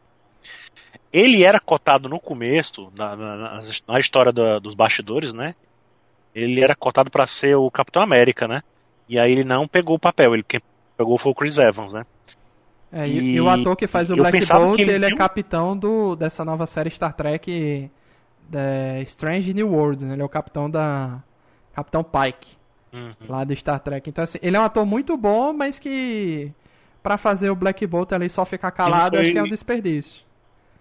[SPEAKER 4] Ele era cotado no começo, na, na, na história da- dos bastidores, né? Ele era cotado pra ser o Capitão América, né? E aí ele não pegou o papel, ele quem pegou foi o Chris Evans, né?
[SPEAKER 1] É, e,
[SPEAKER 4] E-
[SPEAKER 1] e o ator que faz o
[SPEAKER 4] eu
[SPEAKER 1] Black
[SPEAKER 4] pensava
[SPEAKER 1] Bolt,
[SPEAKER 4] que eles
[SPEAKER 1] ele é
[SPEAKER 4] iam-
[SPEAKER 1] capitão do, dessa nova série Star Trek da Strange New Worlds, né? Ele é o capitão da Capitão Pike,
[SPEAKER 4] Uhum.
[SPEAKER 1] lá do Star Trek. Então assim, ele é um ator muito bom, mas que pra fazer o Black Bolt ali só ficar calado,
[SPEAKER 4] foi-
[SPEAKER 1] acho que é um desperdício.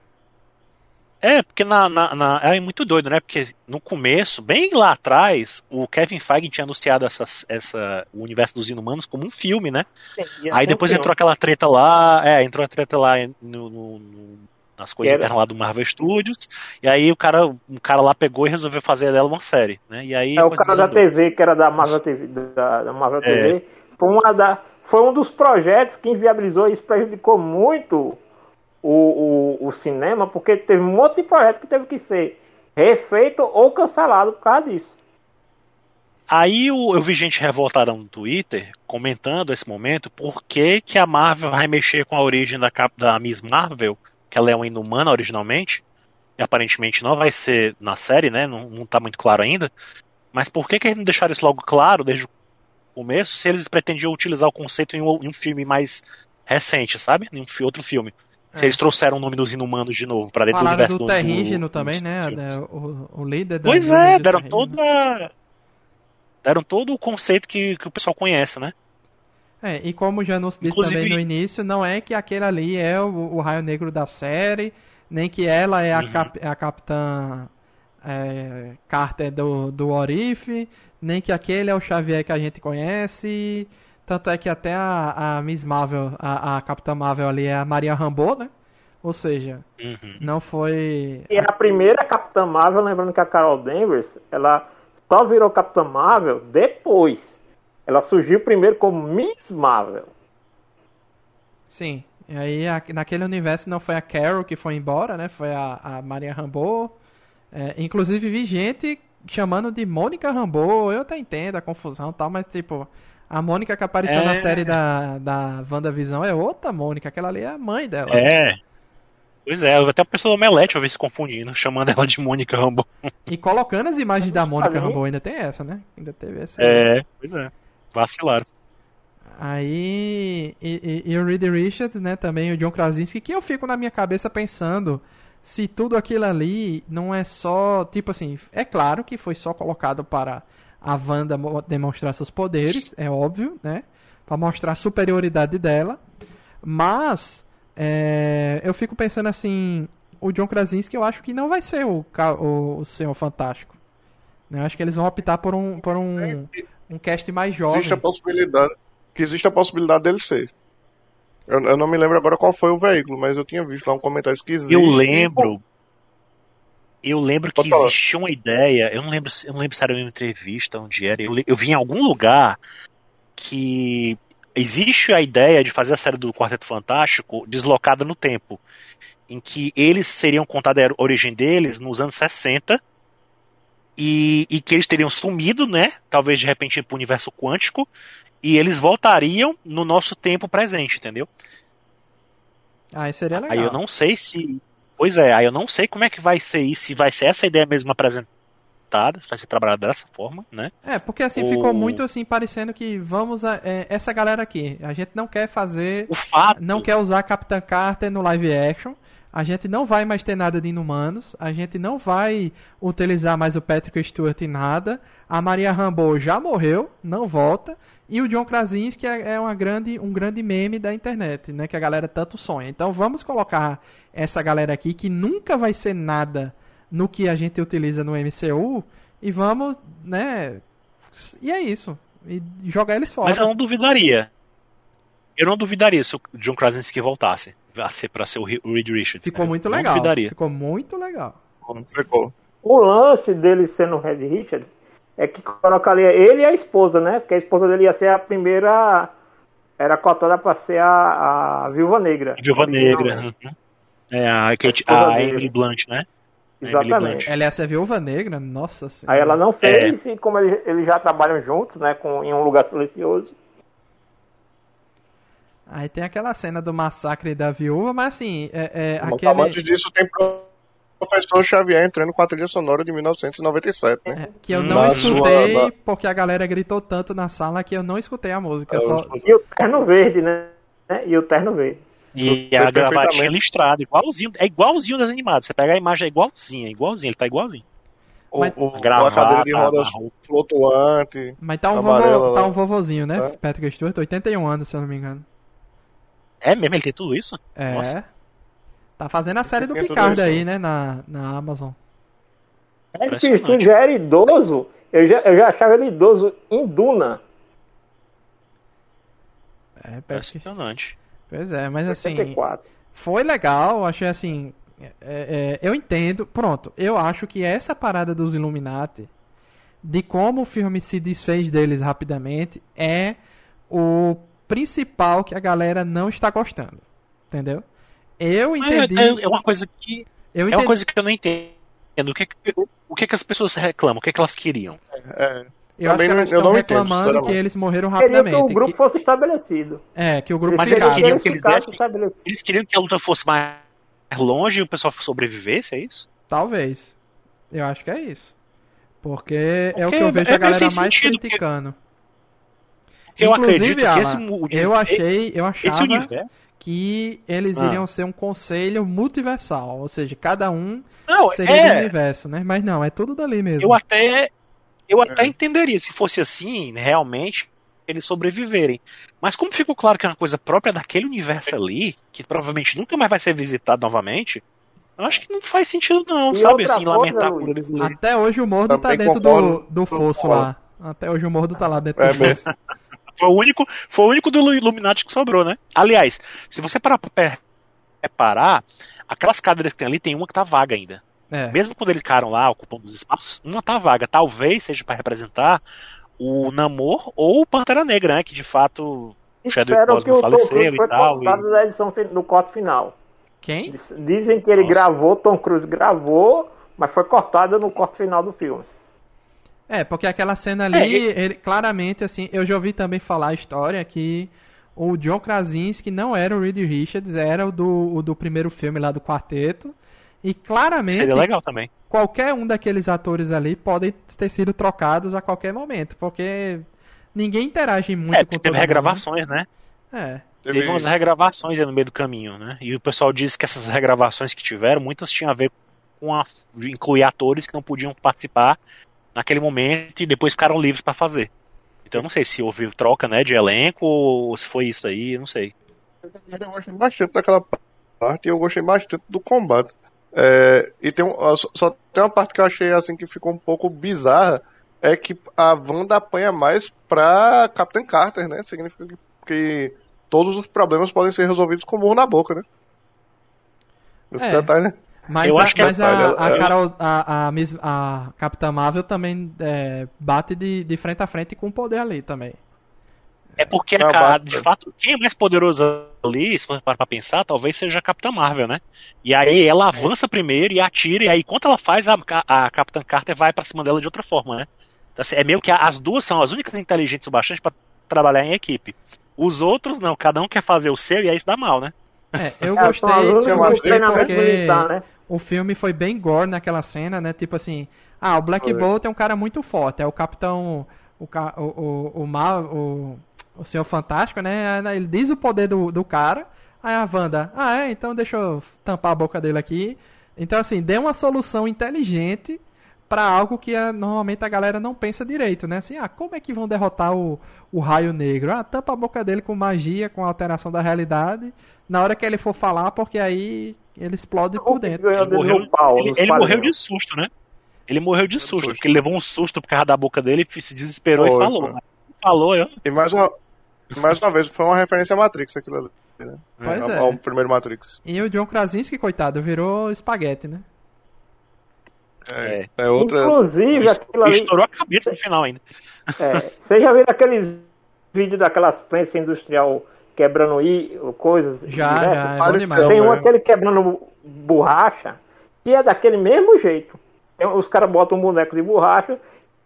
[SPEAKER 4] É, porque na, na, na- é muito doido, né? Porque no começo, bem lá atrás, o Kevin Feige tinha anunciado essa, essa, o universo dos Inumanos como um filme, né? Aí depois entrou aquela treta lá, é, entrou a treta lá no, no- no- nas coisas
[SPEAKER 2] Era-
[SPEAKER 4] internas lá do Marvel Studios, e aí o cara, um cara lá pegou e resolveu fazer dela uma série, né? E aí
[SPEAKER 2] É
[SPEAKER 4] a
[SPEAKER 2] o
[SPEAKER 4] coisa
[SPEAKER 2] cara da
[SPEAKER 4] desandou.
[SPEAKER 2] T V, que era da Marvel T V, da, da Marvel
[SPEAKER 4] É.
[SPEAKER 2] T V, foi, uma da, foi um dos projetos que inviabilizou e isso prejudicou muito o, o, o cinema, porque teve um monte de projeto que teve que ser refeito ou cancelado por causa disso.
[SPEAKER 4] Aí eu, eu vi gente revoltada no Twitter comentando esse momento por que, que a Marvel vai mexer com a origem da, cap- da Miss Marvel, que ela é uma inumana originalmente, e aparentemente não vai ser na série, né? Não, não tá muito claro ainda. Mas por que, que eles não deixaram isso logo claro desde o começo, se eles pretendiam utilizar o conceito em um, em um filme mais recente, sabe? Em um fi- outro filme. Se
[SPEAKER 1] É.
[SPEAKER 4] eles trouxeram o nome dos inumanos de novo pra dentro do
[SPEAKER 1] Falaram
[SPEAKER 4] universo
[SPEAKER 1] do
[SPEAKER 4] do,
[SPEAKER 1] Terrígeno
[SPEAKER 4] do-
[SPEAKER 1] também,
[SPEAKER 4] dos
[SPEAKER 1] né?
[SPEAKER 4] filmes.
[SPEAKER 1] Da- O, o líder da
[SPEAKER 4] Pois
[SPEAKER 1] guilda
[SPEAKER 4] é,
[SPEAKER 1] de
[SPEAKER 4] deram
[SPEAKER 1] Terrígeno.
[SPEAKER 4] toda. Deram todo o conceito que, que o pessoal conhece, né?
[SPEAKER 1] É, e como já nos disse
[SPEAKER 4] Inclusive-
[SPEAKER 1] também no início, não é que aquele ali é o, o Raio Negro da série, nem que ela é a,
[SPEAKER 4] Uhum.
[SPEAKER 1] cap- a Capitã é, Carter do, do Orif, nem que aquele é o Xavier que a gente conhece. Tanto é que até a, a Miss Marvel, a, a Capitã Marvel ali é a Maria Rambeau, né? Ou seja,
[SPEAKER 4] Uhum.
[SPEAKER 1] não foi...
[SPEAKER 2] E a primeira Capitã Marvel, lembrando que a Carol Danvers, ela só virou Capitã Marvel depois. Ela surgiu primeiro como Miss Marvel.
[SPEAKER 1] Sim, e aí a- naquele universo não foi a Carol que foi embora, né? Foi a, a Maria Rambeau. É, inclusive vi gente chamando de Mônica Rambeau. Eu até entendo a confusão e tal, mas tipo, a Mônica que apareceu
[SPEAKER 4] É.
[SPEAKER 1] na série da, da WandaVision é outra Mônica, aquela ali é a mãe dela.
[SPEAKER 4] É. Pois é, até o pessoal do Omelete eu vi se confundindo, chamando ela de Mônica Rambeau.
[SPEAKER 1] E colocando as imagens da Mônica
[SPEAKER 2] quadrinhos.
[SPEAKER 1] Rambeau, ainda tem essa, né? Ainda teve essa.
[SPEAKER 4] É, pois é. Vacilaram.
[SPEAKER 1] Aí, e, e- e o Reed Richards, né, também o John Krasinski, que eu fico na minha cabeça pensando se tudo aquilo ali não é só, tipo assim, é claro que foi só colocado para a Wanda mo- demonstrar seus poderes, é óbvio, né, para mostrar a superioridade dela, mas é, eu fico pensando assim, o John Krasinski eu acho que não vai ser o, ca- o, o Senhor Fantástico, né, eu acho que eles vão optar por um, por um, um cast mais jovem.
[SPEAKER 3] Existe a possibilidade. Que existe a possibilidade dele ser. Eu, eu não me lembro agora qual foi o veículo, mas eu tinha visto lá um comentário que existe.
[SPEAKER 4] Eu lembro. Eu lembro que
[SPEAKER 3] Pode falar.
[SPEAKER 4] existia uma ideia. Eu não lembro, se- eu não lembro se era uma entrevista, onde era. Eu, le- eu vi em algum lugar que existe a ideia de fazer a série do Quarteto Fantástico deslocada no tempo. Em que eles seriam contada a origem deles nos anos sessenta. E, e que eles teriam sumido, né? Talvez de repente para o universo quântico. E eles voltariam no nosso tempo presente, entendeu?
[SPEAKER 1] Aí seria legal.
[SPEAKER 4] Aí eu não sei se. Pois é, aí eu não sei como é que vai ser isso, se vai ser essa ideia mesmo apresentada, se vai ser trabalhada dessa forma, né?
[SPEAKER 1] É, porque assim
[SPEAKER 4] O-
[SPEAKER 1] ficou muito assim parecendo que vamos a, é, essa galera aqui, a gente não quer fazer,
[SPEAKER 4] O fato.
[SPEAKER 1] não quer usar Capitã Carter no live action, a gente não vai mais ter nada de Inumanos, a gente não vai utilizar mais o Patrick Stewart em nada, a Maria Rambeau já morreu, não volta, e o John Krasinski é é uma grande, um grande meme da internet, né, que a galera tanto sonha. Então vamos colocar essa galera aqui que nunca vai ser nada no que a gente utiliza no M C U e vamos, né, e é isso. e jogar eles fora.
[SPEAKER 4] Mas eu não duvidaria. Eu não duvidaria se o John Krasinski voltasse a ser pra ser o Reed Richards.
[SPEAKER 1] Ficou
[SPEAKER 4] né?
[SPEAKER 1] muito
[SPEAKER 4] não
[SPEAKER 1] legal.
[SPEAKER 4] Duvidaria.
[SPEAKER 1] Ficou muito legal.
[SPEAKER 3] Ficou.
[SPEAKER 2] O lance dele sendo o Red Richard é que colocaria ele e a esposa, né? Porque a esposa dele ia ser a primeira. Era cotada pra ser a, a Viúva Negra.
[SPEAKER 4] Viúva Negra. Uhum. É a, Kate,
[SPEAKER 2] A
[SPEAKER 4] a
[SPEAKER 2] dele.
[SPEAKER 4] Emily Blunt, né?
[SPEAKER 2] Exatamente.
[SPEAKER 1] Ela ia ser Viúva Negra? Nossa senhora.
[SPEAKER 2] Aí ela não fez, e como eles, eles já trabalham juntos, né? Com, em um lugar silencioso.
[SPEAKER 1] Aí tem aquela cena do massacre da viúva, mas assim, é, é
[SPEAKER 3] Mas
[SPEAKER 1] aquele...
[SPEAKER 3] antes disso tem Professor Xavier entrando com a trilha sonora de mil novecentos e noventa e sete, né?
[SPEAKER 1] é, que eu não
[SPEAKER 3] Na
[SPEAKER 1] escutei,
[SPEAKER 3] sua-
[SPEAKER 1] porque a galera gritou tanto na sala que eu não escutei a música. Eu
[SPEAKER 3] Eu
[SPEAKER 1] só...
[SPEAKER 3] escutei.
[SPEAKER 2] E o terno verde, né? E o terno verde.
[SPEAKER 4] E
[SPEAKER 3] Foi
[SPEAKER 4] a gravatinha
[SPEAKER 3] perfeitamente.
[SPEAKER 4] listrada, igualzinho, é igualzinho das animadas. Você pega a imagem, é igualzinho, é igualzinho, ele tá igualzinho.
[SPEAKER 3] O,
[SPEAKER 1] Mas-
[SPEAKER 3] o,
[SPEAKER 4] Gravata,
[SPEAKER 3] a cadeira de rodas
[SPEAKER 4] a roupa.
[SPEAKER 3] flutuante.
[SPEAKER 1] Mas tá um,
[SPEAKER 3] Amarela
[SPEAKER 1] vovô, tá
[SPEAKER 3] lá.
[SPEAKER 1] um vovozinho, né?
[SPEAKER 3] É.
[SPEAKER 1] Patrick Stewart, oitenta e um anos, se eu não me engano.
[SPEAKER 4] É mesmo, ele tem tudo isso?
[SPEAKER 1] É.
[SPEAKER 4] Nossa.
[SPEAKER 1] Tá fazendo a série do
[SPEAKER 3] Tem tudo
[SPEAKER 1] Picard
[SPEAKER 3] isso.
[SPEAKER 1] aí, né? Na, na Amazon.
[SPEAKER 2] Patrick
[SPEAKER 4] Impressionante.
[SPEAKER 2] Stewart já era idoso. Eu já, eu já achava ele idoso em Duna.
[SPEAKER 1] É, Patrick...
[SPEAKER 4] Impressionante.
[SPEAKER 1] Pois é, mas assim...
[SPEAKER 2] oitenta e quatro.
[SPEAKER 1] Foi legal, achei assim. é, é, eu entendo. Pronto, eu acho que essa parada dos Illuminati, de como o filme se desfez deles rapidamente, é o principal que a galera não está gostando. Entendeu? Eu entendi.
[SPEAKER 4] É, é uma coisa que.
[SPEAKER 1] eu
[SPEAKER 4] É
[SPEAKER 1] entendi
[SPEAKER 4] uma coisa que eu não entendo. O que, o que, que as pessoas reclamam? O que, que elas queriam?
[SPEAKER 3] É,
[SPEAKER 1] eu acho que
[SPEAKER 3] também não-
[SPEAKER 1] elas
[SPEAKER 3] eu
[SPEAKER 1] estão
[SPEAKER 3] não entendo,
[SPEAKER 1] reclamando que
[SPEAKER 3] sinceramente.
[SPEAKER 1] eles morreram
[SPEAKER 2] Queria que
[SPEAKER 1] rapidamente.
[SPEAKER 2] o grupo
[SPEAKER 1] que-
[SPEAKER 2] fosse estabelecido.
[SPEAKER 1] é, que o grupo
[SPEAKER 4] Mas
[SPEAKER 2] Eles
[SPEAKER 4] eles
[SPEAKER 1] ficasse.
[SPEAKER 4] queriam que eles
[SPEAKER 2] ficassem
[SPEAKER 4] dessem-
[SPEAKER 2] estabelecidos.
[SPEAKER 4] Eles queriam que a luta fosse mais longe e o pessoal sobrevivesse, é isso?
[SPEAKER 1] Talvez. Eu acho que é isso. Porque, é o
[SPEAKER 4] Porque
[SPEAKER 1] que eu vejo
[SPEAKER 4] é
[SPEAKER 1] a
[SPEAKER 4] meio
[SPEAKER 1] galera
[SPEAKER 4] sem
[SPEAKER 1] mais
[SPEAKER 4] sentido, porque-
[SPEAKER 1] criticando.
[SPEAKER 4] Porque eu
[SPEAKER 1] Inclusive,
[SPEAKER 4] acredito que
[SPEAKER 1] Alan,
[SPEAKER 4] esse mu-
[SPEAKER 1] eu achei, eu
[SPEAKER 4] esse
[SPEAKER 1] achava
[SPEAKER 4] universo.
[SPEAKER 1] que eles
[SPEAKER 4] Ah.
[SPEAKER 1] iriam ser um conselho multiversal, ou seja, cada um
[SPEAKER 4] Não,
[SPEAKER 1] seria do
[SPEAKER 4] é.
[SPEAKER 1] universo, né? Mas não, é tudo dali mesmo.
[SPEAKER 4] Eu até, eu até
[SPEAKER 3] É.
[SPEAKER 4] entenderia se fosse assim, realmente, eles sobreviverem. Mas como ficou claro que é uma coisa própria daquele universo ali, que provavelmente nunca mais vai ser visitado novamente, eu acho que não faz sentido não,
[SPEAKER 2] E
[SPEAKER 4] sabe?
[SPEAKER 2] outra
[SPEAKER 4] Assim,
[SPEAKER 2] coisa,
[SPEAKER 4] lamentar
[SPEAKER 2] Luiz,
[SPEAKER 4] por eles ali.
[SPEAKER 1] Até hoje o Mordo tá
[SPEAKER 3] Também
[SPEAKER 1] dentro do,
[SPEAKER 3] concordo,
[SPEAKER 1] do fosso
[SPEAKER 3] concordo.
[SPEAKER 1] lá. Até hoje o Mordo tá lá dentro
[SPEAKER 3] É
[SPEAKER 1] do
[SPEAKER 3] mesmo.
[SPEAKER 1] fosso.
[SPEAKER 4] Foi o único, foi o único do Illuminati que sobrou, né? Aliás, se você parar pra reparar, aquelas cadeiras que tem ali, tem uma que tá vaga ainda.
[SPEAKER 1] É.
[SPEAKER 4] Mesmo quando eles ficaram lá ocupando os espaços, uma tá vaga. Talvez seja pra representar o Namor ou o Pantera Negra, né? Que de fato o Chadwick
[SPEAKER 2] Disseram que
[SPEAKER 4] Boseman
[SPEAKER 2] o Tom
[SPEAKER 4] faleceu
[SPEAKER 2] Cruise
[SPEAKER 4] e
[SPEAKER 2] foi
[SPEAKER 4] tal.
[SPEAKER 2] cortado
[SPEAKER 4] E...
[SPEAKER 2] da edição fi- do corte final.
[SPEAKER 1] Quem?
[SPEAKER 2] Diz- Dizem que ele
[SPEAKER 4] Nossa.
[SPEAKER 2] gravou, Tom Cruise gravou, mas foi cortado no corte final do filme.
[SPEAKER 1] É, porque aquela cena ali,
[SPEAKER 4] É,
[SPEAKER 1] ele, claramente, assim, eu já ouvi também falar a história que o John Krasinski não era o Reed Richards, era o do, o do primeiro filme lá do quarteto. E claramente,
[SPEAKER 4] Seria legal também.
[SPEAKER 1] qualquer um daqueles atores ali podem ter sido trocados a qualquer momento, porque ninguém interage muito
[SPEAKER 4] É,
[SPEAKER 1] com
[SPEAKER 4] porque
[SPEAKER 1] todo
[SPEAKER 4] teve
[SPEAKER 1] mundo.
[SPEAKER 4] regravações, né?
[SPEAKER 1] É.
[SPEAKER 4] Teve umas regravações aí no meio do caminho, né? E o pessoal disse que essas regravações que tiveram, muitas tinham a ver com a, incluir atores que não podiam participar naquele momento e depois ficaram livres pra fazer. Então eu não sei se houve troca, né, de elenco ou se foi isso aí, eu não sei.
[SPEAKER 3] Eu gostei bastante daquela parte e eu gostei bastante do combate. É, e tem um, só, só tem uma parte que eu achei assim que ficou um pouco bizarra, é que a Wanda apanha mais pra Capitã Carter, né? Significa que, que todos os problemas podem ser resolvidos com murro na boca, né? Esse
[SPEAKER 1] É.
[SPEAKER 3] detalhe, né?
[SPEAKER 1] Mas,
[SPEAKER 4] Eu
[SPEAKER 1] a,
[SPEAKER 4] acho que
[SPEAKER 1] mas
[SPEAKER 3] é-
[SPEAKER 1] a, a,
[SPEAKER 3] é-
[SPEAKER 1] Carol, a, a, Miss- a Capitã Marvel também é, bate de, de frente a frente com o poder ali também.
[SPEAKER 4] É porque,
[SPEAKER 3] Não,
[SPEAKER 4] cara,
[SPEAKER 3] bata.
[SPEAKER 4] de fato, quem é mais poderoso ali, se for parar pra pensar, talvez seja a Capitã Marvel, né? E aí ela avança primeiro e atira, e aí enquanto ela faz, a, a Capitã Carter vai pra cima dela de outra forma, né? Então, assim, é meio que as duas são as únicas inteligentes o bastante pra trabalhar em equipe. Os outros não, cada um quer fazer o seu e aí isso dá mal, né?
[SPEAKER 1] É, eu
[SPEAKER 2] É,
[SPEAKER 1] gostei,
[SPEAKER 2] são as únicas
[SPEAKER 1] eu
[SPEAKER 3] com
[SPEAKER 1] gostei
[SPEAKER 2] treinamento
[SPEAKER 1] porque
[SPEAKER 2] militar, né?
[SPEAKER 1] o filme foi bem gore naquela cena, né? Tipo assim, ah, o Black
[SPEAKER 3] Foi.
[SPEAKER 1] Bolt é um cara muito forte, é o Capitão, o, ca- o, o, o, mal, o, o Senhor Fantástico, né? Ele diz o poder do, do cara, aí a Wanda, ah é, então deixa eu tampar a boca dele aqui. Então assim, deu uma solução inteligente pra algo que ah, normalmente a galera não pensa direito, né? Assim, ah, como é que vão derrotar o, o Raio Negro? Ah, tampa a boca dele com magia, com alteração da realidade, na hora que ele for falar, porque aí ele explode por dentro.
[SPEAKER 2] Ganhou
[SPEAKER 4] Ele
[SPEAKER 2] dele
[SPEAKER 4] morreu,
[SPEAKER 2] no pau,
[SPEAKER 4] ele,
[SPEAKER 2] nos
[SPEAKER 4] ele
[SPEAKER 2] quadrinhos.
[SPEAKER 4] morreu de susto, né? Ele morreu de susto,
[SPEAKER 3] susto.
[SPEAKER 4] porque ele levou um susto por causa da boca dele, se desesperou
[SPEAKER 3] Foi,
[SPEAKER 4] e falou.
[SPEAKER 3] foi.
[SPEAKER 4] Né? falou, eu...
[SPEAKER 3] E mais uma, mais uma vez, foi uma referência a Matrix aquilo ali. Né?
[SPEAKER 1] Pois
[SPEAKER 3] ao,
[SPEAKER 1] é.
[SPEAKER 3] ao primeiro Matrix.
[SPEAKER 1] E o John Krasinski, coitado, virou espaguete, né?
[SPEAKER 3] É, é outra.
[SPEAKER 2] Inclusive, aquilo ali.
[SPEAKER 4] Estourou a cabeça no final ainda.
[SPEAKER 2] É, você já viu aqueles vídeos daquelas prensas industrial quebrando i, coisas?
[SPEAKER 1] Já,
[SPEAKER 2] diversas?
[SPEAKER 1] já, é bom
[SPEAKER 3] Pareceu,
[SPEAKER 1] demais.
[SPEAKER 2] Tem um
[SPEAKER 3] né?
[SPEAKER 2] aquele quebrando borracha, que é daquele mesmo jeito. Tem- Os caras botam um boneco de borracha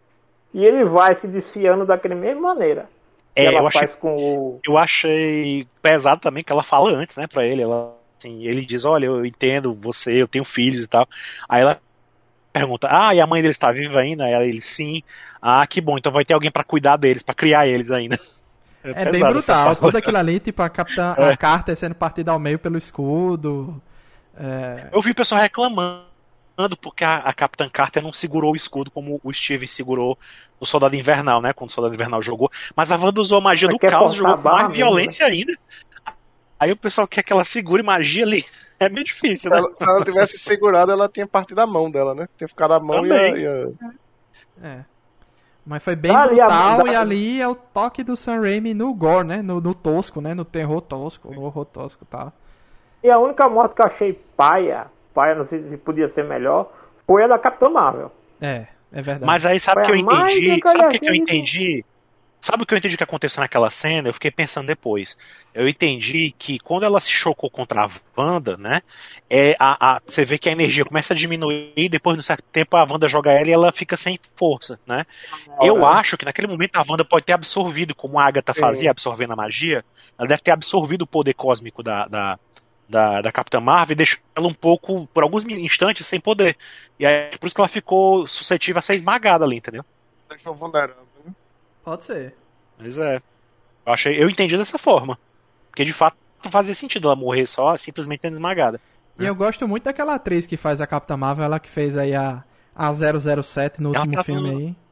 [SPEAKER 2] e ele vai se desfiando daquela mesma maneira. Que
[SPEAKER 4] É,
[SPEAKER 2] ela
[SPEAKER 4] eu achei,
[SPEAKER 2] faz com o.
[SPEAKER 4] eu achei pesado também que ela fala antes, né, pra ele. Ela, assim, ele diz, olha, eu entendo você, eu tenho filhos e tal. Aí ela pergunta, ah, e a mãe deles tá viva ainda? Aí ele, sim. Ah, que bom, então vai ter alguém pra cuidar deles, pra criar eles ainda.
[SPEAKER 1] É bem
[SPEAKER 4] pesado essa
[SPEAKER 1] brutal.
[SPEAKER 4] fala.
[SPEAKER 1] Tudo aquilo ali, tipo, a, capitã,
[SPEAKER 4] É.
[SPEAKER 1] a carta sendo partida ao meio pelo escudo. É,
[SPEAKER 4] Eu vi o pessoal reclamando porque a, a Capitã Carter não segurou o escudo como o Steve segurou no Soldado Invernal, né? Quando o Soldado Invernal jogou. Mas a Wanda usou a magia
[SPEAKER 2] Mas
[SPEAKER 4] do
[SPEAKER 2] quer
[SPEAKER 4] caos,
[SPEAKER 2] forçar
[SPEAKER 4] jogou
[SPEAKER 2] a
[SPEAKER 4] com
[SPEAKER 2] barra
[SPEAKER 4] mais
[SPEAKER 2] mesmo,
[SPEAKER 4] violência ainda. Aí o pessoal quer que ela segure magia ali. É meio difícil,
[SPEAKER 3] Se
[SPEAKER 4] né?
[SPEAKER 3] ela, se ela tivesse segurado, ela tinha partido a mão dela, né? Tinha ficado a mão e a,
[SPEAKER 4] Também.
[SPEAKER 3] e a-
[SPEAKER 1] é. Mas foi bem
[SPEAKER 2] Ali, a-
[SPEAKER 1] brutal
[SPEAKER 2] da-
[SPEAKER 1] e ali é o toque do Sam Raimi no gore, né? No, no tosco, né? No terror tosco, no horror tosco e tal.
[SPEAKER 2] E a única morte que eu achei paia, paia, não sei se podia ser melhor, foi a da Capitã Marvel.
[SPEAKER 1] É, é verdade.
[SPEAKER 4] Mas aí sabe o
[SPEAKER 2] Foi
[SPEAKER 4] que eu
[SPEAKER 2] a mais
[SPEAKER 4] entendi?
[SPEAKER 2] decalhação
[SPEAKER 4] Sabe o que, que eu
[SPEAKER 2] de
[SPEAKER 4] entendi? Sabe o que eu entendi que aconteceu naquela cena? Eu fiquei pensando depois. Eu entendi que quando ela se chocou contra a Wanda, né? É, a, a, você vê que a energia começa a diminuir e depois de um certo tempo a Wanda joga ela e ela fica sem força, né? Eu acho que naquele momento a Wanda pode ter absorvido, como a Agatha fazia, absorvendo a magia. Ela deve ter absorvido o poder cósmico da, da, da, da Capitã Marvel e deixou ela um pouco, por alguns instantes, sem poder. E é por isso que ela ficou suscetível a ser esmagada ali, entendeu?
[SPEAKER 3] deixou vulnerável. Né?
[SPEAKER 1] Pode ser.
[SPEAKER 4] Pois é. Eu, achei, eu entendi dessa forma. Porque de fato não fazia sentido ela morrer só simplesmente sendo esmagada.
[SPEAKER 1] E eu gosto muito daquela atriz que faz a Capitã Marvel, ela que fez aí a, a zero zero sete no
[SPEAKER 4] Ela
[SPEAKER 1] último
[SPEAKER 4] tá
[SPEAKER 1] filme
[SPEAKER 4] no-
[SPEAKER 1] aí.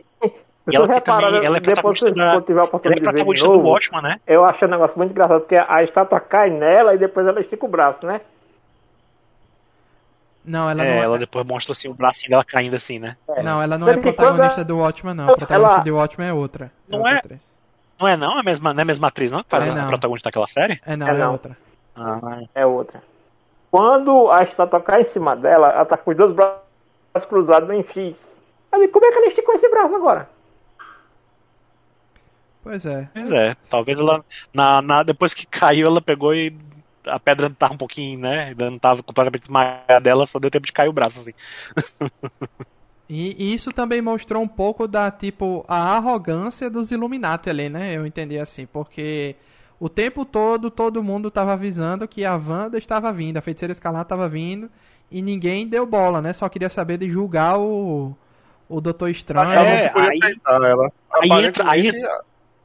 [SPEAKER 4] E ela,
[SPEAKER 2] Vocês
[SPEAKER 4] que também,
[SPEAKER 2] repararam,
[SPEAKER 4] ela é
[SPEAKER 2] depois
[SPEAKER 4] protagonista,
[SPEAKER 2] vocês,
[SPEAKER 4] da,
[SPEAKER 2] quando tiver a
[SPEAKER 4] ela é
[SPEAKER 2] oportunidade de ver de
[SPEAKER 4] protagonista do
[SPEAKER 2] novo,
[SPEAKER 4] Watchmen, né?
[SPEAKER 2] eu achei um negócio muito engraçado, porque a estátua cai nela e depois ela estica o braço, né?
[SPEAKER 1] Não, ela
[SPEAKER 4] É,
[SPEAKER 1] não
[SPEAKER 4] ela
[SPEAKER 1] é.
[SPEAKER 4] depois mostra assim, o bracinho dela caindo assim, né?
[SPEAKER 1] Não, ela não
[SPEAKER 2] Sendo
[SPEAKER 1] é
[SPEAKER 2] que
[SPEAKER 1] protagonista
[SPEAKER 2] quando
[SPEAKER 1] do Watchmen, não. A protagonista
[SPEAKER 2] ela-
[SPEAKER 1] do Watchmen é outra.
[SPEAKER 4] Não
[SPEAKER 1] outra
[SPEAKER 4] é?
[SPEAKER 1] atriz.
[SPEAKER 4] Não é não? É a mesma, não é a mesma atriz, não? Que faz
[SPEAKER 1] É,
[SPEAKER 4] a
[SPEAKER 1] não.
[SPEAKER 4] protagonista daquela série?
[SPEAKER 1] É, não,
[SPEAKER 2] É,
[SPEAKER 1] é,
[SPEAKER 2] não.
[SPEAKER 1] outra.
[SPEAKER 4] Ah,
[SPEAKER 2] É outra. Quando a estátua cai em cima dela, ela tá com os dois braços cruzados em X. Eu digo, como é que ela esticou esse braço agora?
[SPEAKER 1] Pois é.
[SPEAKER 4] pois é. Talvez ela, na, na, depois que caiu, ela pegou e a pedra não tava um pouquinho, né? Ainda não tava completamente esmagada dela, só deu tempo de cair o braço, assim.
[SPEAKER 1] E, e isso também mostrou um pouco da, tipo, a arrogância dos Illuminati ali, né? Eu entendi assim, porque o tempo todo todo mundo tava avisando que a Wanda estava vindo, a Feiticeira Escarlate estava vindo, e ninguém deu bola, né? Só queria saber de julgar o, o Doutor Estranho.
[SPEAKER 3] Ela
[SPEAKER 4] É,
[SPEAKER 3] não podia
[SPEAKER 4] aí-
[SPEAKER 3] peitar ela.
[SPEAKER 4] aí entra- aí
[SPEAKER 3] Aparentemente,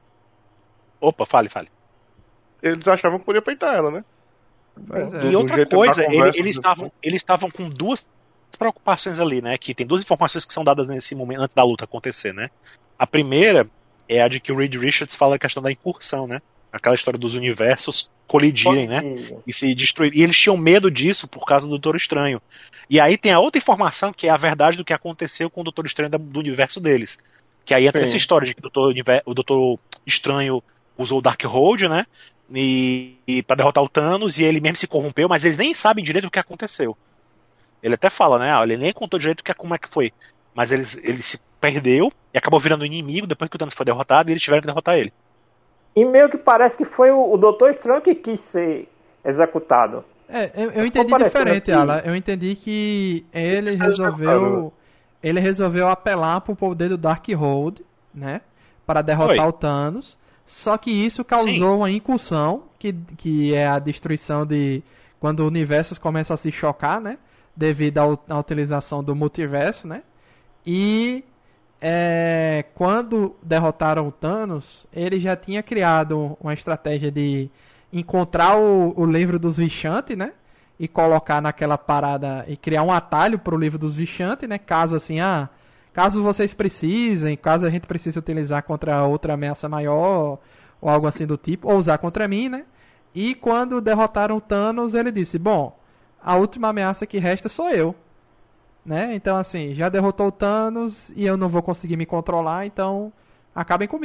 [SPEAKER 4] Opa, fale, fale.
[SPEAKER 3] eles achavam que podia peitar ela, né?
[SPEAKER 1] Pois é.
[SPEAKER 3] Do-
[SPEAKER 4] E
[SPEAKER 3] do
[SPEAKER 4] outra
[SPEAKER 3] jeito da
[SPEAKER 4] coisa, ele-
[SPEAKER 3] conversa,
[SPEAKER 4] eles
[SPEAKER 3] do-
[SPEAKER 4] estavam eles estavam com duas preocupações ali, né? Que tem duas informações que são dadas nesse momento antes da luta acontecer, né? A primeira é a de que o Reed Richards fala a questão da incursão, né? Aquela história dos universos colidirem, né?
[SPEAKER 2] E-
[SPEAKER 4] E se destruir. E eles tinham medo disso por causa do Doutor Estranho. E aí tem a outra informação que é a verdade do que aconteceu com o Doutor Estranho da- do universo deles. Que aí entra
[SPEAKER 3] Sim.
[SPEAKER 4] essa história de que o Doutor, Univer- o Doutor Estranho usou o Darkhold, né? E, e para derrotar o Thanos, e ele mesmo se corrompeu, mas eles nem sabem direito o que aconteceu. Ele até fala, né? ah, Ele nem contou direito o que, como é que foi. Mas eles, ele se perdeu e acabou virando inimigo depois que o Thanos foi derrotado e eles tiveram que derrotar ele.
[SPEAKER 2] E meio que parece que foi o, o Doutor Estranho que quis ser executado.
[SPEAKER 1] É, eu, eu entendi
[SPEAKER 2] parecendo
[SPEAKER 1] diferente,
[SPEAKER 2] que-
[SPEAKER 1] Ala. Eu entendi que ele resolveu. Ele resolveu apelar pro poder do Darkhold, né? Para derrotar
[SPEAKER 4] Oi.
[SPEAKER 1] o Thanos. Só que isso causou
[SPEAKER 4] Sim.
[SPEAKER 1] uma incursão, que, que é a destruição de. Quando universos começam a se chocar, né? Devido ao- à utilização do multiverso, né? E é, quando derrotaram o Thanos, ele já tinha criado uma estratégia de encontrar o, o livro dos Vishanti, né? E colocar naquela parada e criar um atalho pro livro dos Vishanti, né? Caso assim, ah, caso vocês precisem, caso a gente precise utilizar contra outra ameaça maior ou algo assim do tipo, ou usar contra mim, né? E quando derrotaram o Thanos, ele disse: "Bom, a última ameaça que resta sou eu." Né? Então assim, já derrotou o Thanos e eu não vou conseguir me controlar, então acabem comigo.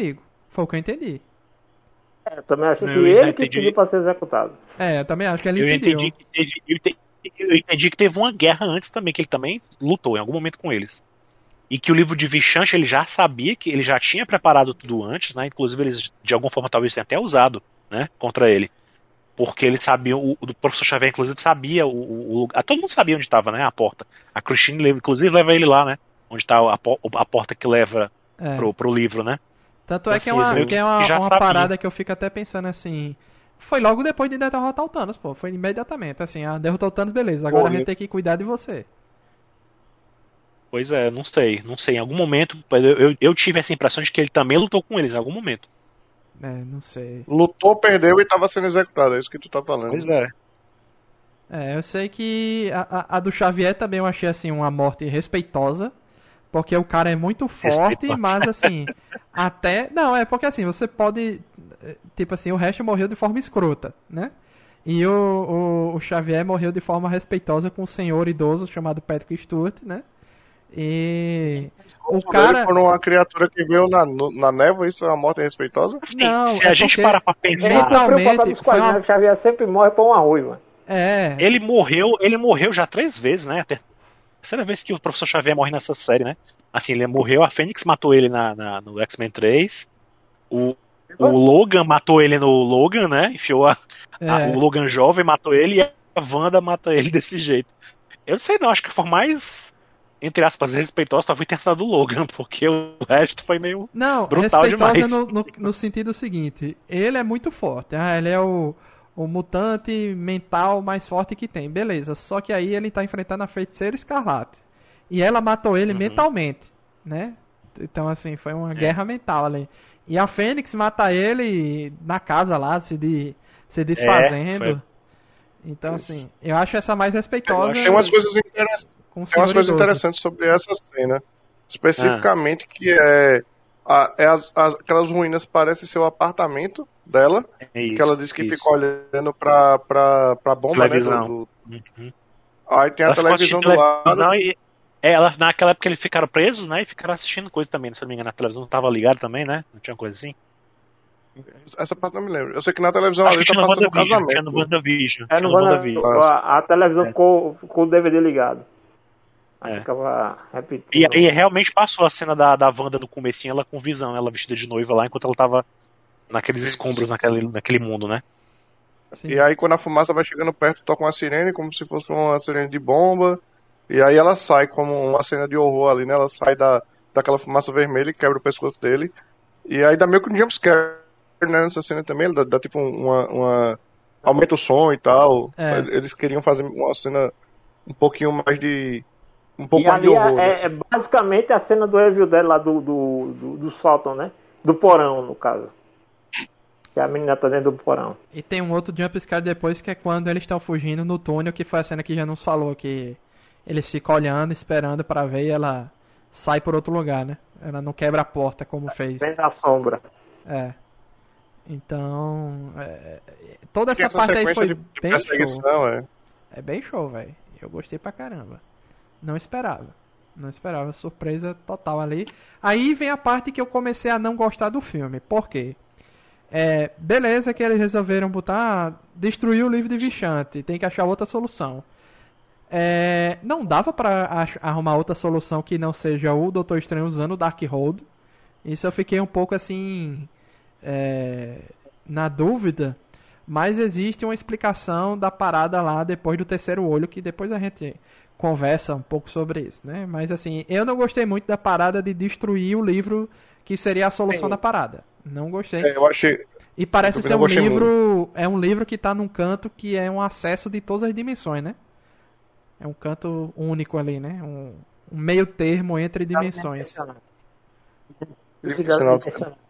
[SPEAKER 1] Foi o que eu entendi.
[SPEAKER 2] É, eu também acho
[SPEAKER 4] Não,
[SPEAKER 2] que
[SPEAKER 4] eu
[SPEAKER 2] ele
[SPEAKER 4] entendi.
[SPEAKER 2] que pediu pra ser executado.
[SPEAKER 1] É, eu também acho que ele
[SPEAKER 4] Eu
[SPEAKER 1] impediu.
[SPEAKER 4] entendi, que teve, eu, entendi, eu entendi que teve uma guerra antes também, que ele também lutou em algum momento com eles. E que o livro de Vishanti, ele já sabia, que ele já tinha preparado tudo antes, né? Inclusive eles, de alguma forma, talvez tenham até usado, né? Contra ele. Porque ele sabia, o, o professor Xavier, inclusive, sabia o, o lugar. Todo mundo sabia onde estava, né? A porta. A Christine, inclusive, leva ele lá, né? Onde está a, a porta que leva
[SPEAKER 1] É.
[SPEAKER 4] pro, pro livro, né?
[SPEAKER 1] Tanto
[SPEAKER 4] Então,
[SPEAKER 1] é que é
[SPEAKER 4] assim, eles
[SPEAKER 1] uma,
[SPEAKER 4] meio
[SPEAKER 1] que é
[SPEAKER 4] que
[SPEAKER 1] uma,
[SPEAKER 4] já
[SPEAKER 1] uma
[SPEAKER 4] sabiam.
[SPEAKER 1] parada que eu fico até pensando assim. Foi logo depois de derrotar o Thanos, pô. Foi imediatamente, assim, ah, derrotou o Thanos, beleza. Agora
[SPEAKER 3] Pô,
[SPEAKER 1] a gente
[SPEAKER 3] eu-
[SPEAKER 1] tem que cuidar de você.
[SPEAKER 4] Pois é, não sei, não sei. Em algum momento, eu, eu, eu tive essa impressão de que ele também lutou com eles em algum momento.
[SPEAKER 1] É, não sei.
[SPEAKER 3] Lutou, perdeu e tava sendo executado. É isso que tu tá falando.
[SPEAKER 4] Pois é.
[SPEAKER 1] É, eu sei que a, a, a do Xavier também eu achei, assim, uma morte respeitosa. Porque o cara é muito forte,
[SPEAKER 4] Respeitosa.
[SPEAKER 1] mas assim, até. Não, é porque assim, você pode. Tipo assim, o resto morreu de forma escrota, né? E o, o, o Xavier morreu de forma respeitosa com um senhor idoso chamado Patrick Stewart, né? E. O cara.
[SPEAKER 3] Por uma criatura que veio na, no- na névoa, isso é uma morte respeitosa?
[SPEAKER 4] Assim,
[SPEAKER 1] Não,
[SPEAKER 4] se
[SPEAKER 1] é
[SPEAKER 4] a gente
[SPEAKER 1] porque
[SPEAKER 4] parar pra
[SPEAKER 2] Ele
[SPEAKER 4] pensar,
[SPEAKER 1] mental-
[SPEAKER 2] cumpriu o papel
[SPEAKER 1] Mentalmente,
[SPEAKER 2] dos
[SPEAKER 1] foi uma-
[SPEAKER 2] quadrinhos. O Xavier sempre morre pra uma ruiva.
[SPEAKER 1] É.
[SPEAKER 4] ele morreu, ele morreu já três vezes, né? A terceira vez que o professor Xavier morre nessa série, né? Assim, ele morreu, a Fênix matou ele na, na- no X-Men três. O, o Logan matou ele no Logan, né? Enfiou a, a-
[SPEAKER 1] É.
[SPEAKER 4] o Logan jovem, matou ele, e a Wanda mata ele desse jeito. Eu não sei não, acho que foi mais, entre aspas, respeitoso, talvez tenha sido do Logan, porque o resto foi meio
[SPEAKER 1] Não,
[SPEAKER 4] brutal
[SPEAKER 1] respeitosa
[SPEAKER 4] demais.
[SPEAKER 1] no, no, no sentido seguinte, ele é muito forte, ah, ele é o, o mutante mental mais forte que tem, beleza, só que aí ele tá enfrentando a Feiticeira Escarlate, e ela matou ele
[SPEAKER 4] Uhum.
[SPEAKER 1] mentalmente, né, então assim, foi uma
[SPEAKER 4] É.
[SPEAKER 1] guerra mental ali, e a Fênix mata ele na casa lá, se, de, se desfazendo,
[SPEAKER 4] foi.
[SPEAKER 1] então assim, eu acho essa mais respeitosa
[SPEAKER 3] Tem umas coisas interessantes.
[SPEAKER 1] com o
[SPEAKER 3] Tem umas
[SPEAKER 1] senhor
[SPEAKER 3] coisas
[SPEAKER 1] idoso.
[SPEAKER 3] interessantes sobre essa cena. Especificamente que é, a- é as- as- aquelas ruínas parecem ser o apartamento dela.
[SPEAKER 4] É isso,
[SPEAKER 3] que ela disse que
[SPEAKER 4] isso.
[SPEAKER 3] fica olhando pra, pra, pra bomba,
[SPEAKER 4] Televisão.
[SPEAKER 3] né? do- do-
[SPEAKER 4] Uhum.
[SPEAKER 3] Aí tem a
[SPEAKER 4] Ela ficou
[SPEAKER 3] televisão
[SPEAKER 4] assistindo
[SPEAKER 3] do lado.
[SPEAKER 4] televisão e, é, ela, naquela época eles ficaram presos, né? E ficaram assistindo coisa também, se eu não me engano, a televisão não tava ligada também, né? Não tinha coisa assim?
[SPEAKER 3] Essa parte não me lembro. Eu sei que na televisão
[SPEAKER 4] Acho
[SPEAKER 3] ali
[SPEAKER 4] que
[SPEAKER 3] tá
[SPEAKER 4] tinha no
[SPEAKER 3] passando o
[SPEAKER 4] WandaVision,
[SPEAKER 3] casamento.
[SPEAKER 4] tinha no WandaVision.
[SPEAKER 2] É,
[SPEAKER 4] Tinha
[SPEAKER 2] no
[SPEAKER 4] no
[SPEAKER 2] Wanda-
[SPEAKER 4] WandaVision.
[SPEAKER 2] a, a televisão
[SPEAKER 4] É.
[SPEAKER 2] ficou com o D V D ligado. Aí
[SPEAKER 4] É.
[SPEAKER 2] ficava repetindo.
[SPEAKER 4] E aí realmente passou a cena da, da Wanda no comecinho, ela com visão, ela vestida de noiva lá, enquanto ela tava naqueles escombros, naquele, naquele mundo, né?
[SPEAKER 1] Sim.
[SPEAKER 3] E aí quando a fumaça vai chegando perto, toca uma sirene, como se fosse uma sirene de bomba. E aí ela sai como uma cena de horror ali, né? Ela sai da, daquela fumaça vermelha e quebra o pescoço dele. E aí dá meio que um jumpscare, né, nessa cena também. Dá, dá tipo uma, uma... aumenta o som e tal.
[SPEAKER 1] É.
[SPEAKER 3] Eles queriam fazer uma cena um pouquinho mais de... um pouco
[SPEAKER 2] E
[SPEAKER 3] mais de
[SPEAKER 2] ali
[SPEAKER 3] horror, né?
[SPEAKER 2] é, é basicamente a cena do review dela lá do, do, do, do sótão, né? Do porão, no caso. Que a menina tá dentro do porão.
[SPEAKER 1] E tem um outro jumpscare depois que é quando eles estão fugindo no túnel, que foi a cena que já nos falou, que eles ficam olhando, esperando pra ver e ela sai por outro lugar, né? Ela não quebra a porta como fez.
[SPEAKER 2] Vem da sombra.
[SPEAKER 1] É. Então, é, toda
[SPEAKER 3] Tem
[SPEAKER 1] essa parte aí
[SPEAKER 3] sequência
[SPEAKER 1] foi
[SPEAKER 3] de
[SPEAKER 1] bem show.
[SPEAKER 3] perseguição, é.
[SPEAKER 1] É bem show, velho. Eu gostei pra caramba. Não esperava. Não esperava. Surpresa total ali. Aí vem a parte que eu comecei a não gostar do filme. Por quê? É, beleza que eles resolveram botar... Destruir o livro de Vishanti. Tem que achar outra solução. É, não dava pra ach- arrumar outra solução que não seja o Doutor Estranho usando o Darkhold. Isso eu fiquei um pouco assim... é, na dúvida. Mas existe uma explicação da parada lá depois do terceiro olho, que depois a gente conversa um pouco sobre isso, né? Mas assim, eu não gostei muito da parada de destruir o livro que seria a solução
[SPEAKER 2] Sim.
[SPEAKER 1] da parada. Não gostei.
[SPEAKER 3] É, eu achei.
[SPEAKER 1] E parece
[SPEAKER 3] eu
[SPEAKER 1] ser
[SPEAKER 3] não
[SPEAKER 1] um
[SPEAKER 3] gostei
[SPEAKER 1] livro, é um livro que tá num canto que é um acesso de todas as dimensões, né? É um canto único ali, né? Um, um meio termo entre dimensões.
[SPEAKER 3] Dimensional.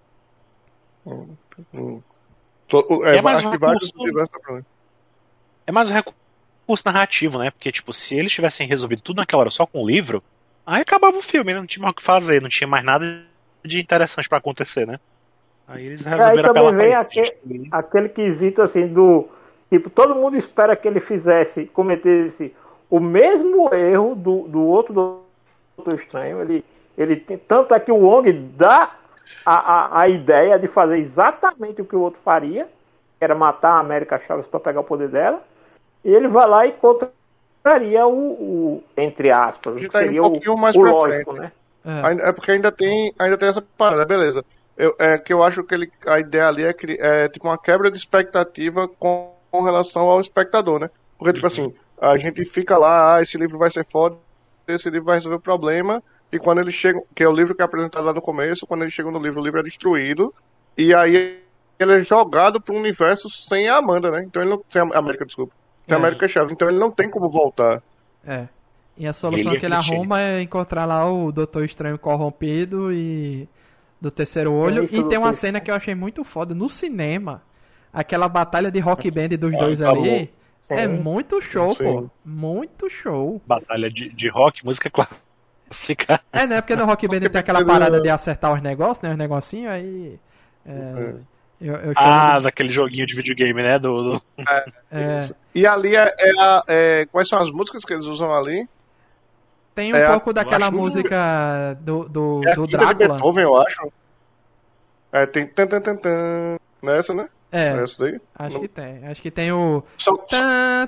[SPEAKER 3] Hum. To- É,
[SPEAKER 4] É mais
[SPEAKER 3] acho
[SPEAKER 4] um
[SPEAKER 3] que vários
[SPEAKER 4] recurso.
[SPEAKER 3] universos tá falando.
[SPEAKER 4] É mais um recurso narrativo, né? Porque, tipo, se eles tivessem resolvido tudo naquela hora só com o livro, aí acabava o filme, né? Não tinha mais o que fazer, não tinha mais nada de interessante pra acontecer, né? Aí eles
[SPEAKER 2] E aí
[SPEAKER 4] resolveram
[SPEAKER 2] também
[SPEAKER 4] apelar
[SPEAKER 2] vem
[SPEAKER 4] pra
[SPEAKER 2] aquele,
[SPEAKER 4] isso.
[SPEAKER 2] aquele quesito assim do... Tipo, todo mundo espera que ele fizesse, cometesse o mesmo erro do, do outro Doutor Estranho. Ele, ele tem, tanto é que o Wong dá a, a, a ideia de fazer exatamente o que o outro faria, que era matar a América Chaves para pegar o poder dela, e ele vai lá e contraria o, o entre aspas, o que
[SPEAKER 3] Tá
[SPEAKER 2] seria
[SPEAKER 3] um
[SPEAKER 2] o,
[SPEAKER 3] pouquinho mais
[SPEAKER 2] o
[SPEAKER 3] pra
[SPEAKER 2] lógico,
[SPEAKER 3] frente.
[SPEAKER 2] né?
[SPEAKER 1] É.
[SPEAKER 3] Ainda- É porque ainda tem, ainda tem essa parada, beleza. Eu, é que eu acho que ele, a ideia ali é, cri- é tipo uma quebra de expectativa com, com relação ao espectador, né? Porque, tipo assim, a gente fica lá, ah, esse livro vai ser foda, esse livro vai resolver o problema, e quando ele chega, que é o livro que é apresentado lá no começo, quando ele chega no livro, o livro é destruído, e aí ele é jogado para um universo sem a Amanda, né? Então ele não, sem a América, desculpa. Sem a
[SPEAKER 1] É.
[SPEAKER 3] América Chaves, então ele não tem como voltar.
[SPEAKER 1] É. E a solução
[SPEAKER 4] Ele
[SPEAKER 1] que ele
[SPEAKER 4] é clichê.
[SPEAKER 1] arruma é encontrar lá o Doutor Estranho corrompido e do terceiro olho.
[SPEAKER 2] Ministro
[SPEAKER 1] E
[SPEAKER 2] do
[SPEAKER 1] tem uma
[SPEAKER 2] Texto.
[SPEAKER 1] cena que eu achei muito foda no cinema. Aquela batalha de rock band dos
[SPEAKER 4] Ah,
[SPEAKER 1] dois
[SPEAKER 4] tá
[SPEAKER 1] ali.
[SPEAKER 2] Sim.
[SPEAKER 1] É muito show,
[SPEAKER 3] Sim.
[SPEAKER 1] pô. Muito show.
[SPEAKER 4] Batalha de, de rock, música clássica.
[SPEAKER 1] É, né? Porque no rock band tem aquela parada de acertar os negócios, né? Os negocinhos aí. É, eu, eu chamo
[SPEAKER 4] Ah,
[SPEAKER 1] de-
[SPEAKER 4] daquele joguinho de videogame, né? Do, do-
[SPEAKER 1] é,
[SPEAKER 3] E ali é, é a- é- quais são as músicas que eles usam ali?
[SPEAKER 1] tem um
[SPEAKER 3] É a-
[SPEAKER 1] pouco daquela
[SPEAKER 3] eu acho-
[SPEAKER 1] música do, do,
[SPEAKER 3] É a
[SPEAKER 1] do
[SPEAKER 3] quinta de
[SPEAKER 1] Drácula.
[SPEAKER 3] Beethoven, eu acho. É, tem tan tan tan tan. Nessa, né?
[SPEAKER 1] É,
[SPEAKER 3] É essa daí?
[SPEAKER 1] acho
[SPEAKER 3] Não-
[SPEAKER 1] que tem. Acho que tem o.
[SPEAKER 3] Só- só-
[SPEAKER 1] Tan,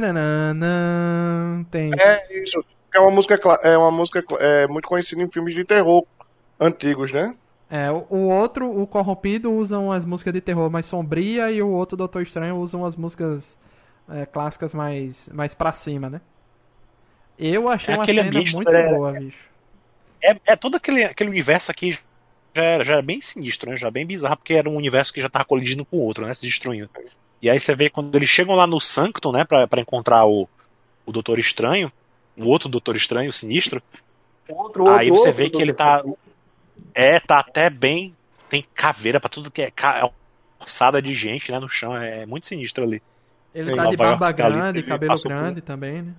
[SPEAKER 1] tarananana, Tem.
[SPEAKER 3] é isso. É uma música, cla- é uma música cla- é, muito conhecida em filmes de terror antigos, né?
[SPEAKER 1] É, o, o outro, o Corrompido, usam as músicas de terror mais sombria e o outro, Doutor Estranho, usam as músicas é, clássicas mais, mais pra cima, né? Eu achei
[SPEAKER 4] É
[SPEAKER 1] uma
[SPEAKER 4] aquele
[SPEAKER 1] cena
[SPEAKER 4] ambiente
[SPEAKER 1] muito
[SPEAKER 2] é-
[SPEAKER 1] boa, bicho.
[SPEAKER 4] É, é todo aquele, aquele universo aqui já era, já era bem sinistro, né? Já bem bizarro, porque era um universo que já tava colidindo com o outro, né? Se destruindo. E aí você vê quando eles chegam lá no Sanctum, né? Pra, pra encontrar o, o Doutor Estranho, o outro Doutor Estranho, o Sinistro.
[SPEAKER 2] Outro,
[SPEAKER 4] aí
[SPEAKER 2] outro,
[SPEAKER 4] você
[SPEAKER 2] outro,
[SPEAKER 4] vê que
[SPEAKER 2] outro.
[SPEAKER 4] ele tá. É, tá até bem. Tem caveira pra tudo que é. ca- é Ossada de gente, né? No chão. É muito sinistro ali.
[SPEAKER 1] Ele
[SPEAKER 3] Tem
[SPEAKER 1] tá de
[SPEAKER 4] Nova York
[SPEAKER 1] barba
[SPEAKER 4] ali,
[SPEAKER 1] grande,
[SPEAKER 4] ele
[SPEAKER 1] cabelo
[SPEAKER 4] passou por-
[SPEAKER 1] grande também, né?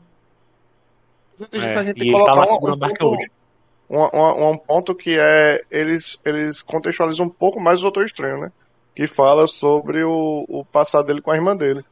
[SPEAKER 3] Se
[SPEAKER 4] É,
[SPEAKER 3] a gente
[SPEAKER 4] e ele
[SPEAKER 3] colocar
[SPEAKER 4] tá lá
[SPEAKER 3] um-
[SPEAKER 4] segurando
[SPEAKER 3] um,
[SPEAKER 4] Dark
[SPEAKER 3] ponto,
[SPEAKER 4] Road.
[SPEAKER 3] um, um- um ponto que é eles, eles contextualizam um pouco mais o Doutor Estranho, né? Que fala sobre o, o passado dele com a irmã dele.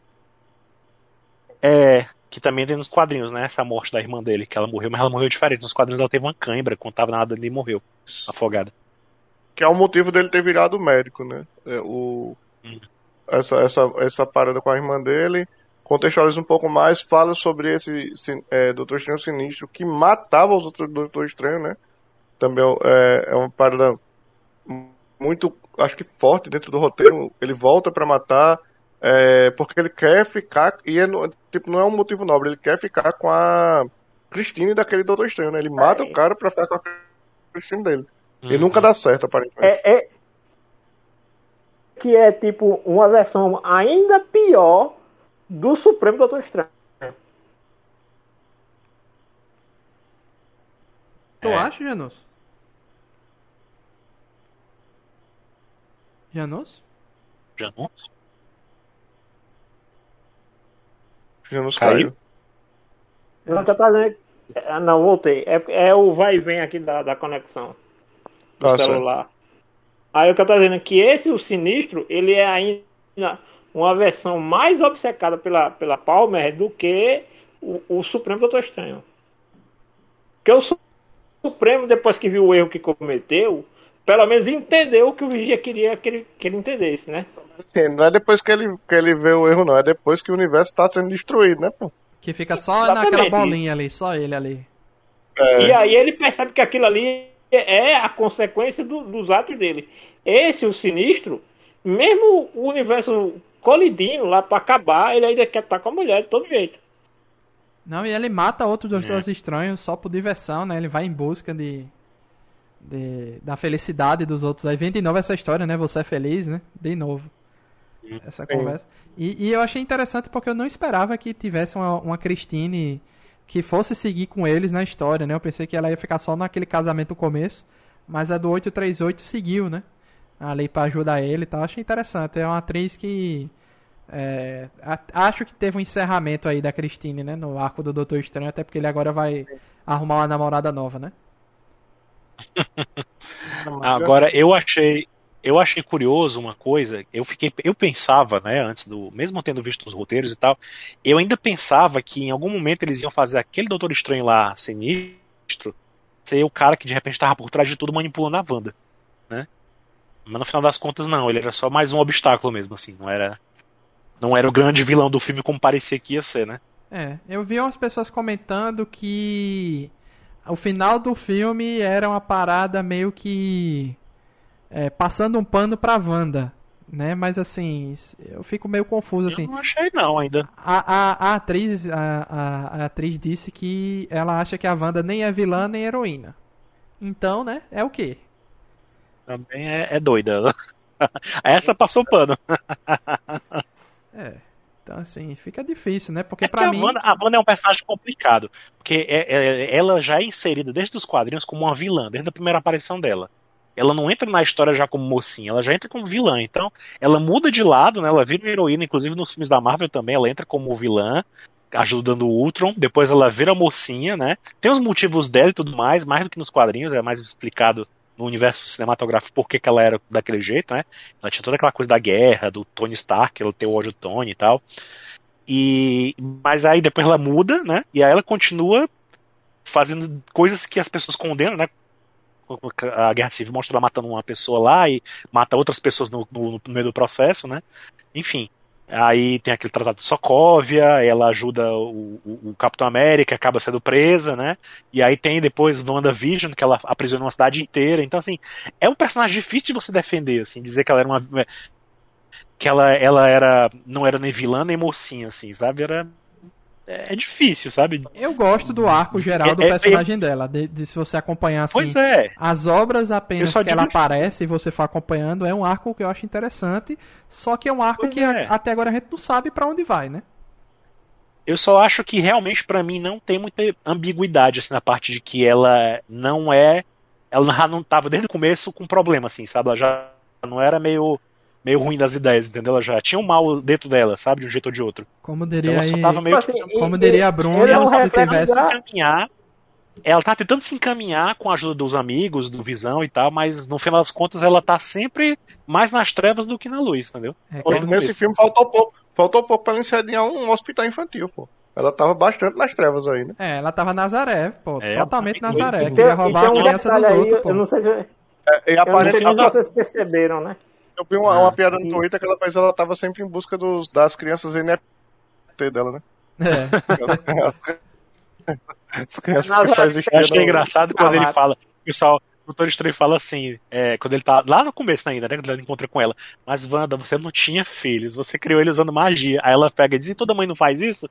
[SPEAKER 4] É. Que também tem nos quadrinhos, né? Essa morte da irmã dele, que ela morreu, mas ela morreu diferente. Nos quadrinhos ela teve uma cãibra, quando tava nada e morreu. Afogada.
[SPEAKER 3] Que é o motivo dele ter virado médico, né? É, o,
[SPEAKER 4] Hum.
[SPEAKER 3] essa, essa, essa parada com a irmã dele contextualiza um pouco mais, fala sobre esse sin- é, Doutor Estranho Sinistro que matava os outros Doutor Estranho, né? Também é, é uma parada muito, acho que forte dentro do roteiro. Ele volta pra matar é, porque ele quer ficar, e é, no- tipo, não é um motivo nobre, ele quer ficar com a Christine daquele Doutor Estranho, né? Ele mata
[SPEAKER 2] É.
[SPEAKER 3] o cara pra ficar com a Christine dele. E
[SPEAKER 4] Uhum.
[SPEAKER 3] nunca dá certo, aparentemente.
[SPEAKER 2] É, é- que é tipo uma versão ainda pior do Supremo Doutor Estranho.
[SPEAKER 1] Tu
[SPEAKER 4] É.
[SPEAKER 1] acha, Janus? Janus?
[SPEAKER 4] Já não?
[SPEAKER 3] Já nos
[SPEAKER 4] Caiu.
[SPEAKER 3] caiu.
[SPEAKER 2] Não, que eu tava dizendo- ah, não, voltei. É, é o vai e vem aqui da, da conexão do
[SPEAKER 3] Ah,
[SPEAKER 2] celular. Aí o que eu tô dizendo é que esse, o Sinistro, ele é ainda uma versão mais obcecada pela, pela Palmer do que o, o Supremo Doutor Estranho. Porque o Su- Supremo, depois que viu o erro que cometeu, pelo menos entendeu o que o Vigia queria que ele, que ele entendesse, né?
[SPEAKER 3] Assim, não é depois que ele, que ele vê o erro, não. É depois que o universo está sendo destruído, né, pô?
[SPEAKER 1] Que fica só
[SPEAKER 2] Exatamente.
[SPEAKER 1] naquela bolinha ali, só ele ali.
[SPEAKER 3] É,
[SPEAKER 2] E aí ele percebe que aquilo ali é a consequência do- dos atos dele. Esse, o Sinistro, mesmo o universo colidindo lá pra acabar, ele ainda quer estar com a mulher de todo jeito.
[SPEAKER 1] Não, e ele mata outros
[SPEAKER 4] É.
[SPEAKER 1] doutores estranhos só por diversão, né? Ele vai em busca de, de da felicidade dos outros. Aí vem de novo essa história, né? Você é feliz, né? De novo. Essa conversa. E, e eu achei interessante porque eu não esperava que tivesse uma, uma Christine que fosse seguir com eles na história, né? Eu pensei que ela ia ficar só naquele casamento no começo, mas a do oito três oito seguiu, né? Ali pra ajudar ele e tal. Achei interessante. É uma atriz que... é, a- acho que teve um encerramento aí da Christine, né? No arco do Doutor Estranho, até porque ele agora vai arrumar uma namorada nova, né?
[SPEAKER 4] Agora, eu achei, eu achei curioso uma coisa. Eu fiquei, eu pensava, né, antes do, mesmo tendo visto os roteiros e tal, eu ainda pensava que em algum momento eles iam fazer aquele Doutor Estranho lá, Sinistro, ser o cara que de repente tava por trás de tudo manipulando a Wanda, né? Mas no final das contas, não. Ele era só mais um obstáculo mesmo, assim. Não era, não era o grande vilão do filme como parecia que ia ser, né?
[SPEAKER 1] É, eu vi umas pessoas comentando que o final do filme era uma parada meio que é, passando um pano pra Wanda, né? Mas assim, eu fico meio confuso assim.
[SPEAKER 4] Eu não achei não ainda.
[SPEAKER 1] A, a, a atriz a, a, a atriz disse que ela acha que a Wanda nem é vilã nem heroína. Então, né? É o quê?
[SPEAKER 4] Também é, é doida. Essa passou pano.
[SPEAKER 1] É. Então, assim, fica difícil, né? Porque
[SPEAKER 4] É
[SPEAKER 1] pra
[SPEAKER 4] que
[SPEAKER 1] mim.
[SPEAKER 4] a Wanda, a Wanda é um personagem complicado. Porque é, é- ela já é inserida desde os quadrinhos como uma vilã, desde a primeira aparição dela. Ela não entra na história já como mocinha, ela já entra como vilã. Então, ela muda de lado, né? Ela vira uma heroína, inclusive nos filmes da Marvel também, ela entra como vilã, ajudando o Ultron. Depois ela vira mocinha, né? Tem os motivos dela e tudo mais, mais do que nos quadrinhos, é mais explicado no universo cinematográfico por que que ela era daquele jeito, né? Ela tinha toda aquela coisa da guerra, do Tony Stark, ela tem o ódio do Tony e tal. E, mas aí depois ela muda, né? E aí ela continua fazendo coisas que as pessoas condenam, né? A Guerra Civil mostra ela matando uma pessoa lá e mata outras pessoas no, no, no meio do processo, né? Enfim. Aí tem aquele tratado de Sokovia, ela ajuda o, o, o Capitão América, acaba sendo presa, né? E aí tem depois WandaVision, que ela aprisiona uma cidade inteira. Então, assim, é um personagem difícil de você defender, assim, dizer que ela era uma. Que ela, ela era. Não era nem vilã nem mocinha, assim, sabe? Era. É, é difícil, sabe?
[SPEAKER 1] Eu gosto do arco geral do
[SPEAKER 4] É- é-
[SPEAKER 1] personagem dela. De, de se você acompanhar assim.
[SPEAKER 4] Pois é.
[SPEAKER 1] As obras
[SPEAKER 4] Eu
[SPEAKER 1] apenas
[SPEAKER 4] só
[SPEAKER 1] que ela
[SPEAKER 4] digo isso.
[SPEAKER 1] aparece e você for acompanhando é um arco que eu acho interessante. Só que é um arco
[SPEAKER 4] Pois
[SPEAKER 1] que
[SPEAKER 4] é.
[SPEAKER 1] a- até agora a gente não sabe pra onde vai, né?
[SPEAKER 4] Eu só acho que realmente pra mim não tem muita ambiguidade assim na parte de que ela não é, ela já não tava desde o começo com problema assim, sabe? Ela já não era meio meio ruim das ideias, entendeu? Ela já tinha um mal dentro dela, sabe, de um jeito ou de outro.
[SPEAKER 1] Como
[SPEAKER 4] Então
[SPEAKER 1] diria
[SPEAKER 4] ela só
[SPEAKER 1] aí,
[SPEAKER 4] tava meio
[SPEAKER 2] Tipo
[SPEAKER 4] que
[SPEAKER 2] assim,
[SPEAKER 1] como
[SPEAKER 2] e-
[SPEAKER 1] diria a
[SPEAKER 2] e-
[SPEAKER 1] Bruna,
[SPEAKER 2] ele é um
[SPEAKER 1] se
[SPEAKER 2] reflexo
[SPEAKER 1] tivesse
[SPEAKER 2] da-
[SPEAKER 4] encaminhar. Ela tá tentando se encaminhar com a ajuda dos amigos, do Visão e tal, mas no final das contas ela tá sempre mais nas trevas do que na luz, entendeu?
[SPEAKER 1] é,
[SPEAKER 3] Pô,
[SPEAKER 1] que-
[SPEAKER 3] nesse filme faltou pouco, faltou pouco pra ela encedinhar um hospital infantil, pô. Ela tava bastante nas trevas aí, né?
[SPEAKER 1] é, ela tava Nazaré, pô,
[SPEAKER 4] É,
[SPEAKER 1] totalmente
[SPEAKER 4] ela-
[SPEAKER 1] Nazaré,
[SPEAKER 2] E tem,
[SPEAKER 1] queria
[SPEAKER 2] e
[SPEAKER 1] roubar
[SPEAKER 2] tem
[SPEAKER 1] a
[SPEAKER 2] um
[SPEAKER 1] criança
[SPEAKER 2] detalhe
[SPEAKER 1] dos
[SPEAKER 2] aí,
[SPEAKER 1] outros, pô.
[SPEAKER 2] eu não sei se, eu
[SPEAKER 3] É, e
[SPEAKER 2] não sei
[SPEAKER 3] aparece,
[SPEAKER 2] se vocês perceberam, né?
[SPEAKER 3] eu vi uma, uma
[SPEAKER 1] Ah.
[SPEAKER 3] piada no
[SPEAKER 2] E-
[SPEAKER 3] Twitter que ela fez, ela tava sempre em busca dos, das crianças N F T dela, né?
[SPEAKER 1] É.
[SPEAKER 3] As, as- as crianças
[SPEAKER 2] Nas-
[SPEAKER 3] que só
[SPEAKER 4] Eu
[SPEAKER 3] existiam
[SPEAKER 4] achei
[SPEAKER 3] no-
[SPEAKER 4] engraçado quando ele
[SPEAKER 2] Amado.
[SPEAKER 4] fala, o pessoal, o Doutor Estranho fala assim, é, quando ele tá lá no começo ainda, né, quando ele encontra com ela, mas Wanda, você não tinha filhos, você criou ele usando magia. Aí ela pega e diz, e toda mãe não faz isso?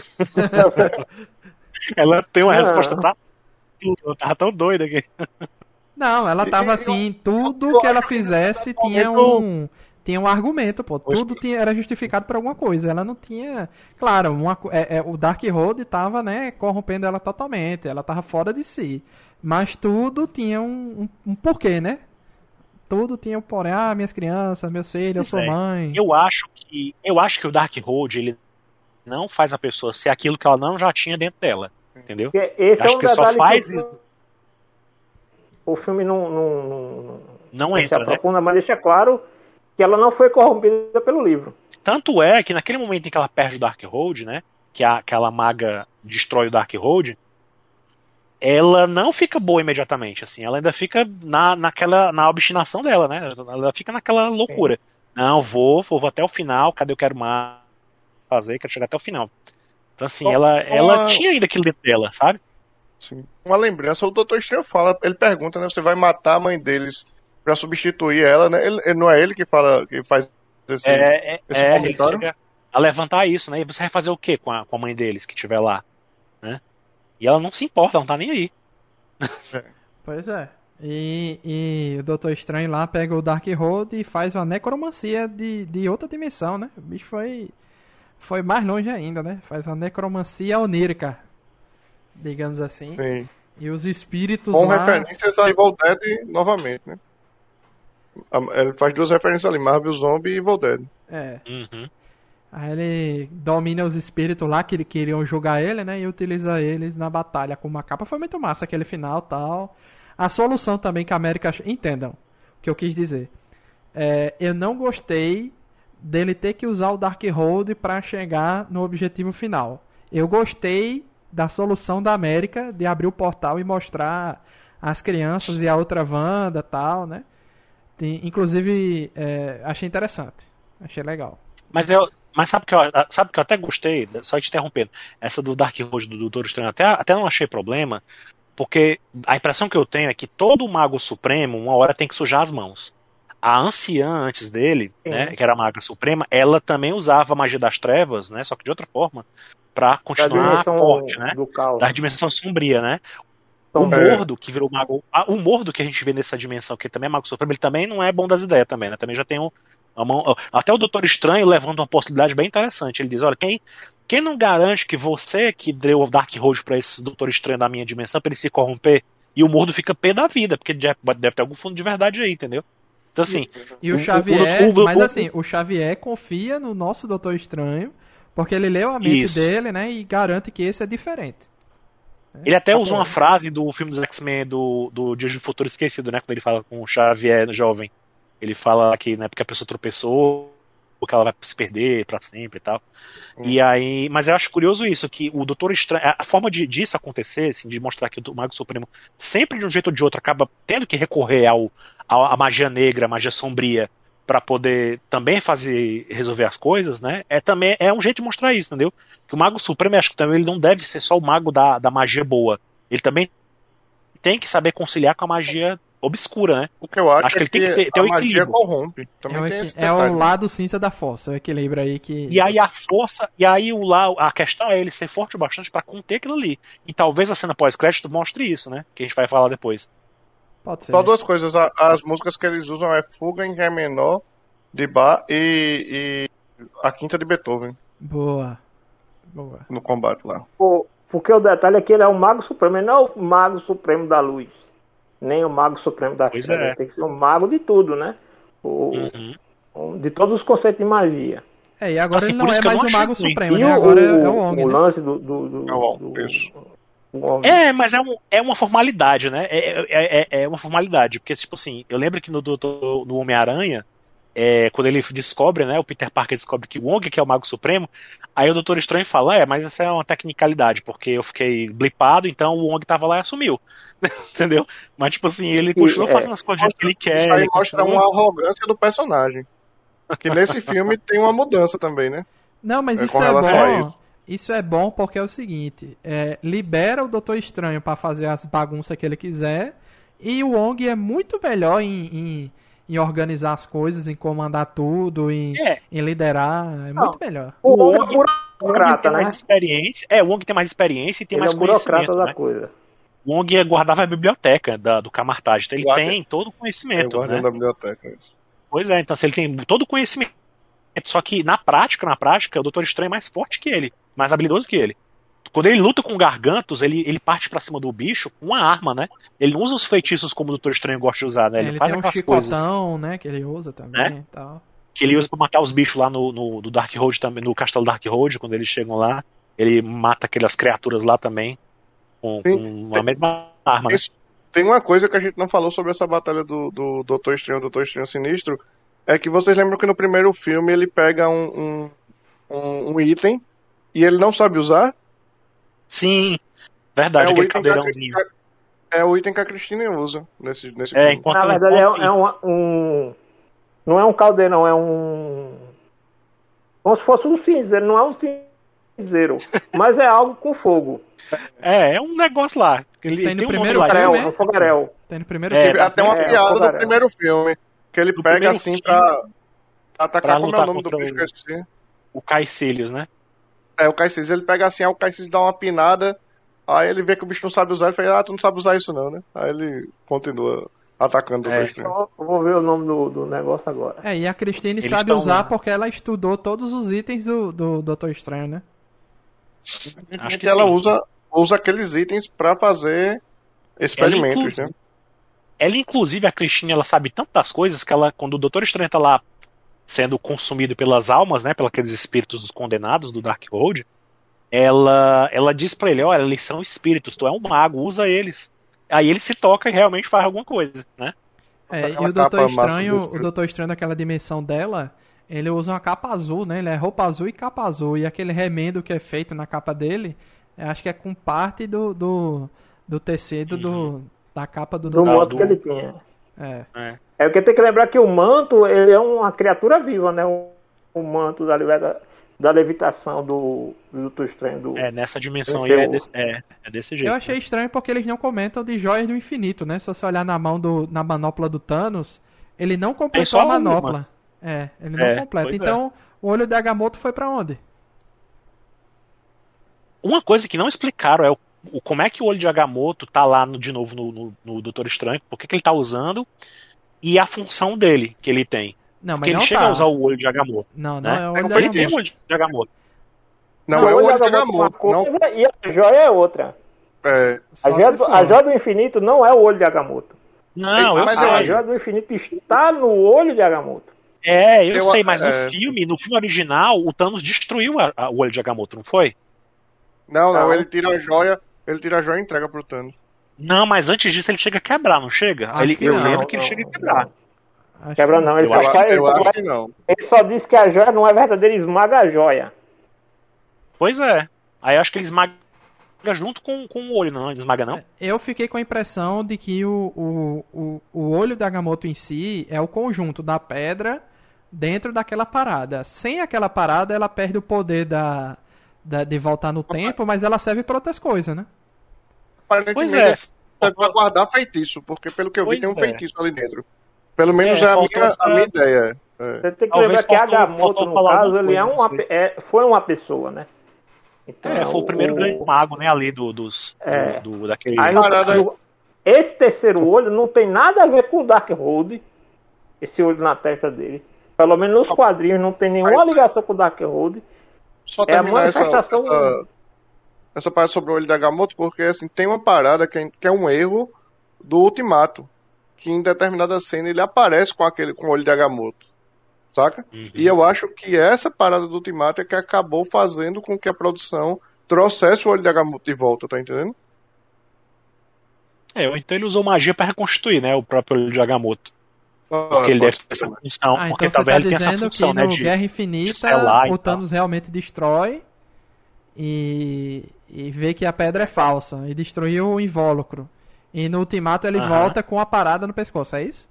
[SPEAKER 4] Ela tem uma
[SPEAKER 2] Não.
[SPEAKER 4] resposta pra tudo, ela tava tão doida que...
[SPEAKER 1] Não, ela tava
[SPEAKER 3] E- e-
[SPEAKER 1] assim, tudo
[SPEAKER 3] eu
[SPEAKER 1] que ela
[SPEAKER 3] acho que
[SPEAKER 1] fizesse
[SPEAKER 3] nesse
[SPEAKER 1] tinha
[SPEAKER 3] momento-
[SPEAKER 1] um tinha um argumento, pô.
[SPEAKER 3] Pois
[SPEAKER 1] Tudo tinha, era justificado por alguma coisa. Ela não tinha, claro, uma, co- é, é, o Darkhold tava, né, corrompendo ela totalmente. Ela tava fora de si. Mas tudo tinha um, um, um porquê, né? Tudo tinha um porém. Ah, minhas crianças, meus filhos, eu
[SPEAKER 4] Pois
[SPEAKER 1] sou
[SPEAKER 4] é.
[SPEAKER 1] mãe.
[SPEAKER 4] Eu acho que eu acho que o Darkhold, ele não faz a pessoa ser aquilo que ela não já tinha dentro dela, entendeu?
[SPEAKER 2] Porque esse
[SPEAKER 4] Acho
[SPEAKER 2] é um
[SPEAKER 4] que só
[SPEAKER 2] detalhe
[SPEAKER 4] faz
[SPEAKER 2] que
[SPEAKER 4] isso.
[SPEAKER 2] o, o filme não, não, não,
[SPEAKER 4] Não
[SPEAKER 2] não se
[SPEAKER 4] entra, né?
[SPEAKER 2] aprofunda, mas deixa claro que ela não foi corrompida pelo livro.
[SPEAKER 4] Tanto é que naquele momento em que ela perde o Darkhold, né? Que a, aquela maga destrói o Darkhold, ela não fica boa imediatamente, assim. Ela ainda fica na, naquela, na obstinação dela, né? Ela fica naquela loucura. Não, vou, vou, vou até o final. Cadê eu quero mais fazer? Quero chegar até o final. Então, assim,
[SPEAKER 3] Só-
[SPEAKER 4] ela,
[SPEAKER 3] só
[SPEAKER 4] ela
[SPEAKER 3] uma-
[SPEAKER 4] tinha ainda aquilo dentro dela, sabe?
[SPEAKER 3] Sim. Uma lembrança, o Doutor Estranho fala, ele pergunta, né? Você vai matar a mãe deles pra substituir ela, né? Ele, ele- não é ele que fala, que faz esse,
[SPEAKER 4] É, é,
[SPEAKER 3] esse
[SPEAKER 4] é ele
[SPEAKER 3] comentário?
[SPEAKER 4] chega a levantar isso, né? E você vai fazer o quê com a, com a mãe deles que estiver lá, né? E ela não se importa, ela não tá nem aí.
[SPEAKER 1] Pois é. E, e o Doutor Estranho lá pega o Darkhold e faz uma necromancia de, de outra dimensão, né? O bicho foi, foi mais longe ainda, né? Faz uma necromancia onírica, digamos assim.
[SPEAKER 3] Sim.
[SPEAKER 1] E os espíritos
[SPEAKER 3] Com
[SPEAKER 1] lá...
[SPEAKER 3] referências a Evil Dead novamente, né? A- Ele faz duas referências ali, Marvel Zombie e Evil Dead.
[SPEAKER 1] É.
[SPEAKER 4] Uhum.
[SPEAKER 1] Aí ele domina os espíritos lá que ele queriam julgar ele, né? E utiliza eles na batalha com uma capa. Foi muito massa aquele final e tal. A solução também que a América... Entendam o que eu quis dizer. É, eu não gostei dele ter que usar o Darkhold pra chegar no objetivo final. Eu gostei da solução da América de abrir o portal e mostrar as crianças e a outra Wanda e tal, né? Tem, inclusive, é, achei interessante. Achei legal.
[SPEAKER 4] Mas, eu, mas sabe que eu, sabe que eu até gostei, só te interrompendo, essa do Dark Road do Doutor Estranho, até, até não achei problema, porque a impressão que eu tenho é que todo Mago Supremo, uma hora tem que sujar as mãos. A anciã antes dele, né, que era a Maga Suprema, ela também usava a magia das trevas, né, só que de outra forma, pra continuar forte, né, da dimensão sombria, né. O Mordo, que virou Mago, o Mordo que a gente vê nessa dimensão, que também é Mago Supremo, ele também não é bom das ideias também, né, também já tem um, uma, até o Doutor Estranho levanta uma possibilidade bem interessante, ele diz, olha, quem, quem não garante que você que deu o Dark Road pra esse Doutor Estranho da minha dimensão, pra ele se corromper, e o Mordo fica pé da vida, porque deve, deve ter algum fundo de verdade aí, entendeu? Então, assim,
[SPEAKER 1] e o, o Xavier, o, o, o, mas assim, o Xavier confia no nosso Doutor Estranho, porque ele leu a mente isso. dele, né, e garante que esse é diferente.
[SPEAKER 4] Ele até tá usa bom. uma frase do filme dos X-Men do, do Dias do Futuro Esquecido, né, quando ele fala com o Xavier jovem. Ele fala que, né, porque a pessoa tropeçou, porque ela vai se perder pra sempre e tal. Hum. E aí, mas eu acho curioso isso, que o Doutor Estranho, a forma de, disso acontecer, assim, de mostrar que o Mago Supremo sempre de um jeito ou de outro acaba tendo que recorrer ao, ao a magia negra, a magia sombria, pra poder também fazer, resolver as coisas, né, é também, é um jeito de mostrar isso, entendeu? Que o Mago Supremo, eu acho que também ele não deve ser só o mago da, da magia boa, ele também tem que saber conciliar com a magia obscura, né?
[SPEAKER 3] O que eu acho,
[SPEAKER 4] acho que
[SPEAKER 3] é
[SPEAKER 4] ele tem que ter, ter
[SPEAKER 3] a
[SPEAKER 4] um
[SPEAKER 3] magia
[SPEAKER 4] equilíbrio.
[SPEAKER 3] corrompe. Também
[SPEAKER 1] é o,
[SPEAKER 3] tem esse
[SPEAKER 1] é o lado cinza da força, o equilíbrio aí que...
[SPEAKER 4] E aí a força, e aí o lá, a questão é ele ser forte o bastante pra conter aquilo ali. E talvez a cena pós-crédito mostre isso, né? Que a gente vai falar depois.
[SPEAKER 1] Pode ser.
[SPEAKER 3] Só duas coisas, as músicas que eles usam é Fuga em Ré menor, de Bach, e, e a quinta de Beethoven.
[SPEAKER 1] Boa. Boa.
[SPEAKER 3] No combate lá.
[SPEAKER 2] Porque o detalhe é que ele é o Mago Supremo, ele não é o Mago Supremo da Luz. Nem o Mago Supremo da
[SPEAKER 4] Treva.
[SPEAKER 2] É. Tem que ser o mago de tudo, né? O, uhum. De todos os conceitos de magia.
[SPEAKER 1] É, e agora
[SPEAKER 4] assim,
[SPEAKER 1] ele não é mais o Mago
[SPEAKER 2] ruim.
[SPEAKER 1] Supremo,
[SPEAKER 2] e
[SPEAKER 1] né?
[SPEAKER 2] O,
[SPEAKER 1] agora é, é o Wong.
[SPEAKER 2] O
[SPEAKER 1] né?
[SPEAKER 2] lance do... do, do,
[SPEAKER 3] é o Wong,
[SPEAKER 2] do,
[SPEAKER 3] isso.
[SPEAKER 2] do
[SPEAKER 4] é, mas é, um, é uma formalidade, né? É, é, é, é uma formalidade. Porque, tipo assim, eu lembro que no, no Homem-Aranha, é, quando ele descobre, né? O Peter Parker descobre que o Wong que é o Mago Supremo, aí o Doutor Estranho fala, é, mas essa é uma tecnicalidade, porque eu fiquei blipado, então o Wong tava lá e assumiu. Entendeu? Mas, tipo assim, ele continua
[SPEAKER 2] é,
[SPEAKER 4] fazendo as coisas que ele quer.
[SPEAKER 3] Isso aí
[SPEAKER 4] ele
[SPEAKER 3] mostra
[SPEAKER 4] continua...
[SPEAKER 3] uma arrogância do personagem. Que nesse filme tem uma mudança também, né?
[SPEAKER 1] Não, mas
[SPEAKER 3] é,
[SPEAKER 1] isso é bom. Isso. isso é bom porque é o seguinte: é, libera o Doutor Estranho pra fazer as bagunças que ele quiser. E o Wong é muito melhor em, em, em organizar as coisas, em comandar tudo, em,
[SPEAKER 4] é.
[SPEAKER 1] em liderar. É
[SPEAKER 2] Não,
[SPEAKER 1] muito melhor.
[SPEAKER 2] O Wong é burocrata,
[SPEAKER 4] tem
[SPEAKER 2] né?
[SPEAKER 4] mais experiência. É, o Wong tem mais experiência e tem
[SPEAKER 2] ele
[SPEAKER 4] mais
[SPEAKER 2] é o burocrata
[SPEAKER 4] conhecimento.
[SPEAKER 2] da
[SPEAKER 4] né?
[SPEAKER 2] coisa.
[SPEAKER 4] O Wong guardava a biblioteca da, do Camartage, então ele
[SPEAKER 3] Guarda.
[SPEAKER 4] tem todo o conhecimento.
[SPEAKER 3] É,
[SPEAKER 4] né?
[SPEAKER 3] da biblioteca, isso.
[SPEAKER 4] Pois é, então se ele tem todo o conhecimento, só que na prática, na prática, o Doutor Estranho é mais forte que ele, mais habilidoso que ele. Quando ele luta com o Gargantos, ele, ele parte pra cima do bicho com uma arma, né? Ele não usa os feitiços como o Doutor Estranho gosta de usar, né? Ele,
[SPEAKER 1] é, ele
[SPEAKER 4] faz
[SPEAKER 1] tem um
[SPEAKER 4] aquelas
[SPEAKER 1] chicotão,
[SPEAKER 4] coisas,
[SPEAKER 1] né? Que ele usa também
[SPEAKER 4] né?
[SPEAKER 1] e tal.
[SPEAKER 4] Que ele usa pra matar os bichos lá no, no, no Dark Road também, no Castelo Dark Road, quando eles chegam lá. Ele mata aquelas criaturas lá também com, com a mesma arma, né?
[SPEAKER 3] Tem uma coisa que a gente não falou sobre essa batalha do, do Doutor Estranho, Doutor Estranho Sinistro, é que vocês lembram que no primeiro filme ele pega um, um, um, um item e ele não sabe usar?
[SPEAKER 4] Sim, verdade,
[SPEAKER 3] é
[SPEAKER 4] aquele
[SPEAKER 3] o
[SPEAKER 4] caldeirãozinho.
[SPEAKER 3] É o item que a Cristina usa nesse, nesse
[SPEAKER 4] é,
[SPEAKER 3] filme.
[SPEAKER 4] enquanto
[SPEAKER 2] Na verdade é, é um, um... Não é um caldeirão, é um... Como se fosse um cinzeiro, não é um cinzeiro, mas é algo com fogo.
[SPEAKER 4] É, é um negócio lá. Ele
[SPEAKER 1] tem,
[SPEAKER 4] tem
[SPEAKER 1] no
[SPEAKER 4] um
[SPEAKER 1] primeiro
[SPEAKER 4] nome lá.
[SPEAKER 2] Fogarel,
[SPEAKER 1] filme,
[SPEAKER 2] é um fogarel.
[SPEAKER 1] Tem no primeiro
[SPEAKER 4] É,
[SPEAKER 1] filme.
[SPEAKER 3] Até uma
[SPEAKER 2] É,
[SPEAKER 3] piada do
[SPEAKER 2] fogarel.
[SPEAKER 3] primeiro filme, que ele
[SPEAKER 4] Do
[SPEAKER 3] pega
[SPEAKER 4] primeiro
[SPEAKER 3] assim
[SPEAKER 4] filme,
[SPEAKER 3] pra atacar,
[SPEAKER 4] pra
[SPEAKER 3] como é
[SPEAKER 4] lutar
[SPEAKER 3] o nome do
[SPEAKER 4] contra
[SPEAKER 3] bicho
[SPEAKER 4] o-
[SPEAKER 3] que eu esqueci?
[SPEAKER 4] O Caecilius, né?
[SPEAKER 3] É, o Caecilius, ele pega assim, aí o Caecilius dá uma pinada, aí ele vê que o bicho não sabe usar, ele fala, ah, tu não sabe usar isso não, né? Aí ele continua atacando o
[SPEAKER 4] É.
[SPEAKER 3] Doutor Estranho.
[SPEAKER 2] Eu vou ver o nome do, do negócio agora.
[SPEAKER 1] É, e a Christine
[SPEAKER 4] Eles
[SPEAKER 1] sabe
[SPEAKER 4] tão-
[SPEAKER 1] usar porque ela estudou todos os itens do, do Doutor Estranho, né?
[SPEAKER 4] Acho que
[SPEAKER 3] ela
[SPEAKER 4] sim.
[SPEAKER 3] usa, usa aqueles itens pra fazer experimentos,
[SPEAKER 4] inclusive-
[SPEAKER 3] né?
[SPEAKER 4] Ela, inclusive, a Christine, ela sabe tanto das coisas que ela, quando o Doutor Estranho tá lá sendo consumido pelas almas, né, pelos aqueles espíritos dos condenados do Dark Road, ela, ela diz pra ele, olha, eles são espíritos, tu é um mago, usa eles. Aí ele se toca e realmente faz alguma coisa, né?
[SPEAKER 1] É,
[SPEAKER 3] Usa
[SPEAKER 1] e
[SPEAKER 3] aquela
[SPEAKER 1] o Doutor
[SPEAKER 3] capa massa
[SPEAKER 1] Estranho,
[SPEAKER 3] do-
[SPEAKER 1] o Doutor Estranho daquela dimensão dela, ele usa uma capa azul, né? Ele é roupa azul e capa azul. E aquele remendo que é feito na capa dele, eu acho que é com parte do, do, do tecido do, da capa do
[SPEAKER 2] Do
[SPEAKER 1] Doutor
[SPEAKER 2] modo
[SPEAKER 4] do-
[SPEAKER 2] que ele tinha.
[SPEAKER 1] É.
[SPEAKER 4] É.
[SPEAKER 2] É porque tem que lembrar que o manto, ele é uma criatura viva, né? O, o manto da, da, da levitação do, do Doutor Estranho. Do,
[SPEAKER 4] é, nessa dimensão aí é desse, é, é desse jeito.
[SPEAKER 1] Eu achei
[SPEAKER 4] né?
[SPEAKER 1] estranho porque eles não comentam de joias do infinito, né? Se você olhar na mão do, na manopla do Thanos, ele não completou a manopla. Uma. É, ele não
[SPEAKER 4] é,
[SPEAKER 1] completa. Então, é. o olho de Agamotto foi pra onde?
[SPEAKER 4] Uma coisa que não explicaram é o, o, como é que o olho de Agamotto tá lá no, de novo no, no, no Doutor Estranho, por que, que ele tá usando e a função dele que ele tem.
[SPEAKER 1] Não,
[SPEAKER 4] Porque
[SPEAKER 1] mas
[SPEAKER 4] ele
[SPEAKER 1] não
[SPEAKER 4] chega
[SPEAKER 1] tá.
[SPEAKER 4] a usar o olho de Agamotto.
[SPEAKER 1] Não, não
[SPEAKER 4] né?
[SPEAKER 1] é o olho
[SPEAKER 4] ele
[SPEAKER 1] de Agamotto.
[SPEAKER 4] tem o olho de Agamotto.
[SPEAKER 3] Não, não, é o olho de Agamotto. Não...
[SPEAKER 2] E a joia é outra.
[SPEAKER 3] É.
[SPEAKER 2] A, joia do, a joia do infinito não é o olho de Agamotto.
[SPEAKER 4] Não,
[SPEAKER 2] eu
[SPEAKER 4] mas
[SPEAKER 2] sei. A joia do infinito está no olho de Agamotto.
[SPEAKER 4] É, eu, eu sei, mas
[SPEAKER 3] é...
[SPEAKER 4] no filme, no filme original, o Thanos destruiu a, a, o olho de Agamotto, não foi?
[SPEAKER 3] Não, não, não, ele tira a joia, ele tira a joia e entrega pro Thanos.
[SPEAKER 4] Não, mas antes disso ele chega a quebrar, não chega? Ele, eu
[SPEAKER 2] não,
[SPEAKER 4] lembro
[SPEAKER 2] não,
[SPEAKER 4] que ele
[SPEAKER 2] não,
[SPEAKER 4] chega a quebrar.
[SPEAKER 2] Não. Quebra não, ele
[SPEAKER 3] eu
[SPEAKER 2] só
[SPEAKER 3] acho,
[SPEAKER 2] faz,
[SPEAKER 3] eu
[SPEAKER 2] ele
[SPEAKER 3] acho
[SPEAKER 2] só,
[SPEAKER 3] que não.
[SPEAKER 2] Ele só diz que a joia não é verdadeira, ele esmaga a joia.
[SPEAKER 4] Pois é. Aí eu acho que ele esmaga junto com, com o olho, não? Ele esmaga não?
[SPEAKER 1] Eu fiquei com a impressão de que o, o, o, o olho da Agamotto em si é o conjunto da pedra dentro daquela parada. Sem aquela parada, ela perde o poder da, da, de voltar no tempo, mas ela serve para outras coisas, né?
[SPEAKER 3] Pois é. Serve pra guardar feitiço, porque pelo que eu vi
[SPEAKER 4] pois
[SPEAKER 3] tem um
[SPEAKER 4] é.
[SPEAKER 3] feitiço ali dentro. Pelo menos é, é a, minha, essa... a minha ideia. É.
[SPEAKER 2] Você tem que lembrar que Agamotto, no caso, ele é uma, é, foi uma pessoa, né?
[SPEAKER 4] Então, é, foi o primeiro o... grande mago, né, ali do, dos,
[SPEAKER 2] é.
[SPEAKER 4] do, do, daquele...
[SPEAKER 2] Aí, no caso, esse terceiro olho não tem nada a ver com o Darkhold, esse olho na testa dele. Pelo menos nos quadrinhos não tem nenhuma ligação com o Darkhold.
[SPEAKER 3] Só é terminar essa, essa, essa parada sobre o olho da Agamotto, porque assim, tem uma parada que é, que é um erro do Ultimato, que em determinada cena ele aparece com, aquele, com o olho de Agamotto, saca? Uhum. E eu acho que essa parada do Ultimato é que acabou fazendo com que a produção trouxesse o olho de Agamotto de volta, tá entendendo?
[SPEAKER 4] É, então ele usou magia pra reconstituir, né, o próprio olho de Agamotto. Ah, porque ele deve ter essa função,
[SPEAKER 1] ah,
[SPEAKER 4] porque
[SPEAKER 1] então
[SPEAKER 4] talvez
[SPEAKER 1] tá
[SPEAKER 4] ele tenha essa função,
[SPEAKER 1] que no
[SPEAKER 4] né, de
[SPEAKER 1] Guerra Infinita,
[SPEAKER 4] de selar
[SPEAKER 1] o Thanos realmente destrói e, e vê que a pedra é falsa e destruiu o invólucro. E no Ultimato ele uhum. volta com a parada no pescoço, é isso?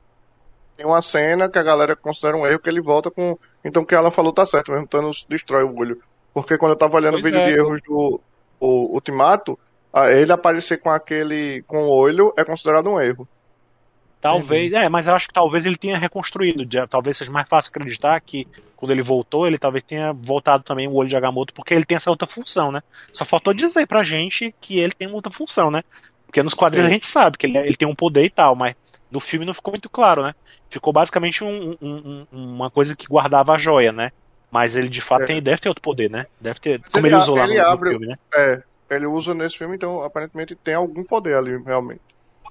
[SPEAKER 3] Tem uma cena que a galera considera um erro que ele volta com... Então o que ela falou tá certo, mesmo Thanos destrói o olho. Porque quando eu tava olhando pois o vídeo é. de erros do o Ultimato, ele aparecer com aquele... com o olho é considerado um erro.
[SPEAKER 4] Talvez, é, mas eu acho que talvez ele tenha reconstruído. Talvez seja mais fácil acreditar que quando ele voltou, ele talvez tenha voltado também o olho de Agamotto, porque ele tem essa outra função, né? Só faltou dizer pra gente que ele tem outra função, né? Porque nos quadrinhos Sim. a gente sabe que ele, ele tem um poder e tal, mas no filme não ficou muito claro, né? Ficou basicamente um, um, um, uma coisa que guardava a joia, né? Mas ele de fato é. tem, deve ter outro poder, né? Deve ter. Como ele, ele usou lá
[SPEAKER 3] ele
[SPEAKER 4] no,
[SPEAKER 3] abre,
[SPEAKER 4] no filme, né?
[SPEAKER 3] É, ele usa nesse filme, então aparentemente tem algum poder ali, realmente.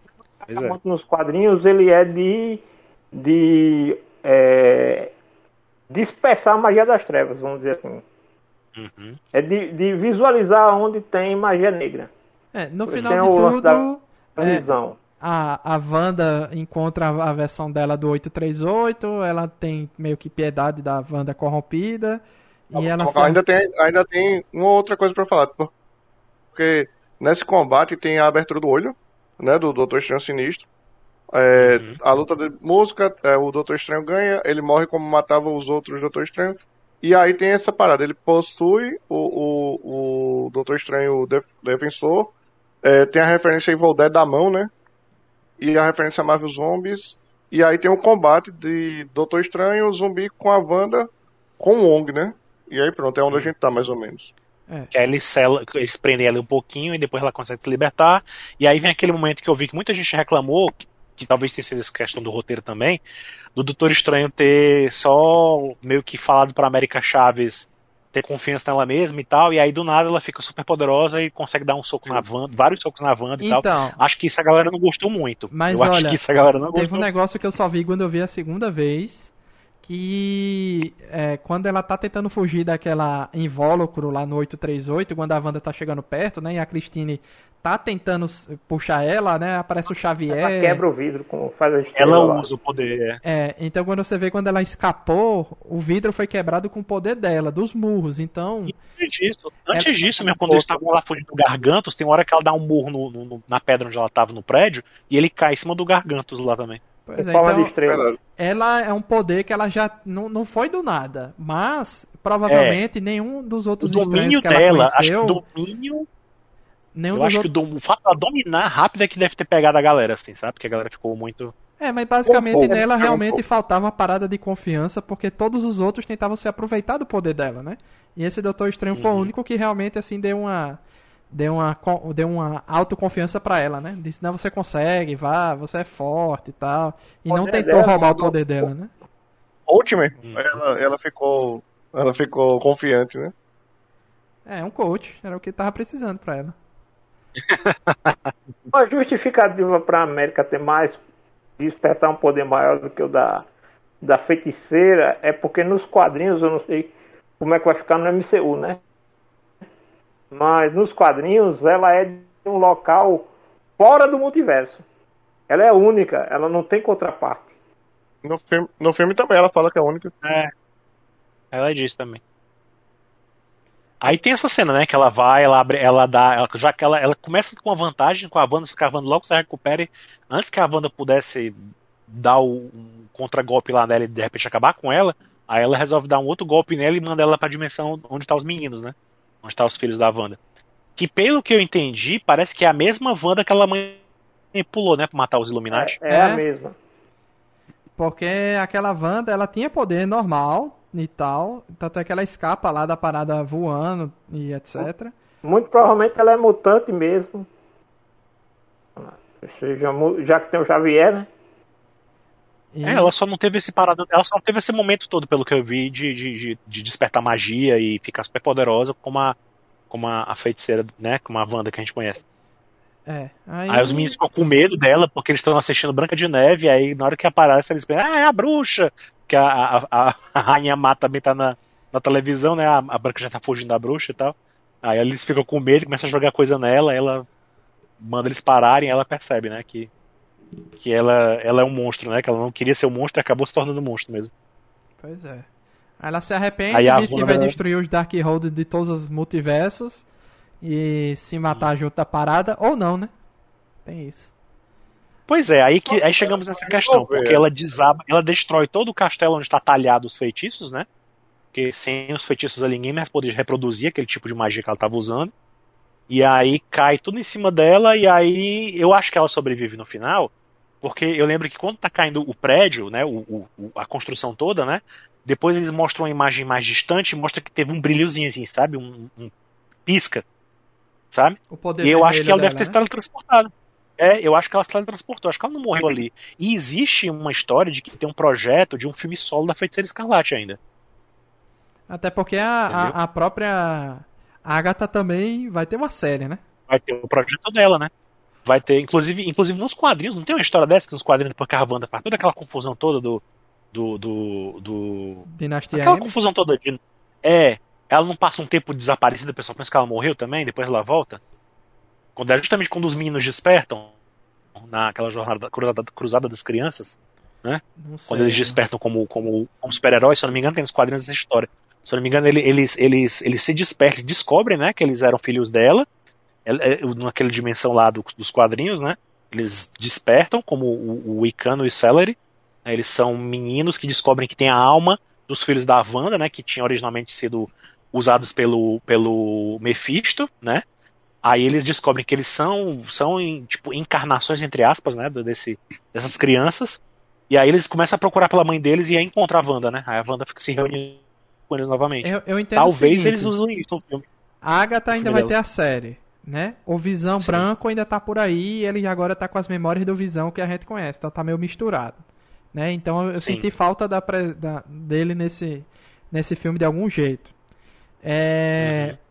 [SPEAKER 2] É. Nos quadrinhos ele é de de é, dispersar a magia das trevas, vamos dizer assim.
[SPEAKER 4] Uhum.
[SPEAKER 2] É de, de visualizar onde tem magia negra.
[SPEAKER 1] É, no final de tudo,
[SPEAKER 2] da visão.
[SPEAKER 1] É, a, a Wanda encontra a versão dela do oito três oito, ela tem meio que piedade da Wanda corrompida. E ela
[SPEAKER 3] não, ainda, tem, ainda tem uma outra coisa pra falar, porque nesse combate tem a abertura do olho, né, do Doutor Estranho Sinistro. É, uhum. A luta de música, é, o Doutor Estranho ganha, ele morre como matava os outros Doutor Estranho. E aí tem essa parada, ele possui o, o, o Doutor Estranho def, Defensor, é, tem a referência Evil Dead da mão, né? E a referência a Marvel Zombies. E aí tem o combate de Doutor Estranho, zumbi com a Wanda, com o Wong, né? E aí pronto, é onde a gente tá mais ou menos.
[SPEAKER 4] É. Que aí eles, sela, eles prendem ela um pouquinho e depois ela consegue se libertar. E aí vem aquele momento que eu vi que muita gente reclamou, que, que talvez tenha sido essa questão do roteiro também, do Doutor Estranho ter só meio que falado pra América Chaves ter confiança nela mesma e tal, e aí do nada ela fica super poderosa e consegue dar um soco Sim. na Wanda, vários socos na Wanda e
[SPEAKER 1] então,
[SPEAKER 4] tal. Acho que isso a galera não gostou muito.
[SPEAKER 1] Mas
[SPEAKER 4] eu
[SPEAKER 1] olha,
[SPEAKER 4] acho que isso a galera não
[SPEAKER 1] teve
[SPEAKER 4] gostou.
[SPEAKER 1] um negócio que eu só vi quando eu vi a segunda vez, que é, quando ela tá tentando fugir daquela invólucro lá no oito três oito, quando a Wanda tá chegando perto, né, e a Christine tá tentando puxar ela, né, aparece o Xavier.
[SPEAKER 2] Ela quebra o vidro, com, faz a
[SPEAKER 4] Ela
[SPEAKER 2] lá.
[SPEAKER 4] usa o poder.
[SPEAKER 1] É, então quando você vê quando ela escapou, o vidro foi quebrado com o poder dela, dos murros, então...
[SPEAKER 4] E antes disso, antes ela... disso mesmo, quando eles estavam lá fugindo do Gargantos, tem uma hora que ela dá um murro no, no, na pedra onde ela tava no prédio, e ele cai em cima do Gargantos lá também.
[SPEAKER 1] Pois
[SPEAKER 2] em
[SPEAKER 1] é,
[SPEAKER 2] forma de
[SPEAKER 1] então,
[SPEAKER 2] estrela.
[SPEAKER 3] Verdade.
[SPEAKER 1] ela é um poder que ela já não, não foi do nada, mas provavelmente nenhum dos
[SPEAKER 4] O
[SPEAKER 1] outros estranhos
[SPEAKER 4] domínio
[SPEAKER 1] que ela
[SPEAKER 4] dela, acho que
[SPEAKER 1] conheceu,
[SPEAKER 4] o domínio.
[SPEAKER 1] nenhum
[SPEAKER 4] Eu
[SPEAKER 1] dos
[SPEAKER 4] acho que o,
[SPEAKER 1] outros...
[SPEAKER 4] dom- o fato dela dominar rápido é que deve ter pegado a galera, assim, sabe? Porque a galera ficou muito.
[SPEAKER 1] É, mas basicamente
[SPEAKER 3] Um pouco,
[SPEAKER 1] nela
[SPEAKER 3] um
[SPEAKER 1] realmente
[SPEAKER 3] pouco.
[SPEAKER 1] faltava uma parada de confiança, porque todos os outros tentavam se aproveitar do poder dela, né? E esse Doutor Estranho foi o
[SPEAKER 4] Uhum.
[SPEAKER 1] único que realmente, assim, deu uma... Deu uma, co- deu uma autoconfiança pra ela, né? Disse, não, você consegue, vá, você é forte e tal. E não
[SPEAKER 2] Poder
[SPEAKER 1] tentou
[SPEAKER 2] dela,
[SPEAKER 1] roubar o
[SPEAKER 3] do-
[SPEAKER 1] poder dela, né?
[SPEAKER 3] Ultimate,
[SPEAKER 4] Hum.
[SPEAKER 3] ela, ela ficou. Ela ficou confiante, né?
[SPEAKER 1] É, um coach, era o que tava precisando pra ela.
[SPEAKER 2] Uma justificativa para a América ter mais, despertar um poder maior do que o da, da feiticeira é porque nos quadrinhos, eu não sei como é que vai ficar no M C U, né? Mas nos quadrinhos ela é de um local fora do multiverso. Ela é única, ela não tem contraparte.
[SPEAKER 3] No filme, no filme também ela fala que é a única.
[SPEAKER 4] É. Ela disse também. Aí tem essa cena, né? Que ela vai, ela abre, ela dá. Ela, já que ela, ela começa com uma vantagem com a Wanda, só que a Wanda logo se recupera. E antes que a Wanda pudesse dar o um contragolpe lá nela e de repente acabar com ela, aí ela resolve dar um outro golpe nela e manda ela pra dimensão onde tá os meninos, né? Onde tá os filhos da Wanda. Que pelo que eu entendi, parece que é a mesma Wanda que ela manipulou, né? Pra matar os Illuminati.
[SPEAKER 2] É, é
[SPEAKER 1] É.
[SPEAKER 2] a mesma.
[SPEAKER 1] Porque aquela Wanda, ela tinha poder normal e tal. Tanto é que ela escapa lá da parada voando e etcétera.
[SPEAKER 2] Muito provavelmente ela é mutante mesmo. Seja, mu- já que tem o Xavier, né?
[SPEAKER 1] E-
[SPEAKER 4] É, ela só não teve esse parado, ela só não teve esse momento todo, pelo que eu vi, de, de, de, de despertar magia e ficar super poderosa como a, como a, a feiticeira, né? Como a Wanda que a gente conhece.
[SPEAKER 1] É, aí...
[SPEAKER 4] Aí os meninos ficam com medo dela, porque eles estão assistindo Branca de Neve, aí na hora que aparece, eles pensam, ah, é a bruxa! Que a, a, a, a Rainha Má também tá na, na televisão, né? A, a Branca já tá fugindo da bruxa e tal. Aí eles ficam com medo, começam a jogar coisa nela, ela manda eles pararem, ela percebe, né? Que, que ela, ela é um monstro, né? Que ela não queria ser um monstro e acabou se tornando um monstro mesmo.
[SPEAKER 1] Pois é. Aí ela se arrepende,
[SPEAKER 4] Aí a
[SPEAKER 1] diz que
[SPEAKER 4] Wanda-
[SPEAKER 1] vai destruir os Darkhold de todos os multiversos e se matar junto da parada, ou não, né? Tem isso.
[SPEAKER 4] Pois é, aí, que, aí chegamos nessa questão,
[SPEAKER 3] resolver.
[SPEAKER 4] porque ela desaba, ela destrói todo o castelo onde está talhado os feitiços, né? Porque sem os feitiços ali ninguém mais poderia reproduzir aquele tipo de magia que ela estava usando. E aí cai tudo em cima dela, e aí eu acho que ela sobrevive no final, porque eu lembro que quando tá caindo o prédio, né? O, o, a construção toda, né? Depois eles mostram uma imagem mais distante e mostra que teve um brilhozinho assim, sabe? Um, um pisca, sabe?
[SPEAKER 1] O poder
[SPEAKER 4] E eu acho
[SPEAKER 1] vermelho
[SPEAKER 4] que ela
[SPEAKER 1] dela,
[SPEAKER 4] deve ter se
[SPEAKER 1] né?
[SPEAKER 4] teletransportado. É, eu acho que ela se teletransportou, acho que ela não morreu ali. E existe uma história de que tem um projeto de um filme solo da Feiticeira Escarlate ainda.
[SPEAKER 1] Até porque a,
[SPEAKER 4] Entendeu?
[SPEAKER 1] a, a própria Agatha também vai ter uma série, né?
[SPEAKER 4] Vai ter o projeto dela, né? Vai ter, inclusive, inclusive nos quadrinhos, não tem uma história dessa que nos quadrinhos depois que a Wanda faz toda aquela confusão toda do. do. do. do
[SPEAKER 1] Dinastia
[SPEAKER 4] aquela
[SPEAKER 1] M.
[SPEAKER 4] confusão toda de. É, ela não passa um tempo desaparecida, o pessoal pensa que ela morreu também, depois ela volta. Quando é justamente quando os meninos despertam, naquela jornada cruzada, cruzada das crianças, né?
[SPEAKER 1] Não sei.
[SPEAKER 4] Quando eles despertam como, como, como super-heróis, se eu não me engano, tem nos quadrinhos essa história. Se eu não me engano, ele- eles, eles, eles se despertam, descobrem, né, que eles eram filhos dela, é- é, naquela dimensão lá do- dos quadrinhos, né? Eles despertam como o, o Icano e o Celery. Né, eles são meninos que descobrem que tem a alma dos filhos da Wanda, né? Que tinham originalmente sido usados pelo, pelo Mephisto, né? Aí eles descobrem que eles são, são em, tipo, encarnações, entre aspas, né? Desse, dessas crianças. E aí eles começam a procurar pela mãe deles e aí encontram a Wanda, né? Aí a Wanda fica se reunindo com eles novamente.
[SPEAKER 1] Eu, eu entendo o
[SPEAKER 4] Talvez
[SPEAKER 1] seguinte,
[SPEAKER 4] eles usem isso no filme.
[SPEAKER 1] A Agatha
[SPEAKER 4] o
[SPEAKER 1] ainda
[SPEAKER 4] filme
[SPEAKER 1] vai
[SPEAKER 4] dela.
[SPEAKER 1] ter a série, né? O Visão
[SPEAKER 4] Sim.
[SPEAKER 1] Branco ainda tá por aí e ele agora tá com as memórias do Visão que a gente conhece, então tá meio misturado, né? Então eu
[SPEAKER 4] Sim.
[SPEAKER 1] senti falta da, pre- da- dele nesse, nesse filme de algum jeito. É...
[SPEAKER 4] Uhum.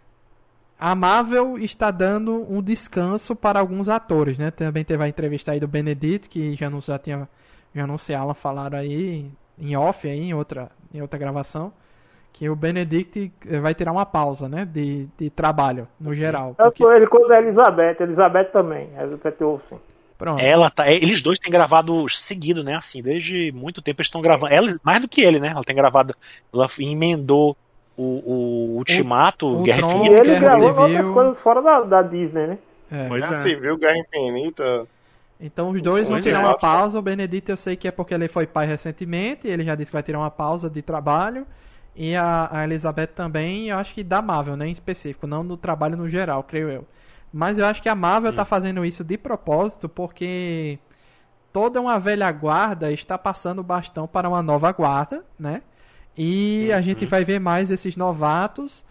[SPEAKER 1] A Marvel está dando um descanso para alguns atores, né? Também teve a entrevista aí do Benedict, que já, não, já tinha já anunciaram, falaram aí em off, aí, em, outra, em outra gravação, que o Benedict vai tirar uma pausa, né? De, de trabalho, no geral. Porque,
[SPEAKER 2] Tanto ele quanto a Elizabeth. Elizabeth também. Elizabeth Olsen.
[SPEAKER 1] pronto.
[SPEAKER 4] Ela tá, eles dois têm gravado seguido, né? Assim, desde muito tempo eles estão gravando. Ela, mais do que ele, né? Ela tem gravado. Ela emendou o, o Ultimato,
[SPEAKER 1] o
[SPEAKER 4] Guerra
[SPEAKER 1] Tron,
[SPEAKER 2] E
[SPEAKER 4] Infinita.
[SPEAKER 2] ele
[SPEAKER 1] Guerra
[SPEAKER 2] gravou
[SPEAKER 1] Civil.
[SPEAKER 2] outras coisas fora da, da Disney, né?
[SPEAKER 1] É.
[SPEAKER 3] Guerra
[SPEAKER 4] é.
[SPEAKER 3] Civil, Guerra Infinita.
[SPEAKER 1] Então os dois vão
[SPEAKER 4] Pois
[SPEAKER 1] tirar
[SPEAKER 4] é.
[SPEAKER 1] uma pausa. O Benedito eu sei que é porque ele foi pai recentemente, ele já disse que vai tirar uma pausa de trabalho. E a, a Elizabeth também, eu acho que da Marvel, né, em específico, não no trabalho no geral, creio eu. Mas eu acho que a Marvel
[SPEAKER 4] Hum.
[SPEAKER 1] tá fazendo isso de propósito porque toda uma velha guarda está passando o bastão para uma nova guarda, né? E a gente vai ver mais esses novatos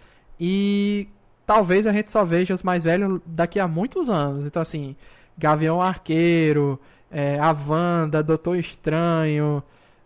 [SPEAKER 1] e talvez a gente só veja os mais velhos daqui a muitos anos. Então, assim, Gavião Arqueiro, é, a Wanda, Doutor Estranho,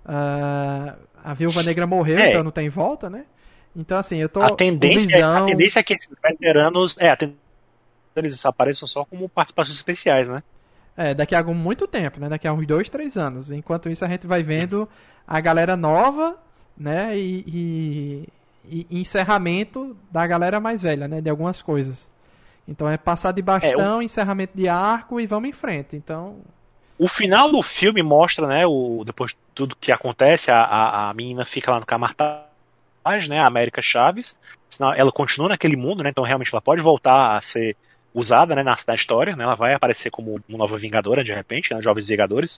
[SPEAKER 1] a, a Viúva Negra morreu,
[SPEAKER 4] É.
[SPEAKER 1] então não tem volta, né? Então, assim, eu tô...
[SPEAKER 4] A
[SPEAKER 1] o
[SPEAKER 4] tendência,
[SPEAKER 1] Visão,
[SPEAKER 4] a tendência é que esses veteranos. É, a tendência é que eles apareçam só como participações especiais, né?
[SPEAKER 1] É, daqui a algum, muito tempo, né? Daqui a uns dois, três anos. Enquanto isso, a gente vai vendo a galera nova, né? E, e, e encerramento da galera mais velha, né? De algumas coisas. Então é passar de bastão, encerramento de arco e vamos em frente. Então,
[SPEAKER 4] O final do filme mostra, né, o, depois de tudo que acontece, a, a, a menina fica lá no Camartage, né, a América Chaves, senão ela continua naquele mundo, né, então realmente ela pode voltar a ser usada, né, na, na história, né, ela vai aparecer como uma nova Vingadora, de repente, né, Jovens Vingadores,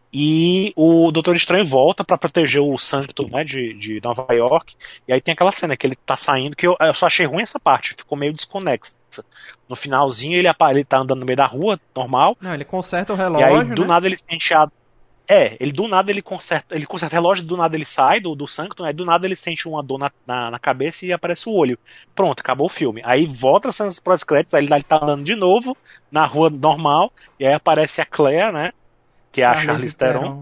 [SPEAKER 4] e o Doutor Estranho volta pra proteger o Sanctum, né, de, de Nova York, e aí tem aquela cena que ele tá saindo, que eu, eu só achei ruim essa parte, ficou meio desconexa. No finalzinho ele, apa- ele tá andando no meio da rua, normal,
[SPEAKER 1] não, ele conserta o
[SPEAKER 4] e
[SPEAKER 1] relógio,
[SPEAKER 4] aí, do
[SPEAKER 1] né?
[SPEAKER 4] nada, ele sente a. É, ele do nada ele conserta. Ele conserta o relógio, do nada ele sai do, do Sanctum, aí do nada ele sente uma dor na, na, na cabeça e aparece o olho. Pronto, acabou o filme. Aí volta as cenas pós-créditos, aí ele, ele tá andando de novo na rua normal, e aí aparece a Claire, né? Que é a Charlize Theron,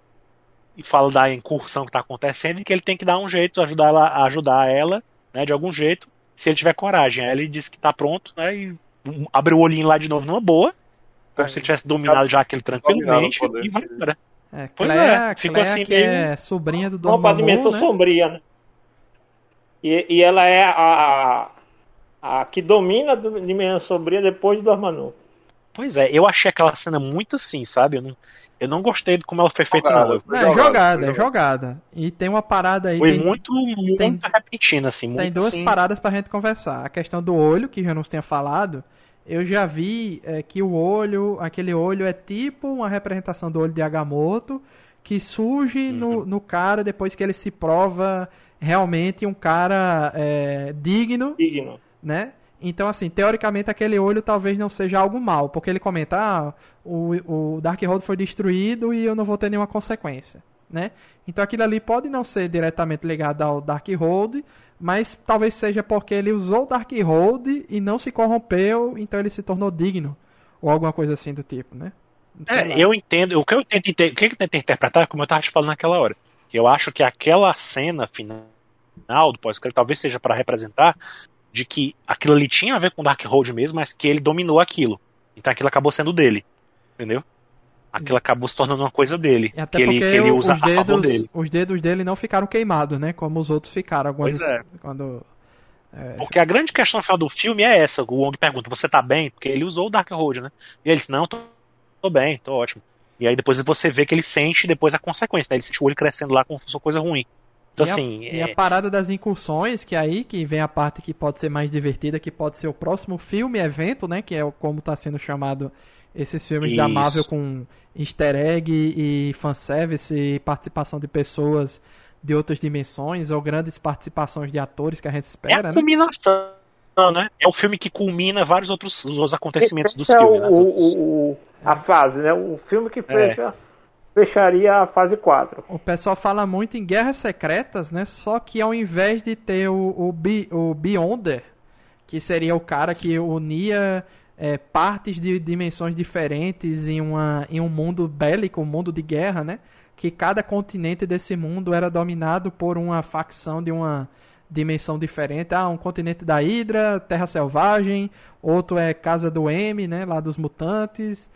[SPEAKER 4] e fala da incursão que tá acontecendo e que ele tem que dar um jeito, ajudar ela, ajudar ela, né, de algum jeito, se ele tiver coragem. Aí ele diz que tá pronto, né, e abre o olhinho lá de novo numa boa, como
[SPEAKER 3] É,
[SPEAKER 4] se ele tivesse dominado já aquilo tranquilamente,
[SPEAKER 3] dominado o poder.
[SPEAKER 4] e vai embora.
[SPEAKER 1] É,
[SPEAKER 4] Pois
[SPEAKER 1] Claire,
[SPEAKER 4] é, ficou
[SPEAKER 1] Claire
[SPEAKER 4] assim
[SPEAKER 1] que
[SPEAKER 4] meio-
[SPEAKER 1] é sobrinha do
[SPEAKER 2] Vamos pra
[SPEAKER 1] Dormammu,
[SPEAKER 2] dimensão
[SPEAKER 1] né?
[SPEAKER 2] sombria, né? E, e ela é a, a, a que domina a dimensão sombria depois de Dormammu.
[SPEAKER 4] Pois é, eu achei aquela cena muito assim, sabe? Eu não, eu não gostei de como ela foi feita, não. Eu-
[SPEAKER 1] Não, é
[SPEAKER 3] Jogada,
[SPEAKER 1] jogada,
[SPEAKER 3] foi
[SPEAKER 1] é jogada. E tem uma parada aí,
[SPEAKER 4] Foi
[SPEAKER 1] tem,
[SPEAKER 4] muito, muito
[SPEAKER 1] tem-
[SPEAKER 4] repentina, assim.
[SPEAKER 1] tem
[SPEAKER 4] Muito
[SPEAKER 1] duas
[SPEAKER 4] assim.
[SPEAKER 1] paradas pra gente conversar. A questão do olho, que já não tinha falado, eu já vi é, que o olho, aquele olho é tipo uma representação do olho de Agamotto, que surge no, no cara depois que ele se prova realmente um cara é, digno,
[SPEAKER 2] Digno.
[SPEAKER 1] né? Então, assim, teoricamente aquele olho talvez não seja algo mal, porque ele comenta, ah, o, o Darkhold foi destruído e eu não vou ter nenhuma consequência, né? Então aquilo ali pode não ser diretamente ligado ao Darkhold, mas talvez seja porque ele usou o Darkhold e não se corrompeu, então ele se tornou digno, ou alguma coisa assim do tipo, né? Sei lá.
[SPEAKER 4] É, eu entendo. O que eu tento, inte- o que eu tento interpretar é como eu tava te falando naquela hora. Que eu acho que aquela cena final do pós-crédito talvez seja para representar de que aquilo ali tinha a ver com o Darkhold mesmo, mas que ele dominou aquilo. Então aquilo acabou sendo dele. Entendeu? Aquilo acabou se tornando uma coisa dele.
[SPEAKER 1] E até
[SPEAKER 4] Que ele,
[SPEAKER 1] porque
[SPEAKER 4] que ele
[SPEAKER 1] o-
[SPEAKER 4] usa
[SPEAKER 1] os,
[SPEAKER 4] a favor
[SPEAKER 1] dedos,
[SPEAKER 4] dele.
[SPEAKER 1] os dedos dele não ficaram queimados, né? Como os outros ficaram quando...
[SPEAKER 4] Pois é.
[SPEAKER 1] quando é,
[SPEAKER 4] Porque a grande questão no final do filme é essa. O Wong pergunta, você tá bem? Porque ele usou o Darkhold, né? E ele disse, não, tô, tô bem, tô ótimo. E aí depois você vê que ele sente depois a consequência, né? Ele sente o olho crescendo lá como se fosse uma coisa ruim. Então
[SPEAKER 1] e,
[SPEAKER 4] assim...
[SPEAKER 1] a, e
[SPEAKER 4] é-
[SPEAKER 1] a parada das incursões, que é aí que vem a parte que pode ser mais divertida, que pode ser o próximo filme, evento, né? Que é o- como tá sendo chamado esses filmes da
[SPEAKER 4] Isso.
[SPEAKER 1] Marvel com easter egg e fanservice e participação de pessoas de outras dimensões, ou grandes participações de atores que a gente
[SPEAKER 4] É
[SPEAKER 1] espera,
[SPEAKER 4] a
[SPEAKER 1] né?
[SPEAKER 4] culminação, né? É o filme que culmina vários outros os acontecimentos dos
[SPEAKER 2] Esse é
[SPEAKER 4] filmes,
[SPEAKER 2] o,
[SPEAKER 4] né?
[SPEAKER 2] o-
[SPEAKER 4] Todos-
[SPEAKER 2] o- o- a fase, né? O filme
[SPEAKER 4] É.
[SPEAKER 2] que fecha, fecharia a fase quatro.
[SPEAKER 1] O pessoal fala muito em Guerras Secretas, né? Só que ao invés de ter o, o, Be- o Beyonder, que seria o cara que unia é, partes de dimensões diferentes em, uma, em um mundo bélico, um mundo de guerra, né? Que cada continente desse mundo era dominado por uma facção de uma dimensão diferente. Ah, um continente da Hydra, Terra Selvagem, outro é Casa do M, né? Lá dos mutantes.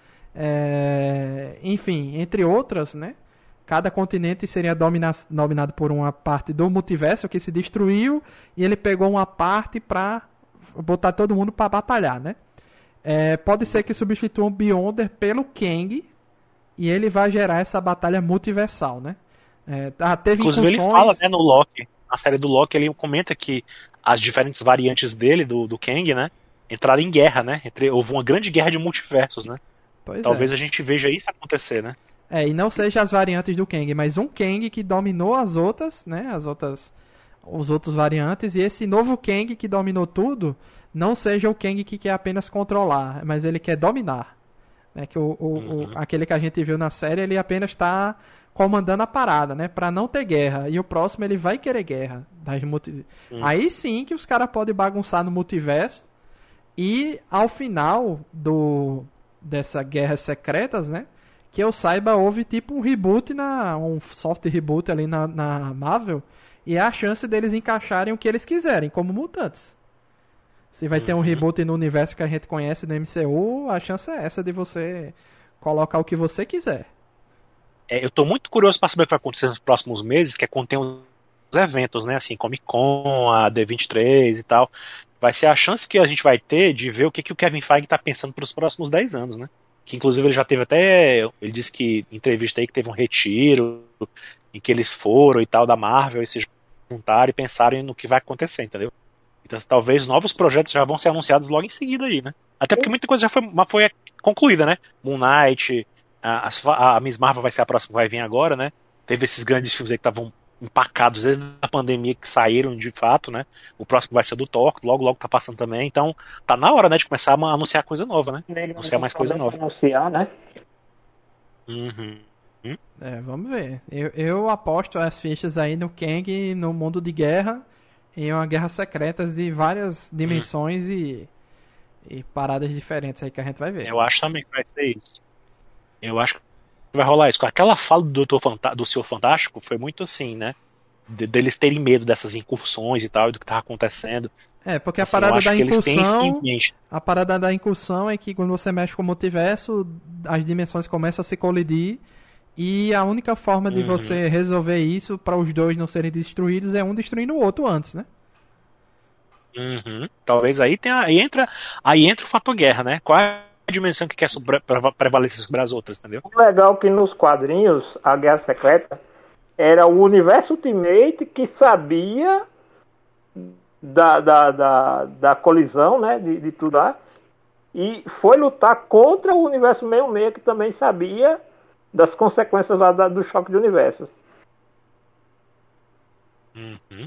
[SPEAKER 1] É, enfim, entre outras, né? Cada continente seria domina- dominado por uma parte do multiverso que se destruiu e ele pegou uma parte pra botar todo mundo pra batalhar, né? É, pode ser que substituam o Beyonder pelo Kang e ele vai gerar essa batalha multiversal, né? É, ah, teve
[SPEAKER 4] Inclusive ele
[SPEAKER 1] incursões-
[SPEAKER 4] fala, né, no Loki, na série do Loki, ele comenta que as diferentes variantes dele, do, do Kang, né, entraram em guerra, né? Entre, houve uma grande guerra de multiversos, né?
[SPEAKER 1] Pois
[SPEAKER 4] Talvez
[SPEAKER 1] é.
[SPEAKER 4] a gente veja isso acontecer, né?
[SPEAKER 1] É, e não seja as variantes do Kang, mas um Kang que dominou as outras, né? As outras. Os outros variantes. E esse novo Kang que dominou tudo, não seja o Kang que quer apenas controlar, mas ele quer dominar. Né? Que o, o,
[SPEAKER 4] Uhum.
[SPEAKER 1] o, aquele que a gente viu na série, ele apenas está comandando a parada, né? Pra não ter guerra. E o próximo ele vai querer guerra. Das multi...
[SPEAKER 4] Hum.
[SPEAKER 1] Aí sim que os caras podem bagunçar no multiverso. E ao final do dessa Guerras Secretas, né? Que eu saiba, houve tipo um reboot, na, um soft reboot ali na, na Marvel. E é a chance deles encaixarem o que eles quiserem, como mutantes. Se vai ter um
[SPEAKER 4] Uhum.
[SPEAKER 1] reboot no universo que a gente conhece do M C U, a chance é essa de você colocar o que você quiser.
[SPEAKER 4] É, eu tô muito curioso para saber o que vai acontecer nos próximos meses, que é quando tem os eventos, né? Assim, Comic Con, a D vinte e três e tal. Vai ser a chance que a gente vai ter de ver o que, que o Kevin Feige tá pensando para os próximos dez anos, né? Que inclusive ele já teve até. Ele disse que em entrevista aí que teve um retiro, em que eles foram e tal da Marvel e se juntaram e pensaram no que vai acontecer, entendeu? Então talvez novos projetos já vão ser anunciados logo em seguida aí, né? Até porque muita coisa já foi, mas foi concluída, né? Moon Knight, a, a, a Miss Marvel vai ser a próxima que vai vir agora, né? Teve esses grandes filmes aí que estavam empacados desde a pandemia que saíram de fato, né? O próximo vai ser do Thor, logo logo tá passando também. Então tá na hora, né, de começar a anunciar coisa nova, né? Anunciar mais coisa nova.
[SPEAKER 2] Anunciar, né?
[SPEAKER 4] Uhum.
[SPEAKER 1] É, vamos ver. Eu, eu aposto as fichas aí no Kang, no mundo de guerra, em uma guerra secretas de várias dimensões hum. e, e paradas diferentes aí que a gente vai ver.
[SPEAKER 4] Eu acho também que vai ser isso. Eu acho que vai rolar isso. Aquela fala do doutor Fanta- do Senhor Fantástico foi muito assim, né? De, deles terem medo dessas incursões e tal, e do que tava acontecendo.
[SPEAKER 1] É, porque
[SPEAKER 4] Assim,
[SPEAKER 1] a parada da incursão.
[SPEAKER 4] Que
[SPEAKER 1] a parada da incursão é que quando você mexe com o multiverso, as dimensões começam a se colidir. E a única forma de
[SPEAKER 4] uhum.
[SPEAKER 1] você resolver isso para os dois não serem destruídos é um destruindo o outro antes, né?
[SPEAKER 4] Uhum. Talvez aí tenha. Aí entra, aí entra o fator guerra, né? Qual é a dimensão que quer sobre, prevalecer sobre as outras, entendeu?
[SPEAKER 2] O legal é que nos quadrinhos, a Guerra Secreta era o universo Ultimate que sabia da, da, da, da colisão, né? De, de tudo lá. E foi lutar contra o universo sessenta e seis, que também sabia das consequências lá da, do choque de universos.
[SPEAKER 4] Uhum.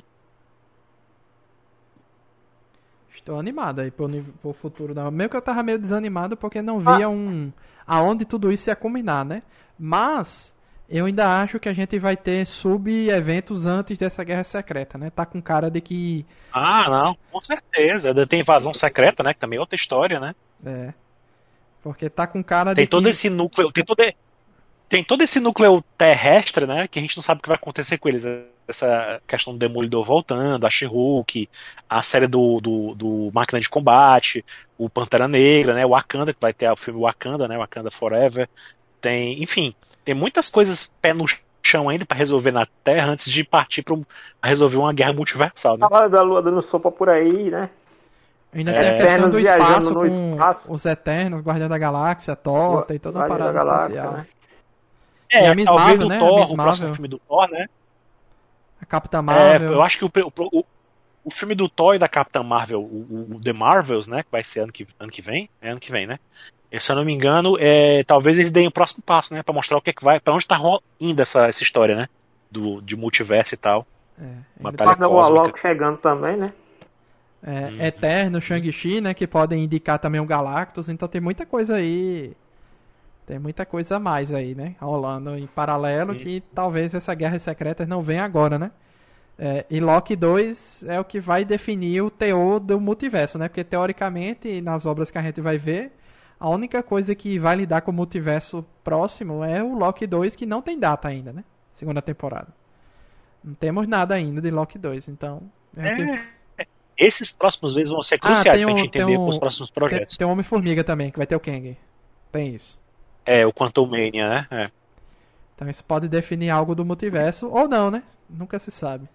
[SPEAKER 1] Estou animado aí pro, pro futuro da... Meio que eu tava meio desanimado porque não via ah. um... aonde tudo isso ia culminar, né? Mas eu ainda acho que a gente vai ter sub-eventos antes dessa Guerra Secreta, né? Tá com cara de que...
[SPEAKER 4] Ah, não, com certeza. Tem invasão secreta, né? Que também é outra história, né?
[SPEAKER 1] É. Porque tá com cara
[SPEAKER 4] tem
[SPEAKER 1] de
[SPEAKER 4] todo
[SPEAKER 1] que...
[SPEAKER 4] esse núcleo... Tem todo... Tem todo esse núcleo terrestre, né, que a gente não sabe o que vai acontecer com eles. Essa questão do Demolidor voltando, a She-Hulk, a série do, do, do Máquina de Combate, o Pantera Negra, né, o Wakanda, que vai ter o filme Wakanda, né, Wakanda Forever. Tem, enfim, tem muitas coisas pé no chão ainda para resolver na Terra antes de partir para resolver uma guerra multiversal, né?
[SPEAKER 2] A hora da Lua dando sopa por aí, né?
[SPEAKER 1] Ainda é, tem a questão do espaço com espaço. Os Eternos, Guardião da Galáxia, Thor, tem toda uma parada Galáxia, espacial. Né?
[SPEAKER 4] É,
[SPEAKER 1] e a Miss
[SPEAKER 4] talvez
[SPEAKER 1] Marvel,
[SPEAKER 4] do
[SPEAKER 1] né?
[SPEAKER 4] Thor,
[SPEAKER 1] Miss
[SPEAKER 4] o
[SPEAKER 1] Marvel.
[SPEAKER 4] próximo filme do Thor, né?
[SPEAKER 1] A Capitã Marvel.
[SPEAKER 4] É, eu acho que o, o, o filme do Thor e da Capitã Marvel, o, o The Marvels, né? Que vai ser ano que, ano que vem. É ano que vem, né? E, se eu não me engano, é, talvez eles deem o próximo passo, né? Pra mostrar o que é que vai, pra onde tá indo essa, essa história, né? Do, de multiverso e tal.
[SPEAKER 1] É,
[SPEAKER 2] Batalha cósmica. Chegando também, né?
[SPEAKER 1] É, hum. Eterno, Shang-Chi, né? Que podem indicar também o Galactus. Então tem muita coisa aí. Tem muita coisa a mais aí, né? Rolando em paralelo. Sim. Que talvez essa Guerra Secreta não venha agora, né? É, e Loki dois é o que vai definir o teor do multiverso, né? Porque teoricamente, nas obras que a gente vai ver, a única coisa que vai lidar com o multiverso próximo é o Loki dois, que não tem data ainda, né? Segunda temporada. Não temos nada ainda de Loki dois, então... É
[SPEAKER 4] é,
[SPEAKER 1] que...
[SPEAKER 4] Esses próximos meses vão ser cruciais ah, pra
[SPEAKER 1] um,
[SPEAKER 4] gente entender
[SPEAKER 1] um,
[SPEAKER 4] os próximos projetos.
[SPEAKER 1] Tem, tem o Homem-Formiga também, que vai ter o Kang. Tem isso.
[SPEAKER 4] É, o Quantum Mania, né? É.
[SPEAKER 1] Então isso pode definir algo do multiverso, ou não, né? Nunca se sabe.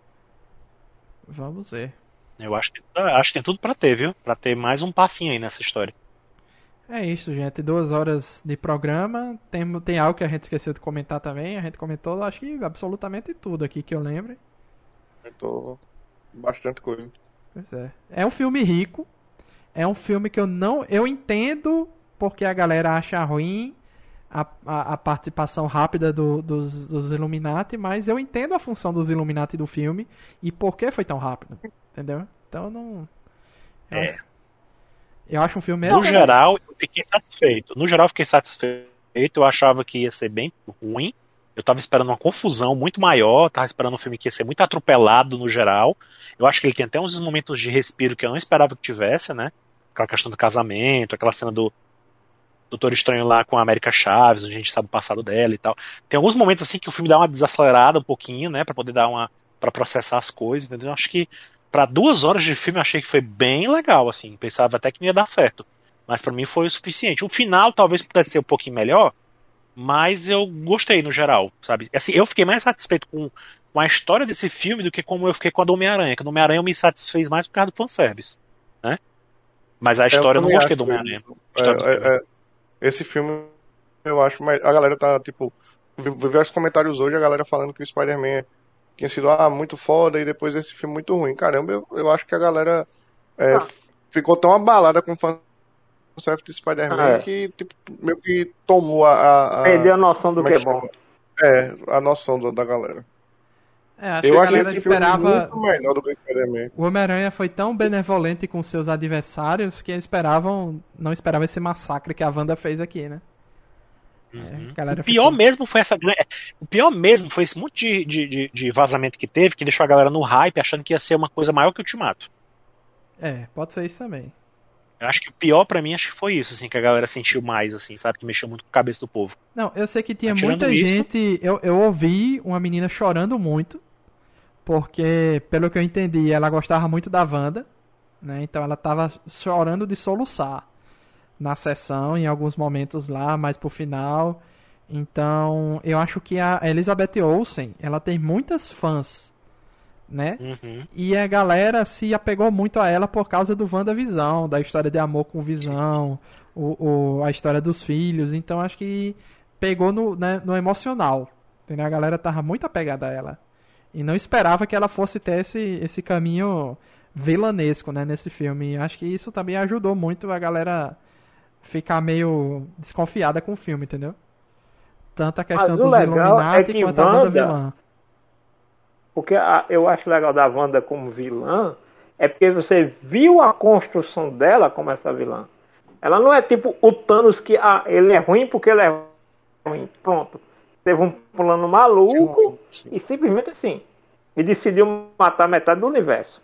[SPEAKER 1] Vamos ver.
[SPEAKER 4] Eu acho que, acho que tem tudo pra ter, viu? Pra ter mais um passinho aí nessa história.
[SPEAKER 1] É isso, gente. Duas horas de programa. Tem, tem algo que a gente esqueceu de comentar também. A gente comentou, acho que absolutamente tudo aqui que eu lembro.
[SPEAKER 3] Comentou bastante coisa.
[SPEAKER 1] Pois é. É um filme rico. É um filme que eu não... Eu entendo porque a galera acha ruim a, a, a participação rápida do, dos, dos Illuminati, mas eu entendo a função dos Illuminati do filme e por que foi tão rápido, entendeu? Então não... Eu,
[SPEAKER 4] É.
[SPEAKER 1] acho, eu acho um filme...
[SPEAKER 4] No
[SPEAKER 1] excelente.
[SPEAKER 4] geral, eu fiquei satisfeito. No geral, eu fiquei satisfeito. Eu achava que ia ser bem ruim. Eu tava esperando uma confusão muito maior. Tava esperando um filme que ia ser muito atropelado no geral. Eu acho que ele tem até uns momentos de respiro que eu não esperava que tivesse, né? Aquela questão do casamento, aquela cena do Doutor Estranho lá com a América Chaves, onde a gente sabe o passado dela e tal. Tem alguns momentos assim que o filme dá uma desacelerada um pouquinho, né? Pra poder dar uma... pra processar as coisas, entendeu? Eu acho que pra duas horas de filme eu achei que foi bem legal, assim. Pensava até que não ia dar certo. Mas pra mim foi o suficiente. O final talvez pudesse ser um pouquinho melhor, mas eu gostei no geral, sabe? Assim, eu fiquei mais satisfeito com, com a história desse filme do que como eu fiquei com a do Homem-Aranha. Que a do Homem-Aranha eu me satisfez mais por causa do fanservice, né? Mas a história eu, eu não gostei do Homem-Aranha.
[SPEAKER 3] É, é, é, esse filme eu acho, mas a galera tá, tipo, vi, vi vários comentários hoje, a galera falando que o Spider-Man tinha sido ah, muito foda e depois esse filme muito ruim. Caramba, eu, eu acho que a galera é, ah. ficou tão abalada com o fanservice do Spider-Man ah, é. que tipo, meio que tomou a... a
[SPEAKER 2] perdeu a noção do que é bom.
[SPEAKER 3] É, a noção do, da galera.
[SPEAKER 1] É, acho
[SPEAKER 3] eu
[SPEAKER 1] que a
[SPEAKER 3] acho
[SPEAKER 1] galera
[SPEAKER 3] esse
[SPEAKER 1] esperava...
[SPEAKER 3] filme muito melhor do que o Spider-Man.
[SPEAKER 1] O Homem-Aranha foi tão benevolente com seus adversários que eles esperavam, não esperavam esse massacre que a Wanda fez aqui, né?
[SPEAKER 4] Uhum. É, o pior ficou... mesmo foi essa o pior mesmo foi esse monte de, de, de vazamento que teve, que deixou a galera no hype achando que ia ser uma coisa maior que o Ultimato.
[SPEAKER 1] É, pode ser isso também.
[SPEAKER 4] Eu acho que o pior pra mim acho que foi isso, assim, que a galera sentiu mais, assim, sabe, que mexeu muito com a cabeça do povo.
[SPEAKER 1] Não, eu sei que tinha muita isso... gente, eu, eu ouvi uma menina chorando muito, porque, pelo que eu entendi, ela gostava muito da Wanda, né, então ela tava chorando de soluçar na sessão, em alguns momentos lá, mais pro final. Então, eu acho que a Elizabeth Olsen, ela tem muitas fãs, né?
[SPEAKER 4] Uhum.
[SPEAKER 1] E a galera se apegou muito a ela por causa do WandaVisão, da história de amor com Visão, o, o, a história dos filhos. Então, acho que pegou no, né, no emocional, entendeu? A galera tava muito apegada a ela. E não esperava que ela fosse ter esse, esse caminho vilanesco, né, nesse filme. E acho que isso também ajudou muito a galera ficar meio desconfiada com o filme, entendeu? Tanto a questão dos Illuminati
[SPEAKER 2] é
[SPEAKER 1] quanto Wanda, a Wanda vilã.
[SPEAKER 2] O que eu acho legal da Wanda como vilã é porque você viu a construção dela como essa vilã. Ela não é tipo o Thanos que ah, ele é ruim porque ele é ruim. Pronto. Teve um plano maluco sim, sim. e simplesmente assim. E decidiu matar metade do universo.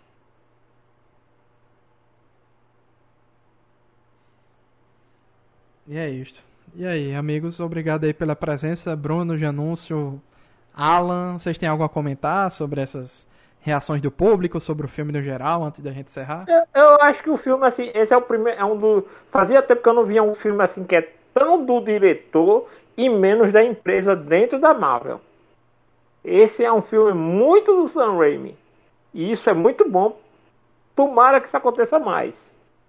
[SPEAKER 1] E é isto. E aí, amigos, obrigado aí pela presença. Bruno, Janúncio, Alan, vocês têm algo a comentar sobre essas reações do público, sobre o filme no geral, antes da gente encerrar?
[SPEAKER 2] Eu, eu acho que o filme, assim, esse é o primeiro, é um do... Fazia tempo que eu não via um filme, assim, que é tão do diretor e menos da empresa dentro da Marvel. Esse é um filme muito do Sam Raimi. E isso é muito bom. Tomara que isso aconteça mais.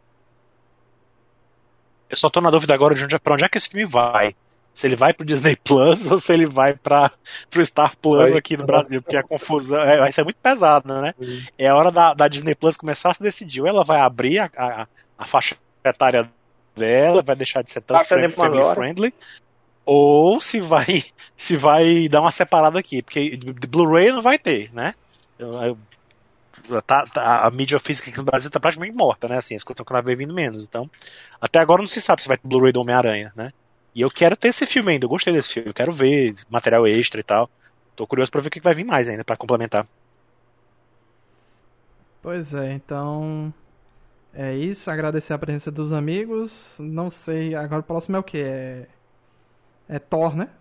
[SPEAKER 4] Eu só tô na dúvida agora de onde, pra onde é que esse filme vai. Se ele vai pro Disney Plus ou se ele vai pra, pro Star Plus vai, aqui no Brasil, porque a confusão é, vai ser muito pesada, né? Sim. É a hora da, da Disney Plus começar a se decidir. Ou ela vai abrir a, a, a faixa etária dela, vai deixar de ser tão friendly, family friendly, ou se vai, se vai dar uma separada aqui, porque de Blu-ray não vai ter, né? Eu, eu, Tá, tá, a mídia física aqui no Brasil tá praticamente morta, né? Assim, as coisas estão cada vez vindo menos. Então, até agora não se sabe se vai ter Blu-ray do Homem-Aranha, né? E eu quero ter esse filme ainda, eu gostei desse filme, eu quero ver material extra e tal. Tô curioso pra ver o que vai vir mais ainda, pra complementar.
[SPEAKER 1] Pois é, então. É isso, agradecer a presença dos amigos. Não sei, agora o próximo é o que? É. É Thor, né?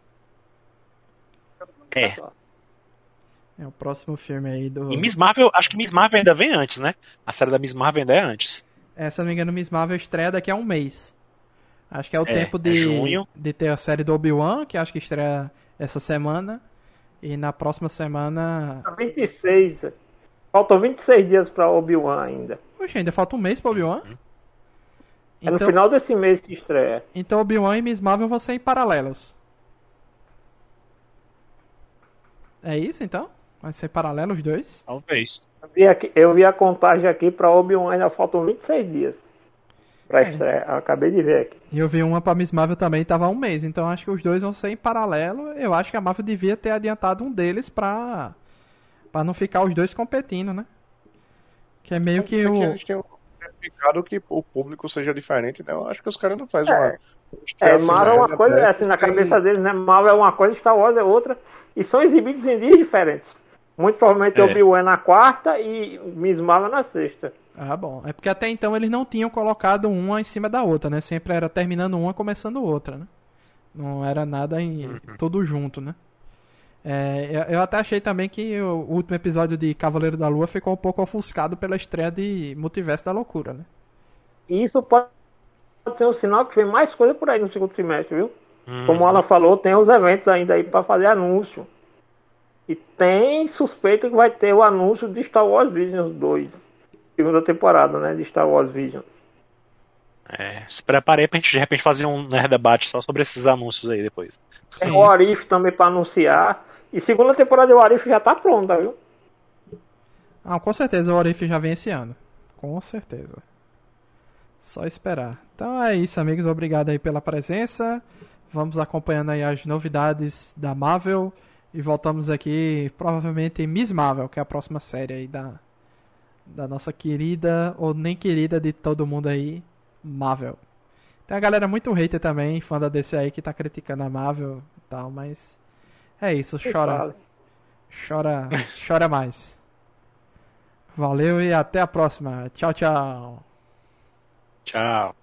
[SPEAKER 4] É.
[SPEAKER 1] É o próximo filme aí do...
[SPEAKER 4] E Miss Marvel, acho que Miss Marvel ainda vem antes, né? A série da Miss Marvel ainda é antes.
[SPEAKER 1] É, se eu não me engano, Miss Marvel estreia daqui a um mês. Acho que é o é, tempo de,
[SPEAKER 4] é junho.
[SPEAKER 1] de ter a série do Obi-Wan, que acho que estreia essa semana. E na próxima semana...
[SPEAKER 2] vinte e seis. Faltam vinte e seis dias pra Obi-Wan ainda.
[SPEAKER 1] Poxa, ainda falta um mês pra Obi-Wan?
[SPEAKER 2] Uhum. É então, no final desse mês que estreia.
[SPEAKER 1] Então Obi-Wan e Miss Marvel vão ser em paralelos. É isso, então? Vai ser paralelo os dois?
[SPEAKER 4] Talvez.
[SPEAKER 2] Eu vi, aqui, eu vi a contagem aqui pra Obi-Wan, ainda faltam vinte e seis dias. Pra estreia. Eu acabei de ver aqui.
[SPEAKER 1] E eu vi uma pra Miss Marvel também, tava há um mês. Então acho que os dois vão ser em paralelo. Eu acho que a Marvel devia ter adiantado um deles pra, pra não ficar os dois competindo, né? Que é meio
[SPEAKER 3] Pode
[SPEAKER 1] que
[SPEAKER 3] ser
[SPEAKER 1] o...
[SPEAKER 3] que eles tenham explicado que o público seja diferente, né? Eu acho que os caras não fazem
[SPEAKER 2] É.
[SPEAKER 3] uma.
[SPEAKER 2] É,
[SPEAKER 3] assim,
[SPEAKER 2] Marvel é uma coisa,
[SPEAKER 3] dessas
[SPEAKER 2] assim, na
[SPEAKER 3] sem-
[SPEAKER 2] cabeça deles, né? Marvel é uma coisa, Star Wars é outra. E são exibidos em dias diferentes. Muito provavelmente
[SPEAKER 4] É.
[SPEAKER 2] Obi-Wan é na quarta e Miss Marvel na sexta.
[SPEAKER 1] Ah, bom. É porque até então eles não tinham colocado uma em cima da outra, né? Sempre era terminando uma, começando outra, né? Não era nada em tudo junto, né? É, eu, eu até achei também que o último episódio de Cavaleiro da Lua ficou um pouco ofuscado pela estreia de Multiverso da Loucura, né?
[SPEAKER 2] E isso pode ser um sinal que vem mais coisa por aí no segundo semestre, viu?
[SPEAKER 4] Uhum.
[SPEAKER 2] Como ela falou, tem os eventos ainda aí pra fazer anúncio. E tem suspeita que vai ter o anúncio de Star Wars Visions dois. Segunda temporada, né? De Star Wars Visions.
[SPEAKER 4] É, se prepare aí pra gente de repente fazer um nerd debate só sobre esses anúncios aí depois.
[SPEAKER 2] Tem o Arif também pra anunciar. E segunda temporada do Arif já tá pronta, viu?
[SPEAKER 1] Ah, com certeza o Orif já vem esse ano. Com certeza. Só esperar. Então é isso, amigos. Obrigado aí pela presença. Vamos acompanhando aí as novidades da Marvel. E voltamos aqui, provavelmente, em Miss Marvel, que é a próxima série aí da, da nossa querida, ou nem querida de todo mundo aí, Marvel. Tem a galera muito hater também, fã da D C aí, que tá criticando a Marvel e tal, mas é isso, chora. Chora, chora mais. Valeu e até a próxima. Tchau, tchau.
[SPEAKER 4] Tchau.